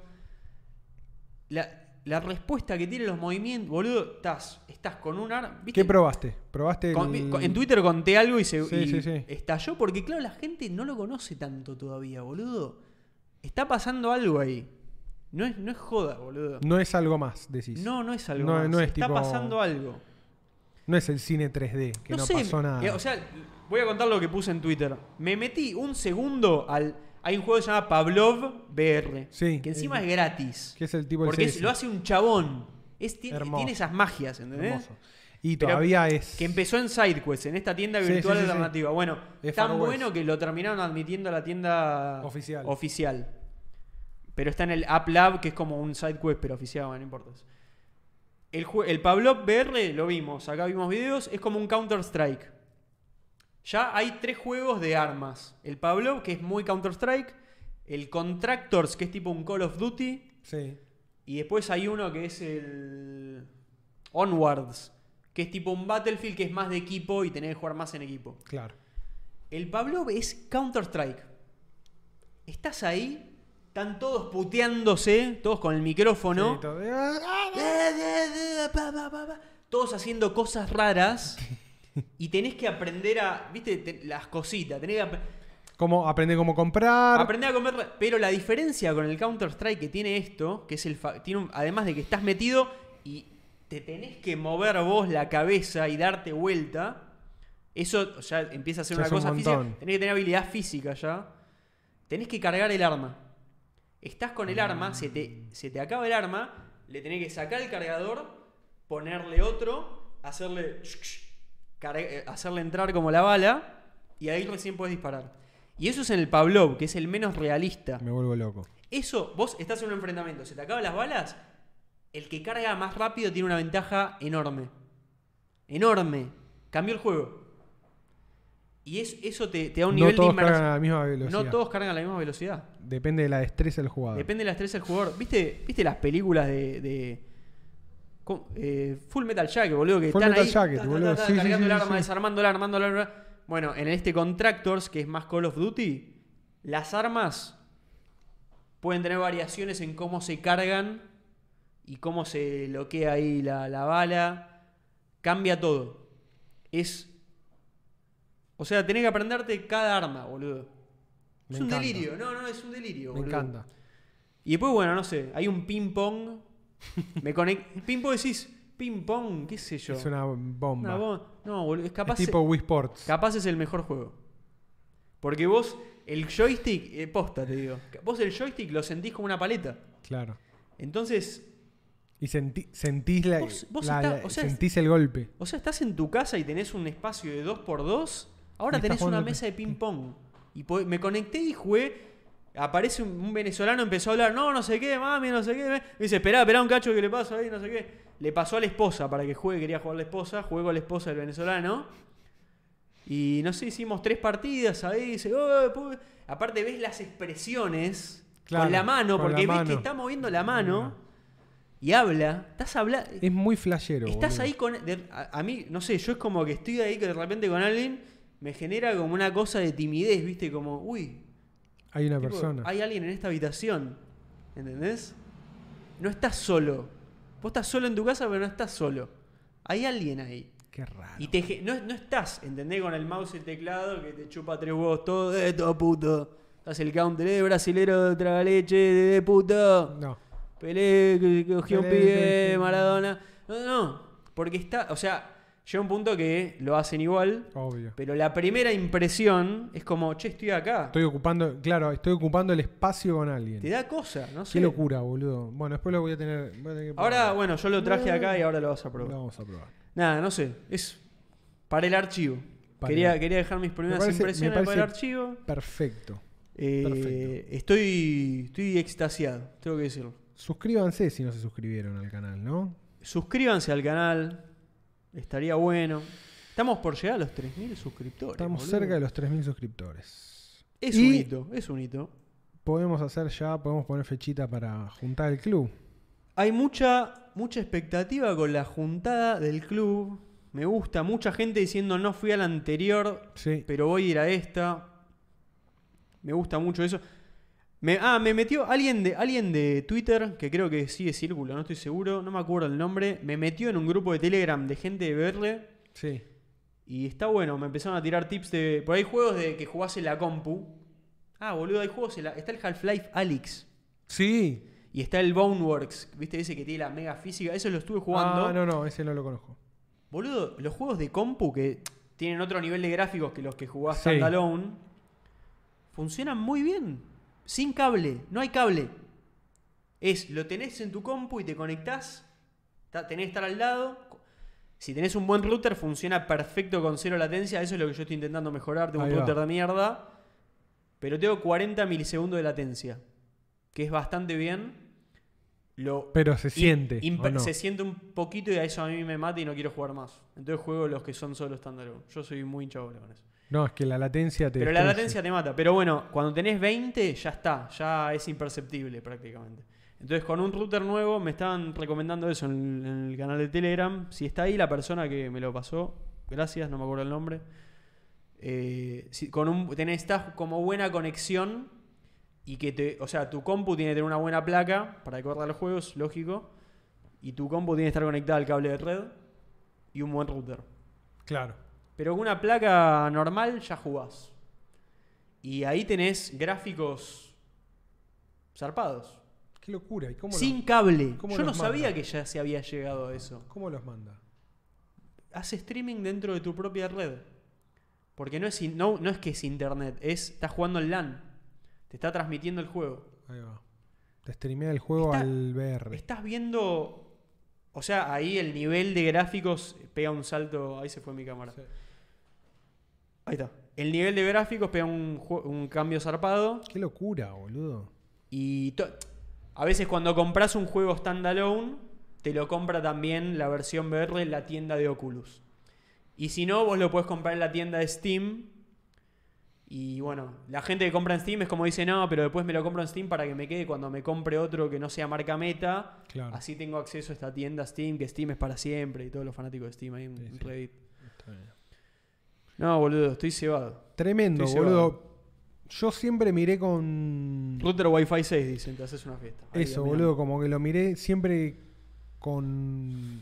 La, la respuesta que tiene los movimientos, boludo, estás, estás con un arma. ¿Qué probaste? ¿Probaste Con- el- con- en Twitter conté algo y se Sí, y sí, sí. estalló porque, claro, la gente no lo conoce tanto todavía, boludo. Está pasando algo ahí. No es, no es joda, boludo. No es algo más, decís. No, no es algo No- más. no es Está tipo- pasando algo. No es el cine tres D, que no, sé, pasó nada. eh, o sea, voy a contar lo que puse en Twitter. Me metí un segundo al... Hay un juego que se llama Pavlov V R. Sí. Que encima Eh, es gratis. que es el tipo del Porque C es- S. lo hace un chabón. Es, tiene, Hermoso. tiene esas magias, ¿entendés? Hermoso. Y Pero todavía es. Que empezó en SideQuest, en esta tienda Sí, virtual sí, sí, sí. alternativa. Bueno, Es tan Far West. bueno que lo terminaron admitiendo a la tienda Oficial. oficial. Pero está en el App Lab, que es como un SideQuest, pero oficial, bueno, no importa. El, jue- el Pavlov V R lo vimos, acá vimos videos, es como un Counter-Strike. Ya hay tres juegos de armas. El Pavlov, que es muy Counter-Strike. El Contractors, que es tipo un Call of Duty. Sí. Y después hay uno que es el Onwards, que es tipo un Battlefield que es más de equipo y tenés que jugar más en equipo. Claro. El Pavlov es Counter-Strike. Estás ahí, están todos puteándose, todos con el micrófono. Sí, todo- ah, Todos haciendo cosas raras. Y tenés que aprender a, viste, Te- las cositas. Tenés que ap- Cómo aprender cómo comprar. aprender a comer. Pero la diferencia con el Counter-Strike que tiene esto, que es el fa- tiene un- además de que estás metido y te tenés que mover vos la cabeza y darte vuelta, Eso ya empieza a ser Ya una es un cosa física. montón. Tenés que tener habilidad física ya. Tenés que cargar el arma. Estás con el arma, se te, se te acaba el arma, le tenés que sacar el cargador, ponerle otro, hacerle, carga- hacerle entrar como la bala, y ahí recién podés disparar. Y eso es en el Pavlov, que es el menos realista. Me vuelvo loco. Eso, vos estás en un enfrentamiento, se te acaban las balas, el que carga más rápido tiene una ventaja enorme. Enorme. Cambió el juego. Y es, eso te, te da un No nivel de todos inmersión. cargan a la misma velocidad. No todos cargan a la misma velocidad. Depende de la destreza del jugador. Depende de la destreza del jugador. ¿Viste, ¿Viste las películas de, de ¿cómo? Eh, Full Metal Jacket, boludo? Que Full están Metal ahí Jacket, ta, ta, boludo. ta, ta, Sí, sí, cargando sí, el sí, arma, sí. desarmándola, armándola, armándola. Bueno, en este Contractors, que es más Call of Duty, las armas pueden tener variaciones en cómo se cargan y cómo se bloquea ahí la, la bala. Cambia todo. Es... O sea, tenés que aprenderte cada arma, boludo. Me es un encanta. delirio. No, no, es un delirio, Me boludo. encanta. Y después, bueno, no sé, hay un ping-pong. Me conect... Ping-pong decís, ping-pong, qué sé yo. Es una bomba. Una bomba. No, boludo, es capaz... Es tipo Wii Sports. Capaz es el mejor juego. Porque vos, el joystick, eh, posta te digo. Vos el joystick lo sentís como una paleta. Claro. Entonces, Y sentí- sentís, la, Vos- vos la- está- la- o sea, sentís el golpe. o sea, estás en tu casa y tenés un espacio de dos por dos. Ahora Y estás tenés una jugando- mesa de ping-pong. Y po- me conecté y jugué. Aparece un, un venezolano, empezó a hablar. No, no sé qué, mami, no sé qué. Me dice, esperá, esperá un cacho que le pasa ahí, no sé qué. Le pasó a la esposa para que juegue, quería jugar a la esposa. Jugué con la esposa del venezolano. Y no sé, hicimos tres partidas ahí. Dice, "Oh, pu-". Aparte ves las expresiones Claro, con la mano, con porque la ves que mano. está moviendo la mano y habla. Estás hablando. Es muy flashero. Estás boludo. ahí con... de- a, a mí, no sé, yo es como que estoy ahí que de repente con alguien me genera como una cosa de timidez, ¿viste? Como, uy, Hay una tipo, persona. hay alguien en esta habitación, ¿entendés? No estás solo. Vos estás solo en tu casa, pero no estás solo. Hay alguien ahí. Qué raro. Y te, ge- no, no estás, ¿entendés? Con el mouse y el teclado que te chupa tres huevos todo, eh, todo puto. Estás el counter, eh, brasilero, tragaleche, de puto. No. Pelé, que que cogió un Pelé, pibe, Pelé. Maradona. No, no, no. Porque está, o sea, llega un punto que lo hacen igual, Obvio. pero la primera impresión es como, che, estoy acá. Estoy ocupando, claro, estoy ocupando el espacio con alguien. Te da cosa, no sé. Qué locura, boludo. Bueno, después lo voy a tener. Voy a tener que Ahora, probar. bueno, yo lo traje acá y ahora lo vas a Lo probar. vamos a probar. Nada, no sé. Es para el archivo. Para Quería, el- quería dejar mis primeras parece- me impresiones para el parece- archivo. Perfecto. Eh, perfecto. Estoy, estoy extasiado, tengo que decirlo. Suscríbanse si no se suscribieron al canal, ¿no? Suscríbanse al canal. Estaría bueno. Estamos por llegar a los tres mil suscriptores. Estamos boludo. cerca de los tres mil suscriptores. Es Y- un hito, es un hito. Podemos hacer ya, podemos poner fechita para juntar el club. Hay mucha, mucha expectativa con la juntada del club. Me gusta. Mucha gente diciendo no fui a la anterior, Sí. pero voy a ir a esta. Me gusta mucho eso. Me, ah, me metió alguien de, alguien de Twitter, que creo que sigue Círculo, no estoy seguro, no me acuerdo el nombre. Me metió en un grupo de Telegram de gente de verle. Sí. Y está bueno, me empezaron a tirar tips de... Por ahí hay juegos de que jugás en la compu. Ah, boludo, hay juegos en la... Está el Half-Life Alyx. Sí. Y está el Boneworks, ¿viste? Ese que tiene la mega física. Eso lo estuve jugando. Ah, no, no, ese no lo conozco. Boludo, los juegos de compu que tienen otro nivel de gráficos que los que jugás Sí. standalone, funcionan muy bien. Sin cable, no hay cable. Es, lo tenés en tu compu y te conectás, ta- tenés que estar al lado. Si tenés un buen router, funciona perfecto con cero latencia. Eso es lo que yo estoy intentando mejorar. Tengo un Ahí va. router de mierda. Pero tengo cuarenta milisegundos de latencia, que es bastante bien. Lo, Pero se im- siente, imp- ¿o no? Se siente un poquito y a eso a mí me mata y no quiero jugar más. Entonces juego los que son solo standalone. Yo soy muy hincha bola con eso. No, es que la latencia te Pero la destruye. latencia te mata. Pero bueno, cuando tenés veinte, ya está. Ya es imperceptible prácticamente. Entonces con un router nuevo me estaban recomendando eso en el, en el canal de Telegram. Si está ahí la persona que me lo pasó, gracias, no me acuerdo el nombre. Eh, si, con un, tenés, estás como buena conexión y que te, o sea, tu compu tiene que tener una buena placa para que corra los juegos, lógico. Y tu compu tiene que estar conectada al cable de red y un buen router. Claro. Pero con una placa normal ya jugás. Y ahí tenés gráficos zarpados. Qué locura. ¿Y cómo, Sin los, cable. cómo Yo no los sabía manda? que ya se había llegado a eso. cómo los manda? Hace streaming dentro de tu propia red. Porque no es, in- no, no es que es internet, es estás jugando en LAN. Te está transmitiendo el juego. Ahí va. Te streamea el juego Está- al V R. Estás viendo... O sea, ahí el nivel de gráficos pega un salto... Ahí se fue mi cámara. Sí. Ahí está. El nivel de gráficos pega un, ju- un cambio zarpado. Qué locura, boludo. Y to- a veces cuando compras un juego standalone, te lo compra también la versión V R en la tienda de Oculus. Y si no, vos lo podés comprar en la tienda de Steam. Y bueno, la gente que compra en Steam es como dice, no, pero después me lo compro en Steam para que me quede cuando me compre otro que no sea marca Meta. Claro. Así tengo acceso a esta tienda Steam, que Steam es para siempre. Y todos los fanáticos de Steam ahí en Sí, sí. Reddit. Está bien. No, boludo, estoy cebado. Tremendo, Estoy boludo. Yo siempre miré con... Router Wi-Fi seis, dicen, te haces una fiesta. Ahí, Eso, mirá. boludo, como que lo miré siempre con...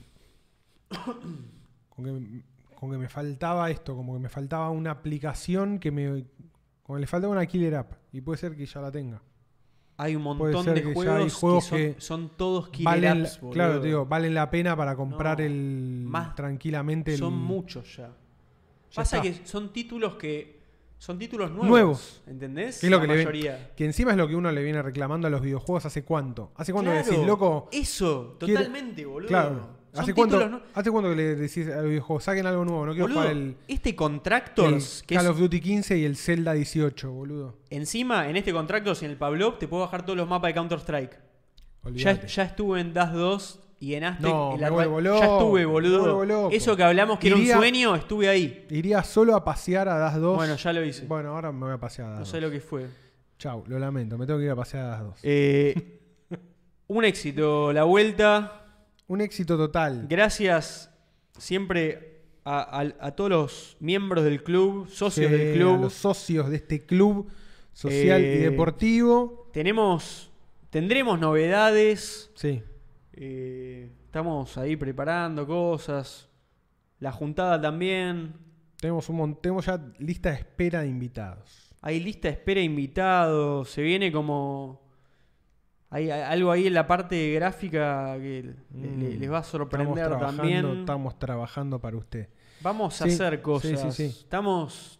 con, que, con que me faltaba esto, como que me faltaba una aplicación que me... Como que le faltaba una killer app. Y puede ser que ya la tenga. Hay un Puede montón ser de que ya juegos, hay juegos que, son, que son todos killer Valen, apps, boludo. claro, te digo, valen la pena para comprar No, el... más- tranquilamente el... Son muchos ya. Ya Pasa está. que son títulos que... Son títulos nuevos. Nuevos. ¿Entendés? Que es lo La que le ven- mayoría. Que encima es lo que uno le viene reclamando a los videojuegos hace cuánto. ¿Hace cuánto Claro, decís, loco? Eso, quiero- totalmente, boludo. Claro. Son ¿Hace cuánto, títulos nue- ¿Hace cuánto que le decís a los videojuegos, saquen algo nuevo? No quiero Boludo, jugar el, este el Contractors, que Call es- of Duty quince y el Zelda dieciocho, boludo. encima, en este Contractors y en el Pavlov, te puedo bajar todos los mapas de Counter-Strike. Ya, Olvídate. ya estuve en Dust dos y en Aztec. No, en me la vuelvo ra- loco, ya estuve, me boludo. vuelvo loco. Eso que hablamos que Iría- era un sueño, estuve ahí. Iría solo a pasear a Das dos. Bueno, ya lo hice. Bueno, ahora me voy a pasear a Das No dos. sé lo que fue. Chau, lo lamento, me tengo que ir a pasear a Das dos. Eh, un éxito, la vuelta. Un éxito total. Gracias siempre a, a- a todos los miembros del club, socios Sí, del a club. los socios de este club social Eh, y deportivo. Tenemos, tendremos novedades. Sí. eh, estamos ahí preparando cosas. La juntada también. Tenemos, un mon- tenemos ya lista de espera de invitados. Hay lista de espera de invitados. Se viene como... Hay, hay algo ahí en la parte gráfica que le- Mm. le- les va a Estamos sorprender trabajando, también. estamos trabajando para usted. Vamos a Sí, hacer cosas. sí, sí, sí. Estamos...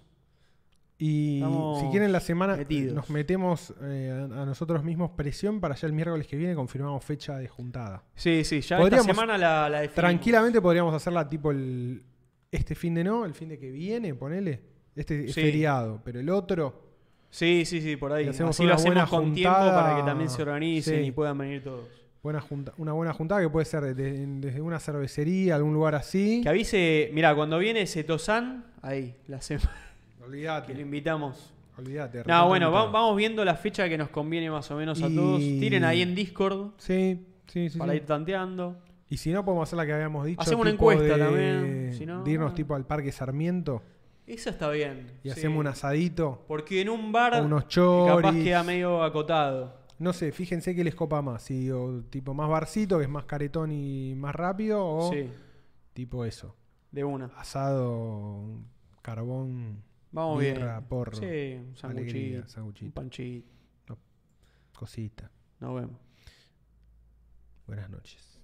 Y Estamos si quieren la semana, metidos. nos metemos eh, a, a nosotros mismos presión para ya el miércoles que viene confirmamos fecha de juntada. Sí, sí, ya Podríamos- esta semana la, la definimos. Tranquilamente podríamos hacerla tipo el este fin de no, el fin de que viene, ponele. Este es Sí. feriado, pero el otro, Sí, sí, sí, por ahí. Y hacemos Así una lo hacemos buena con tiempo juntada. para que también se organicen Sí. y puedan venir todos. buena junta, una buena juntada que puede ser desde, desde una cervecería, algún lugar así. Que avise, mira, cuando viene Setosan, ahí, la semana que lo Olvídate, invitamos. olvídate. No, recontra bueno, va- invitado. vamos viendo la fecha que nos conviene más o menos a Y- todos. Tiren ahí en Discord Sí, sí, sí. para sí. ir tanteando. Y si no, podemos hacer la que habíamos dicho. Hacemos una tipo encuesta de- también, si no- de irnos tipo al Parque Sarmiento Eso está bien. y sí. hacemos un asadito. Porque en un bar O unos capaz choris. queda medio acotado. No sé, fíjense qué les copa más. Si o tipo más barcito, que es más caretón y más rápido, o Sí, tipo eso. de una. Asado, carbón, Vamos birra, bien. porro, Sí, un alegría, sanguchito, un sanguchito, panchito. cosita. Nos vemos. Buenas noches.